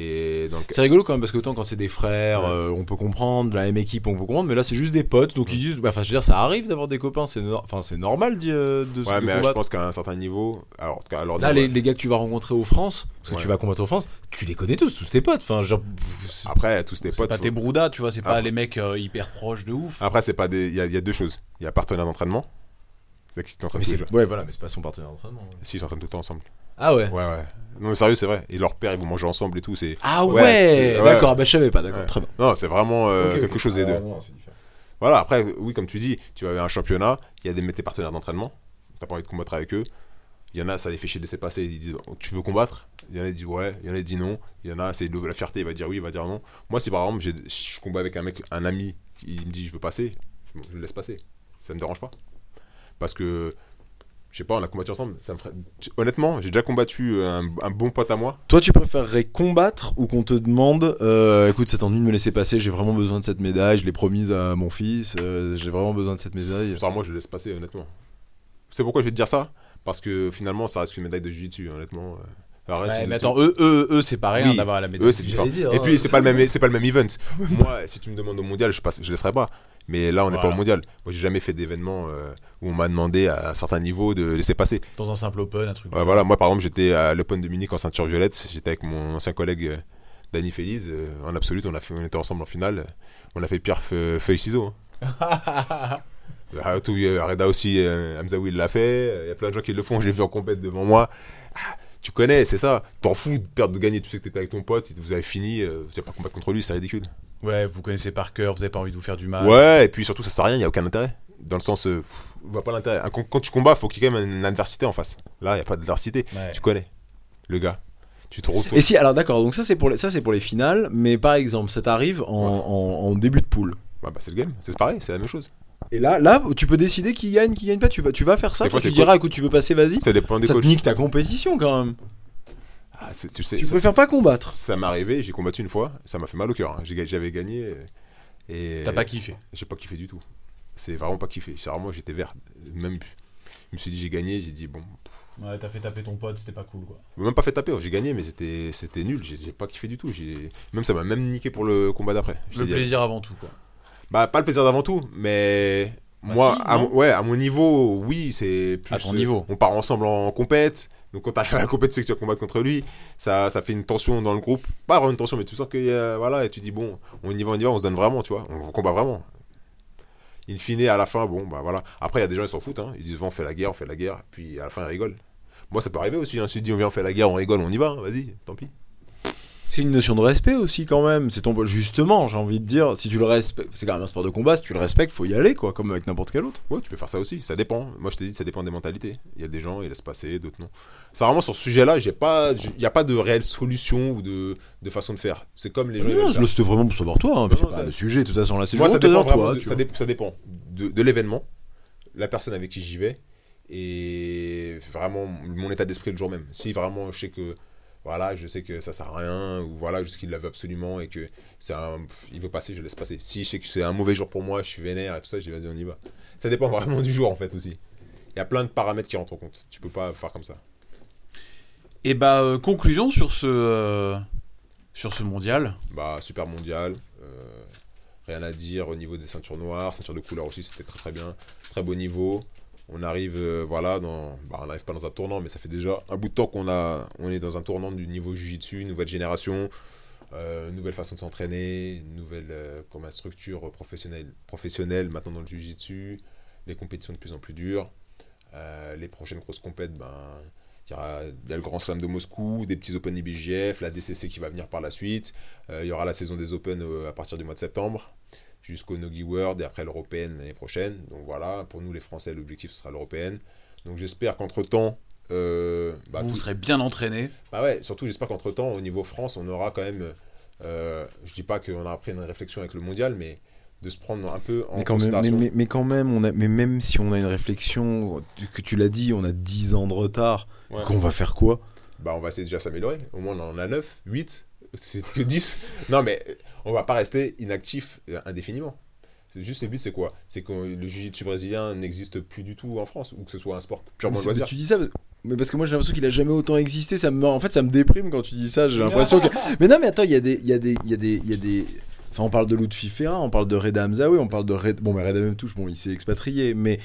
S4: Et donc,
S2: C'est rigolo quand même parce que autant quand c'est des frères,
S4: Ouais.
S2: euh, on peut comprendre, la même équipe, on peut comprendre, mais là c'est juste des potes, donc ils disent, bah, enfin je veux dire, ça arrive d'avoir des copains, c'est, no- enfin c'est normal d'y, euh, de,
S4: ouais,
S2: de
S4: mais je
S2: combattre.
S4: pense qu'à un certain niveau, alors en tout cas, alors
S2: Là, les, les gars que tu vas rencontrer aux France, parce que
S4: Ouais.
S2: tu vas combattre aux France, tu les connais tous, tous tes potes. Enfin, genre, c'est-
S4: après tous tes
S3: C'est
S4: potes.
S3: pas
S4: faut-
S3: tes broudas, tu vois, c'est pas
S4: Après-
S3: les mecs euh, hyper proches de ouf.
S4: Après, c'est pas des. Il y, a- il y a deux choses. Il y a partenaire d'entraînement. C'est que si tu t'entraînes
S2: mais
S4: tous les
S2: c'est,
S4: jours.
S2: ouais, voilà, mais c'est pas son partenaire d'entraînement. ouais.
S4: Si, ils s'entraînent tout le temps ensemble.
S2: Ah ouais.
S4: Ouais, ouais. Non, mais sérieux, c'est vrai. Et leur père, ils vont manger ensemble et tout. C'est.
S2: Ah
S4: Ouais,
S2: ouais,
S4: c'est- ouais.
S2: d'accord, bah je savais pas, d'accord,
S4: Ouais.
S2: très bien.
S4: Non, c'est vraiment euh,
S2: Ok, ok.
S4: quelque chose des deux.
S2: Ah, non, c'est différent.
S4: Voilà, après, oui, comme tu dis, tu vas à un championnat, il y a des tes partenaires d'entraînement. T'as pas envie de combattre avec eux. Il y en a, ça les fait chier de laisser passer. Ils disent, oh, tu veux combattre? Il y en a qui disent ouais, il y en a qui disent non. Il y en a, c'est de la fierté, il va dire oui, il va dire non. Moi, si par exemple, j'ai- je combats avec un mec, un ami, il me dit je veux passer, je le laisse passer. Ça me dérange pas. Parce que, je sais pas, on a combattu ensemble. Ça me ferait... Honnêtement, j'ai déjà combattu un, un bon pote à moi.
S2: Toi, tu préférerais combattre ou qu'on te demande, euh, écoute, ça t'ennuie de me laisser passer, j'ai vraiment besoin de cette médaille, je l'ai promise à mon fils, euh, j'ai vraiment besoin de cette médaille.
S4: Genre, moi, je le laisse passer, honnêtement. C'est pourquoi je vais te dire ça? Parce que finalement, ça reste une médaille de jiu-jitsu, honnêtement. Arrête,
S3: Ouais,
S4: tu-
S3: mais
S4: tu-
S3: attends, eux, eux, eux c'est pas rien
S4: Oui,
S3: d'avoir la médaille.
S4: Eux, c'est différent.
S2: J'allais dire,
S4: Et
S2: hein,
S4: puis, c'est
S2: c'est
S4: pas, le
S2: bien.
S4: même, c'est pas le même event. Moi, si tu me demandes au mondial, je, passe, je laisserai pas. Mais là, on n'est
S3: Voilà.
S4: pas au mondial. Moi, j'ai jamais fait d'événement euh, où on m'a demandé à un certain niveau de laisser passer.
S3: Dans un simple open, un truc.
S4: Ouais, voilà. Moi, par exemple, j'étais à l'Open de Munich en ceinture violette. J'étais avec mon ancien collègue euh, Danny Feliz. Euh, en absolu, on, a fait, on était ensemble en finale. On a fait pierre, fe- feuille, ciseaux. Hein. Ah, tout, euh, Reda aussi, euh, Hamzaoui l'a fait. Il y a plein de gens qui le font. J'ai vu en compète devant moi. Ah, tu connais, c'est ça. T'en fous de perdre, de gagner. Tu sais que t'étais avec ton pote, vous avez fini, euh, vous n'avez pas combattre contre lui, c'est ridicule.
S3: Ouais, vous connaissez par cœur, vous avez pas envie de vous faire du mal.
S4: Ouais, et puis surtout, ça sert à rien, il n'y a aucun intérêt. Dans le sens, euh, on voit pas l'intérêt. Quand, quand tu combats, il faut qu'il y ait quand même une adversité en face. Là, il n'y a pas d'adversité.
S3: Ouais.
S4: Tu connais le gars. Tu te retournes.
S2: Et si, alors d'accord, donc ça c'est pour les, ça c'est pour les finales, mais par exemple, ça t'arrive en,
S4: Ouais.
S2: en, en début de poule.
S4: Ouais, bah, c'est le game, c'est pareil, c'est la même chose.
S2: Et là, là, tu peux décider qui gagne, qui gagne pas. Tu vas, tu vas faire ça.
S4: Des fois,
S2: Tu
S4: c'est
S2: diras,
S4: coach.
S2: écoute, tu veux passer, vas-y.
S4: Ça dépend des
S2: Ça te
S4: coachs.
S2: nique ta compétition quand même.
S4: Ah, c'est- tu sais,
S2: Tu
S4: ça-
S2: préfères pas combattre.
S4: Ça m'est arrivé, j'ai combattu une fois, ça m'a fait mal au cœur. hein. J'ai ga- J'avais gagné et.
S3: T'as pas kiffé.
S4: J'ai pas kiffé du tout. C'est vraiment pas kiffé. C'est vraiment, j'étais vert. Même, je me suis dit, j'ai gagné, j'ai dit, bon.
S3: Ouais, t'as fait taper ton pote, c'était pas cool quoi.
S4: Même pas fait taper, j'ai gagné, mais c'était c'était nul. J'ai j'ai pas kiffé du tout. J'ai- Même ça m'a même niqué pour le combat d'après. Je
S3: Le
S4: t'ai dit,
S3: plaisir avant tout quoi.
S4: Bah, pas le plaisir d'avant tout, mais.
S3: Bah
S4: Moi,
S3: si,
S4: à,
S3: non
S4: mon- ouais, à mon niveau, oui, c'est plus.
S3: À ton niveau.
S4: On part ensemble en compète. Donc quand t'arrives à la compète, tu sais que tu vas combattre contre lui. Ça, ça fait une tension dans le groupe. Pas vraiment une tension, mais tu sens que euh, voilà, et tu dis bon, on y va, on y va, on se donne vraiment, tu vois. On combat vraiment. In fine, à la fin, bon, bah voilà. Après, il y a des gens, ils s'en foutent. Hein. Ils disent, on fait la guerre, on fait la guerre. Puis à la fin, ils rigolent. Moi, ça peut arriver aussi. Hein. Si tu dis, on vient, on fait la guerre, on rigole, on y va. hein. Vas-y, tant pis.
S2: C'est une notion de respect aussi quand même. C'est ton justement, j'ai envie de dire, si tu le respectes, c'est quand même un sport de combat. Si tu le respectes, faut y aller quoi, comme avec n'importe quel autre.
S4: Ouais, tu peux faire ça aussi. Ça dépend. Moi, je te dis, ça dépend des mentalités. Il y a des gens, ils laissent passer, d'autres non. C'est vraiment sur ce sujet-là, j'ai pas, il n'y a pas de réelle solution ou de, de façon de faire. C'est comme les gens. ils
S2: Non,
S4: veulent
S2: je
S4: faire.
S2: le c'était vraiment pour savoir toi. Hein, puis
S4: Non,
S2: c'est
S4: non,
S2: pas
S4: ça-
S2: le sujet, de toute façon là, c'est
S4: Moi,
S2: juste
S4: ça
S2: pour te
S4: dépend
S2: dire,
S4: vraiment
S2: toi.
S4: de,
S2: tu
S4: ça,
S2: vois.
S4: dé- ça dépend de, de l'événement, la personne avec qui j'y vais et vraiment mon état d'esprit le jour même. Si vraiment je sais que voilà, je sais que ça sert à rien ou voilà, je sais qu'il la veut absolument et que c'est un, il veut passer, je laisse passer. Si je sais que c'est un mauvais jour pour moi, je suis vénère et tout ça, je dis vas-y on y va. Ça dépend vraiment du jour en fait aussi. Il y a plein de paramètres qui rentrent en compte. Tu peux pas faire comme ça.
S3: Et bah euh, conclusion sur ce euh, sur ce mondial.
S4: Bah super mondial. euh, rien à dire au niveau des ceintures noires, ceintures de couleur aussi, c'était très très bien, très beau niveau. On arrive, euh, voilà, dans, bah, on n'arrive pas dans un tournant, mais ça fait déjà un bout de temps qu'on a, on est dans un tournant du niveau Jiu-Jitsu, nouvelle génération, euh, nouvelle façon de s'entraîner, nouvelle euh, comme une structure professionnelle, professionnelle maintenant dans le Jiu-Jitsu, les compétitions de plus en plus dures, euh, les prochaines grosses compètes, ben il y aura il y a le Grand Slam de Moscou, des petits Open I B J F, la D C C qui va venir par la suite, euh, il y aura la saison des Open euh, à partir du mois de septembre. Jusqu'au Nogi World et après l'européenne l'année prochaine. Donc voilà, pour nous les Français, l'objectif ce sera l'européenne. Donc j'espère qu'entre temps, euh, bah,
S3: vous
S4: tout-
S3: serez bien entraîné.
S4: bah ouais, surtout j'espère qu'entre temps, au niveau France, on aura quand même, euh, je dis pas qu'on aura pris une réflexion avec le mondial, mais de se prendre un peu en
S2: Mais quand, même, mais,
S4: considération.
S2: mais- mais quand même, on a, mais même si on a une réflexion, que tu l'as dit, on a dix ans de retard,
S4: Ouais.
S2: qu'on va faire quoi?
S4: Bah on va essayer déjà de s'améliorer. Au moins on en a neuf, huit, c'est que dix. Non mais on va pas rester inactif euh, indéfiniment. C'est juste le but c'est quoi? C'est que le jiu-jitsu brésilien n'existe plus du tout en France ou que ce soit un sport purement
S2: Mais c'est-
S4: loisir.
S2: Tu dis ça parce... Mais parce que moi j'ai l'impression qu'il a jamais autant existé, ça me... en fait ça me déprime quand tu dis ça, j'ai l'impression que... Mais non mais attends, il y a des... Il y a des... Il y a des... Il y a des... Enfin on parle de Lutfi Ferra, on parle de Reda Hamzaoui, on parle de Red... Bon mais Reda Memtouche, bon il s'est expatrié, mais...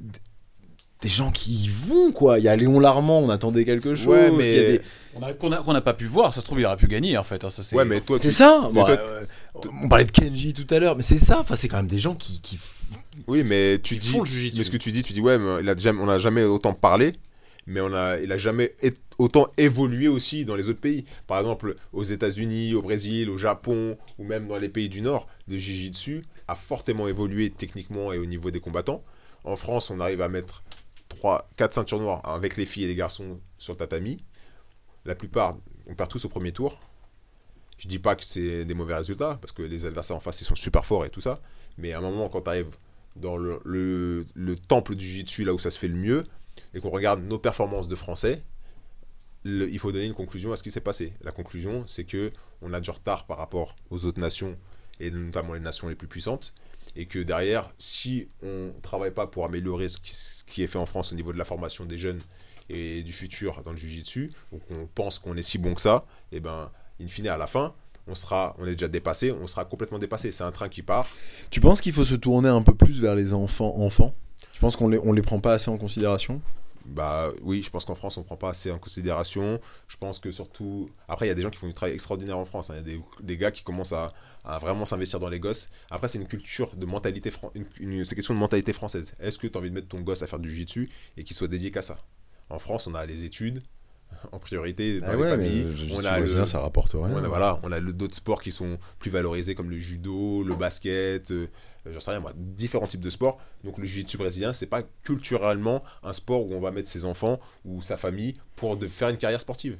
S2: Des gens qui y vont quoi, il y a Léon Larmand, on attendait quelque chose,
S4: Ouais,
S2: il
S4: mais-
S2: y a des...
S3: On a- Qu'on a, qu'on n'a pas pu voir, ça se trouve il aurait pu gagner en fait. hein, ça, c'est...
S4: Ouais mais toi
S2: C'est
S4: tu...
S2: ça
S4: mais
S2: Bon,
S4: toi-
S2: euh, On parlait de Kenji tout à l'heure, mais c'est ça, enfin c'est quand même des gens qui... qui...
S4: Oui, mais tu
S3: Ils
S4: dis,
S3: font le jiu-jitsu.
S4: mais ce que tu dis, tu dis ouais, mais il a jamais, on n'a jamais autant parlé, mais on a, il a jamais é- autant évolué aussi dans les autres pays. Par exemple, aux États-Unis, au Brésil, au Japon, ou même dans les pays du Nord, le jiu-jitsu a fortement évolué techniquement et au niveau des combattants. En France, on arrive à mettre trois, quatre ceintures noires avec les filles et les garçons sur le tatami. La plupart, on perd tous au premier tour. Je dis pas que c'est des mauvais résultats, parce que les adversaires en face, ils sont super forts et tout ça. Mais à un moment, quand tu arrives dans le, le, le temple du jiu-jitsu, là où ça se fait le mieux, et qu'on regarde nos performances de Français, le- il faut donner une conclusion à ce qui s'est passé. La conclusion, c'est que on a du retard par rapport aux autres nations, et notamment les nations les plus puissantes, et que derrière, si on ne travaille pas pour améliorer ce qui, ce qui est fait en France au niveau de la formation des jeunes et du futur dans le jiu-jitsu, donc on pense qu'on est si bon que ça, et ben, in fine, à la fin, on sera, on est déjà dépassé, on sera complètement dépassé. C'est un train qui part.
S2: Tu penses qu'il faut se tourner un peu plus vers les enfants enfants? Tu penses qu'on les, on les prend pas assez en considération?
S4: Bah oui, je pense qu'en France, on ne prend pas assez en considération. Je pense que surtout... Après, il y a des gens qui font du travail extraordinaire en France. hein. Il y a des, des gars qui commencent à, à vraiment s'investir dans les gosses. Après, c'est une culture de mentalité... fran- Une, une, c'est question de mentalité française. Est-ce que tu as envie de mettre ton gosse à faire du jiu-jitsu et qu'il soit dédié qu'à ça? En France, on a les études en priorité dans
S2: Ah
S4: les
S2: ouais, mais
S4: familles.
S2: le jiu-jitsu
S4: On a
S2: brésilien,
S4: le-
S2: ça rapporte rien.
S4: On a, voilà, on a le- d'autres sports qui sont plus valorisés comme le judo, le basket, euh, j'en sais rien moi, différents types de sports. Donc le jiu-jitsu brésilien, c'est pas culturellement un sport où on va mettre ses enfants ou sa famille pour de faire une carrière sportive.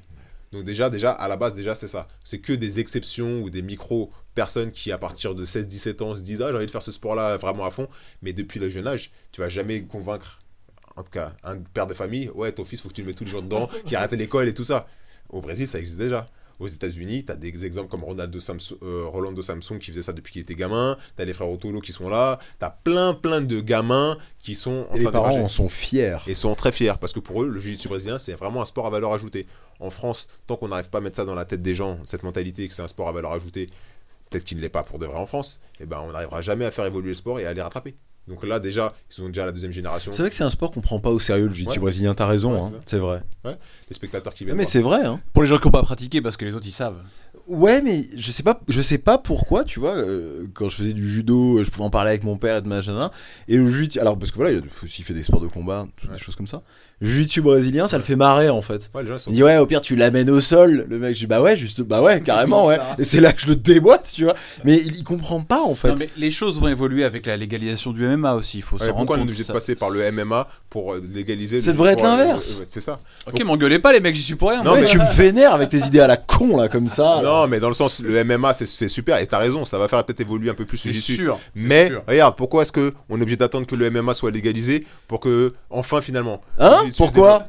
S4: Donc déjà, déjà, à la base, déjà, c'est ça. C'est que des exceptions ou des micro-personnes qui, à partir de seize dix-sept ans, se disent « Ah, j'ai envie de faire ce sport-là vraiment à fond. » Mais depuis le jeune âge, tu vas jamais convaincre, en tout cas, un père de famille « Ouais, ton fils, faut que tu le mettes tous les jours dedans, qu'il arrête l'école et tout ça. » Au Brésil, ça existe déjà. Aux États-Unis, tu as des exemples comme Ronaldo Samson, euh, Rolando Samson qui faisait ça depuis qu'il était gamin. Tu as les frères Otolo qui sont là. Tu as plein, plein de gamins qui sont en
S2: Et les
S4: train
S2: parents
S4: d'émerger.
S2: en sont fiers.
S4: Et sont très fiers parce que pour eux, le jiu-jitsu brésilien, c'est vraiment un sport à valeur ajoutée. En France, tant qu'on n'arrive pas à mettre ça dans la tête des gens, cette mentalité que c'est un sport à valeur ajoutée, peut-être qu'il ne l'est pas pour de vrai en France, et ben on n'arrivera jamais à faire évoluer le sport et à les rattraper. Donc là, déjà, ils sont déjà à la deuxième génération.
S2: C'est vrai que c'est un sport qu'on prend pas au sérieux, le jiu-jitsu
S4: Ouais.
S2: brésilien, t'as raison,
S4: Ouais,
S2: hein,
S4: c'est
S2: c'est vrai.
S4: Les spectateurs qui viennent.
S2: Mais
S4: voir.
S2: c'est vrai, hein.
S3: Pour les gens qui n'ont pas pratiqué, parce que les autres ils savent.
S2: Ouais, mais je sais pas, je sais pas pourquoi, tu vois, euh, quand je faisais du judo, je pouvais en parler avec mon père et de machin, et le jiu-jitsu, alors parce que voilà, il a aussi fait des sports de combat,
S4: Ouais.
S2: des choses comme ça. Le jiu-jitsu brésilien, ça le fait marrer en fait.
S4: Ouais, les gens ils sont.
S2: Il dit ouais, au pire tu l'amènes au sol. Le mec, je dis bah ouais, juste bah ouais, carrément ouais. Et c'est là que je le déboîte, tu vois. Mais il, il comprend pas en fait.
S3: Non, mais les choses vont évoluer avec la légalisation du M M A aussi. Il faut
S4: Ouais,
S3: se rendre
S4: pourquoi on est
S3: compte.
S4: obligé de
S3: ça.
S4: passer par le M M A pour euh, légaliser
S2: Ça
S4: le-
S2: devrait être
S4: pour, euh,
S2: l'inverse.
S4: euh, C'est ça.
S3: Ok, m'engueulez pas les mecs, j'y suis pour rien.
S4: Non,
S2: Ouais,
S4: mais-
S2: tu me vénères avec tes idées à la con là comme ça.
S4: Non, mais dans le sens, le M M A, c'est- c'est super, et t'as raison, ça va faire peut-être évoluer un peu plus
S3: C'est
S4: le jiu-jitsu.
S3: sûr. c'est
S4: Mais
S3: sûr.
S4: regarde, pourquoi est-ce que on est obligé d'attendre que le M M A soit légalisé pour que, enfin, finalement.
S2: Hein
S4: le jiu-jitsu se
S2: Pourquoi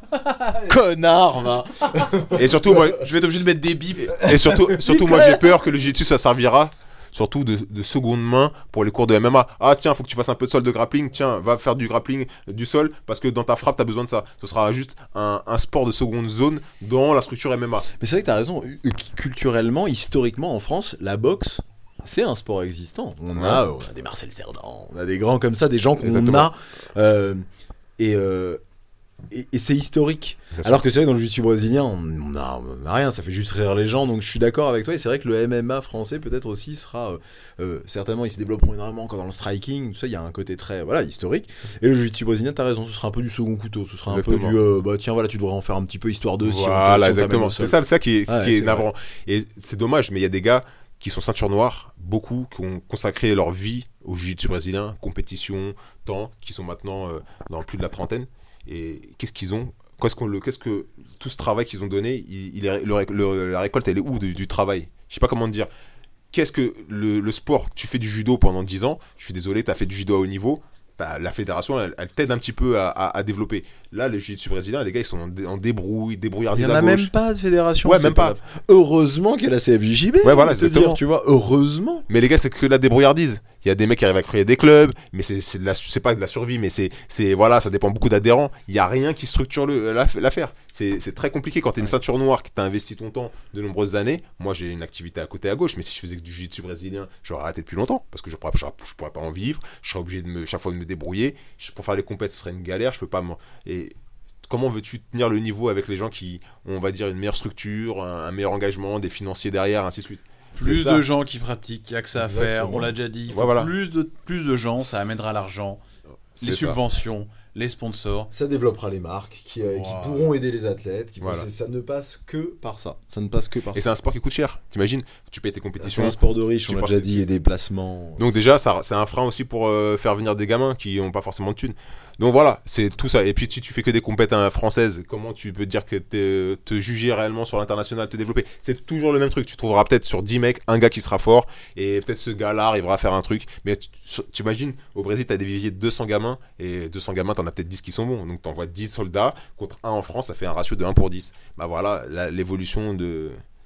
S2: Connard va.
S4: développe. Et surtout, moi,
S3: Je vais être obligé de mettre des bips.
S4: et surtout, surtout moi, j'ai peur que le jiu-jitsu, ça servira surtout de, de seconde main pour les cours de M M A. Ah tiens, faut que tu fasses un peu de sol de grappling. Tiens, va faire du grappling du sol parce que dans ta frappe, t'as besoin de ça. Ce sera juste un, un sport de seconde zone dans la structure M M A.
S2: Mais c'est vrai que t'as raison. euh, Culturellement, historiquement en France, la boxe. C'est un sport existant. On a, on a des Marcel Cerdan, on a des grands comme ça, des gens qu'on
S4: Exactement.
S2: a. euh, et, euh, et, et c'est historique.
S4: Bien sûr.
S2: Alors que c'est vrai que dans le jiu-jitsu brésilien, on n'a on a rien, ça fait juste rire les gens. Donc je suis d'accord avec toi. Et c'est vrai que le M M A français, peut-être aussi, sera. Euh, euh, certainement, ils se développeront énormément quand dans le striking. Tout ça, il y a un côté très voilà, historique. Et le jiu-jitsu brésilien, t'as raison, ce sera un peu du second couteau. Ce sera
S4: Exactement.
S2: un peu du. Euh, bah tiens, voilà, tu devrais en faire un petit peu histoire de. si on te-
S4: Voilà,
S2: si on
S4: exactement.
S2: t'amène au
S4: C'est
S2: sol.
S4: ça, c'est ça qui est,
S2: Ouais,
S4: qui est
S2: c'est
S4: navrant. Et c'est dommage, mais il y a des gars qui sont ceinture noire, beaucoup, qui ont consacré leur vie au jiu-jitsu brésilien, compétition, temps, qui sont maintenant euh, dans plus de la trentaine. Et qu'est-ce qu'ils ont Qu'est-ce qu'on le, qu'est-ce que tout ce travail qu'ils ont donné, il, il est, le ré- le- la récolte, elle est où du, du travail? Je sais pas comment te dire. Qu'est-ce que le, le sport? Tu fais du judo pendant dix ans. Je suis désolé, tu as fait du judo à haut niveau. T'as- La fédération, elle, elle t'aide un petit peu à, à- à développer. Là, les jiu-jitsu brésiliens, les gars, ils sont en, dé- en débrouille,
S2: Il
S4: débrouillardise
S2: n'y en
S4: à
S2: a
S4: gauche.
S2: même pas de fédération.
S4: Ouais,
S2: c'est
S4: même pas.
S2: grave. Heureusement qu'il y a la C F J J B.
S4: Ouais, voilà,
S2: je vais te
S4: exactement.
S2: dire, tu vois, heureusement.
S4: Mais les gars, c'est que la débrouillardise. Il y a des mecs qui arrivent à créer des clubs, mais c'est c'est de la- c'est pas de la survie, mais c'est c'est- voilà, ça dépend beaucoup d'adhérents. Il y a rien qui structure le- la- l'affaire. C'est c'est très compliqué quand tu es une ceinture noire, que tu as investi ton temps de nombreuses années. Moi, j'ai une activité à côté à gauche, mais si je faisais que du jiu-jitsu brésilien, j'aurais arrêté depuis longtemps parce que je pourrais, je, je pourrais pas en vivre. Je serais obligé de me, chaque fois de me débrouiller. Je- Pour faire les compètes, ce serait une galère. Je peux pas. m'en- Et comment veux-tu tenir le niveau avec les gens qui ont, on va dire, une meilleure structure, un, un meilleur engagement, des financiers derrière, ainsi de suite.
S3: Plus
S2: C'est ça.
S3: de gens qui pratiquent, il n'y a que ça à faire.
S2: Exactement.
S3: On l'a déjà dit. Il faut
S4: Ouais, voilà.
S3: plus, de, plus de gens, ça amènera l'argent,
S4: C'est
S3: les
S4: ça.
S3: subventions, les sponsors.
S2: Ça développera les marques qui, euh, qui
S3: Wow.
S2: pourront aider les athlètes. Qui
S4: Voilà.
S2: c'est- Ça ne passe que par ça. Ça ne passe que par
S4: Et
S2: ça.
S4: c'est un sport qui coûte cher. T'imagines, tu payes tes
S2: C'est
S4: compétitions.
S2: un sport de riche,
S4: tu
S2: on l'a
S4: portes-
S2: déjà dit, et des placements.
S4: Donc déjà, ça, c'est un frein aussi pour euh, faire venir des gamins qui n'ont pas forcément de thunes. Donc voilà, c'est tout ça. Et puis si tu fais que des compètes hein, françaises, comment tu peux dire que t'es- te juger réellement sur l'international, te développer? C'est toujours le même truc. Tu trouveras peut-être sur dix mecs un gars qui sera fort et peut-être ce gars-là arrivera à faire un truc. Mais tu tu imagines, au Brésil, tu as des viviers de deux cents gamins et deux cents gamins, tu en as peut-être dix qui sont bons. Donc tu envoies dix soldats contre un en France, ça fait un ratio de un pour dix. Bah voilà la- l'évolution de,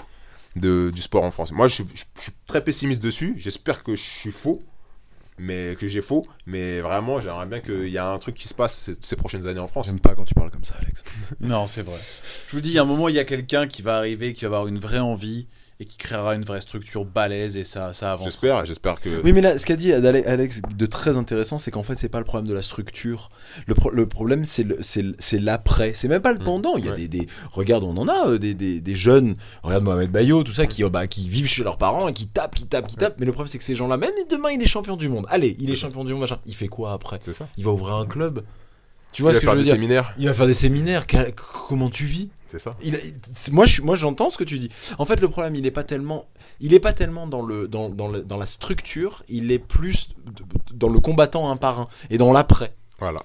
S4: de, du sport en France. Moi, je, suis- je- je suis très pessimiste dessus. J'espère que je suis faux. Mais que j'ai faux, mais vraiment j'aimerais bien qu'il y ait un truc qui se passe ces, ces prochaines années en France.
S2: J'aime pas quand tu parles comme ça, Alex.
S3: Non, c'est vrai. Je vous dis, à un moment, il y a quelqu'un qui va arriver, qui va avoir une vraie envie et qui créera une vraie structure balèze et ça, ça avance.
S4: J'espère, j'espère que.
S2: Oui, mais là, ce qu'a dit Ale- Alex de très intéressant, c'est qu'en fait, c'est pas le problème de la structure. Le, pro- le problème, c'est le- c'est le- c'est l'après. C'est même pas le
S4: Mmh,
S2: pendant. Il y a
S4: ouais.
S2: des, des. Regarde, on en a euh, des, des, des jeunes. Regarde Mohamed Bayo, tout ça, qui, euh, bah, qui vivent chez leurs parents et qui tapent, qui tapent, qui tapent. Mais le problème, c'est que ces gens-là, même demain, il est champion du monde. Allez, il est champion du monde, machin. Il fait quoi après?
S4: C'est ça.
S2: Il va ouvrir un club. Tu
S4: Tu
S2: vois
S4: vas
S2: ce que
S4: faire
S2: je veux
S4: des
S2: dire?
S4: séminaires,
S2: Il va faire des séminaires. Quel- Comment tu vis?
S4: c'est ça.
S2: Il a- c'est- moi, je, moi, j'entends ce que tu dis. En fait, le problème, il est pas tellement, il est pas tellement dans le, dans, dans, le- dans la structure. Il est plus d- dans le combattant un par un et dans l'après.
S4: Voilà.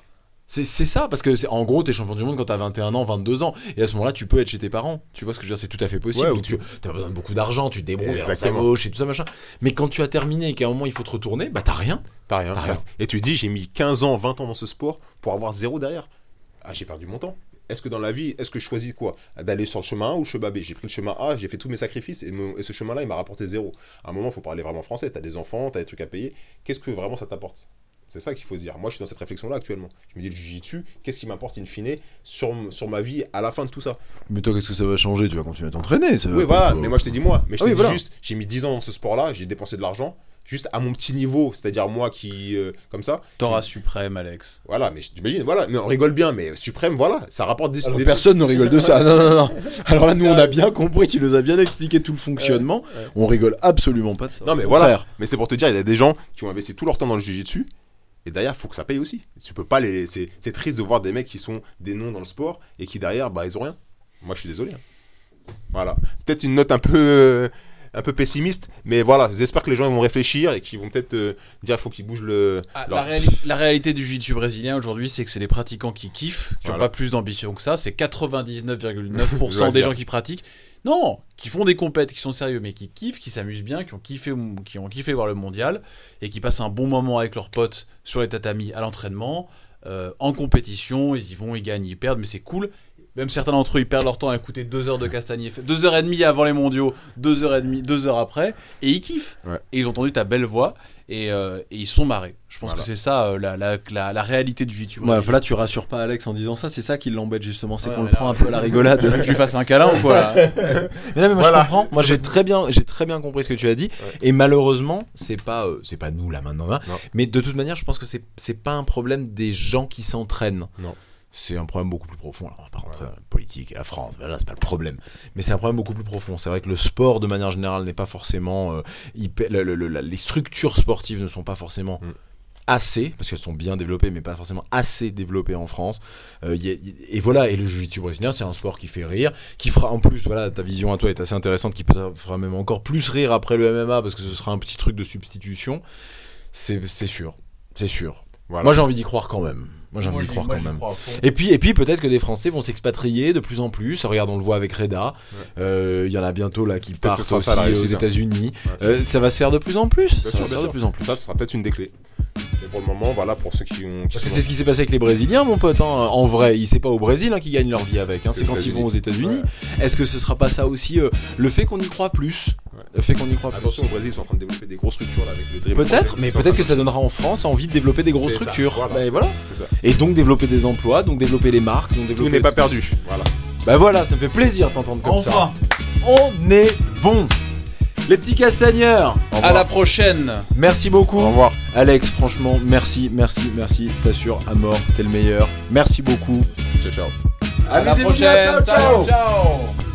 S2: C'est, c'est ça, parce que c'est, en gros, t'es champion du monde quand t'as vingt et un ans, vingt-deux ans, et à ce moment-là, tu peux être chez tes parents. Tu vois ce que je veux dire, c'est tout à fait possible.
S4: Ouais, ou
S2: Donc,
S4: tu-
S2: tu t'as pas besoin de beaucoup d'argent, tu te débrouilles à droite à
S4: Exactement.
S2: gauche et tout ça machin. Mais quand tu as terminé et qu'à un moment il faut te retourner, bah t'as rien.
S4: T'as rien.
S2: T'as rien.
S4: Et tu te dis, j'ai mis quinze ans, vingt ans dans ce sport pour avoir zéro derrière. Ah, j'ai perdu mon temps. Est-ce que dans la vie, est-ce que je choisis quoi? D'aller sur le chemin A ou le chemin B? J'ai pris le chemin A, j'ai fait tous mes sacrifices et, me- et ce chemin-là, il m'a rapporté zéro. À un moment, il faut parler vraiment français. T'as des enfants, t'as des trucs à payer. Qu'est-ce que vraiment ça t'apporte? C'est ça qu'il faut se dire. Moi, je suis dans cette réflexion-là actuellement. Je me dis, le jiu-jitsu, qu'est-ce qui m'apporte in fine sur, sur ma vie à la fin de tout ça?
S2: Mais toi, qu'est-ce que ça va changer? Tu vas continuer à t'entraîner. Ça
S4: Oui,
S2: va
S4: voilà.
S2: pas-
S4: Mais moi, je te dis moi. Mais je
S2: Ah
S4: te
S2: oui,
S4: dis
S2: voilà.
S4: juste, j'ai mis dix ans dans ce sport-là, j'ai dépensé de l'argent. Juste à mon petit niveau, c'est-à-dire moi qui. euh, comme ça.
S3: T'auras
S4: je-
S3: suprême, Alex.
S4: Voilà, mais t'imagines, voilà. Mais on rigole bien, mais suprême, voilà. Ça rapporte des.
S2: Alors,
S4: des-
S2: personne ne rigole de ça. Non, non, non. Alors là, nous, on a bien compris. Tu nous as bien expliqué tout le fonctionnement.
S4: ouais.
S2: On rigole absolument pas de ça.
S4: Non, mais
S2: Au
S4: voilà.
S2: contraire.
S4: Mais c'est pour te dire, il y a des gens qui ont investi tout leur temps dans le jiu-jitsu. Et derrière, faut que ça paye aussi. Tu peux pas les. C'est c'est triste de voir des mecs qui sont des noms dans le sport et qui derrière, bah, ils ont rien. Moi, je suis désolé. hein. Voilà. Peut-être une note un peu. euh, un peu pessimiste, mais voilà, j'espère que les gens vont réfléchir et qu'ils vont peut-être euh, dire il faut qu'ils bougent le.
S3: Ah,
S4: leur-
S3: la, réali- la réalité du jiu-jitsu brésilien aujourd'hui, c'est que c'est des pratiquants qui kiffent, qui n'ont
S4: Voilà.
S3: pas plus d'ambition que ça. C'est quatre-vingt-dix-neuf virgule neuf pour cent des
S4: Loisir.
S3: gens qui pratiquent. Non, qui font des compètes, qui sont sérieux, mais qui kiffent, qui s'amusent bien, qui ont kiffé, qui ont kiffé voir le mondial et qui passent un bon moment avec leurs potes sur les tatamis à l'entraînement, euh, en compétition. Ils y vont, ils gagnent, ils perdent, mais c'est cool. Même certains d'entre eux, ils perdent leur temps à écouter deux heures de Castagnier, deux heures et demie avant les mondiaux, deux heures et demie, deux heures après, et ils kiffent.
S4: Ouais.
S3: Et ils ont entendu ta belle voix, et, euh, et ils sont marrés. Je pense
S4: Voilà.
S3: que c'est ça euh, la, la, la, la réalité du jiu-jitsu.
S2: Ouais, là, tu rassures pas Alex en disant ça. C'est ça qui l'embête justement. C'est
S3: Ouais,
S2: qu'on
S3: mais
S2: le prend
S3: là,
S2: un peu à la rigolade.
S3: Que je lui fasse un câlin ou quoi là
S2: Mais non, mais moi
S4: Voilà.
S2: je comprends. Moi j'ai très bien, j'ai très bien compris ce que tu as dit.
S4: Ouais.
S2: Et malheureusement, c'est pas, euh, c'est pas nous là maintenant. Hein.
S4: Non.
S2: Mais de toute manière, je pense que c'est, c'est pas un problème des gens qui s'entraînent.
S4: Non.
S2: C'est un problème beaucoup plus profond. Alors, on va pas rentrer dans la politique et la France. Ben là, c'est pas le problème. Mais c'est un problème beaucoup plus profond. C'est vrai que le sport, de manière générale, n'est pas forcément euh, hyper- le- le- le- la- les structures sportives ne sont pas forcément
S4: Mm.
S2: assez, parce qu'elles sont bien développées, mais pas forcément assez développées en France. Euh, y a- y- et voilà, et le jiu-jitsu brésilien, c'est un sport qui fait rire, qui fera en plus, voilà, ta vision à toi est assez intéressante, qui peut fera même encore plus rire après le M M A, parce que ce sera un petit truc de substitution. C'est, c'est sûr, c'est sûr.
S4: Voilà.
S2: Moi j'ai envie d'y croire quand même. Moi j'ai envie d'y croire quand même. Et puis, et puis peut-être que des Français vont s'expatrier de plus en plus. Regarde, on le voit avec Reda. Euh, Il y en a bientôt là qui
S4: ce
S2: partent
S4: sera
S2: aussi
S4: ça, la
S2: aux
S4: réussite, hein.
S2: États-Unis.
S4: Ouais.
S2: Euh, ça va se faire de plus en plus.
S4: Bien
S2: ça
S4: sûr,
S2: va se
S4: bien
S2: faire de
S4: sûr.
S2: plus en plus.
S4: Ça, ce sera peut-être une des clés. Mais pour le moment, voilà, pour ceux qui ont. Qui
S2: Parce que
S4: sont-
S2: c'est ce qui s'est passé avec les Brésiliens, mon pote. Hein. En vrai, il c'est pas au Brésil hein, qu'ils gagnent leur vie avec. Hein.
S4: C'est
S2: C'est quand
S4: aux
S2: ils vont aux États-Unis.
S4: Ouais.
S2: Est-ce que ce sera pas ça aussi euh, le fait qu'on y croit plus,
S4: Ouais.
S2: le fait qu'on y croit plus.
S4: Attention, au Brésil, ils sont en train de développer des grosses structures là, avec le dribble.
S2: Peut-être, mais
S4: Ils sont en
S2: peut-être que
S4: train
S2: ça donnera en France envie de développer des grosses
S4: C'est ça,
S2: structures.
S4: voilà.
S2: Ben voilà.
S4: de- C'est ça.
S2: Et donc développer des emplois, donc développer les marques, donc
S4: Tout
S2: développer.
S4: n'est pas perdu. Voilà.
S2: Bah voilà, ça me fait plaisir de t'entendre comme ça.
S3: Enfin,
S2: On est bon. Les petits castagneurs. Au
S3: à
S2: revoir.
S3: la prochaine.
S2: Merci beaucoup.
S4: Au revoir.
S2: Alex, franchement, merci, merci, merci. T'assures, à mort, t'es le meilleur. Merci beaucoup.
S4: Ciao, ciao.
S3: À la
S2: Amusez-vous bien,
S3: prochaine.
S2: ciao, ciao.
S3: ciao.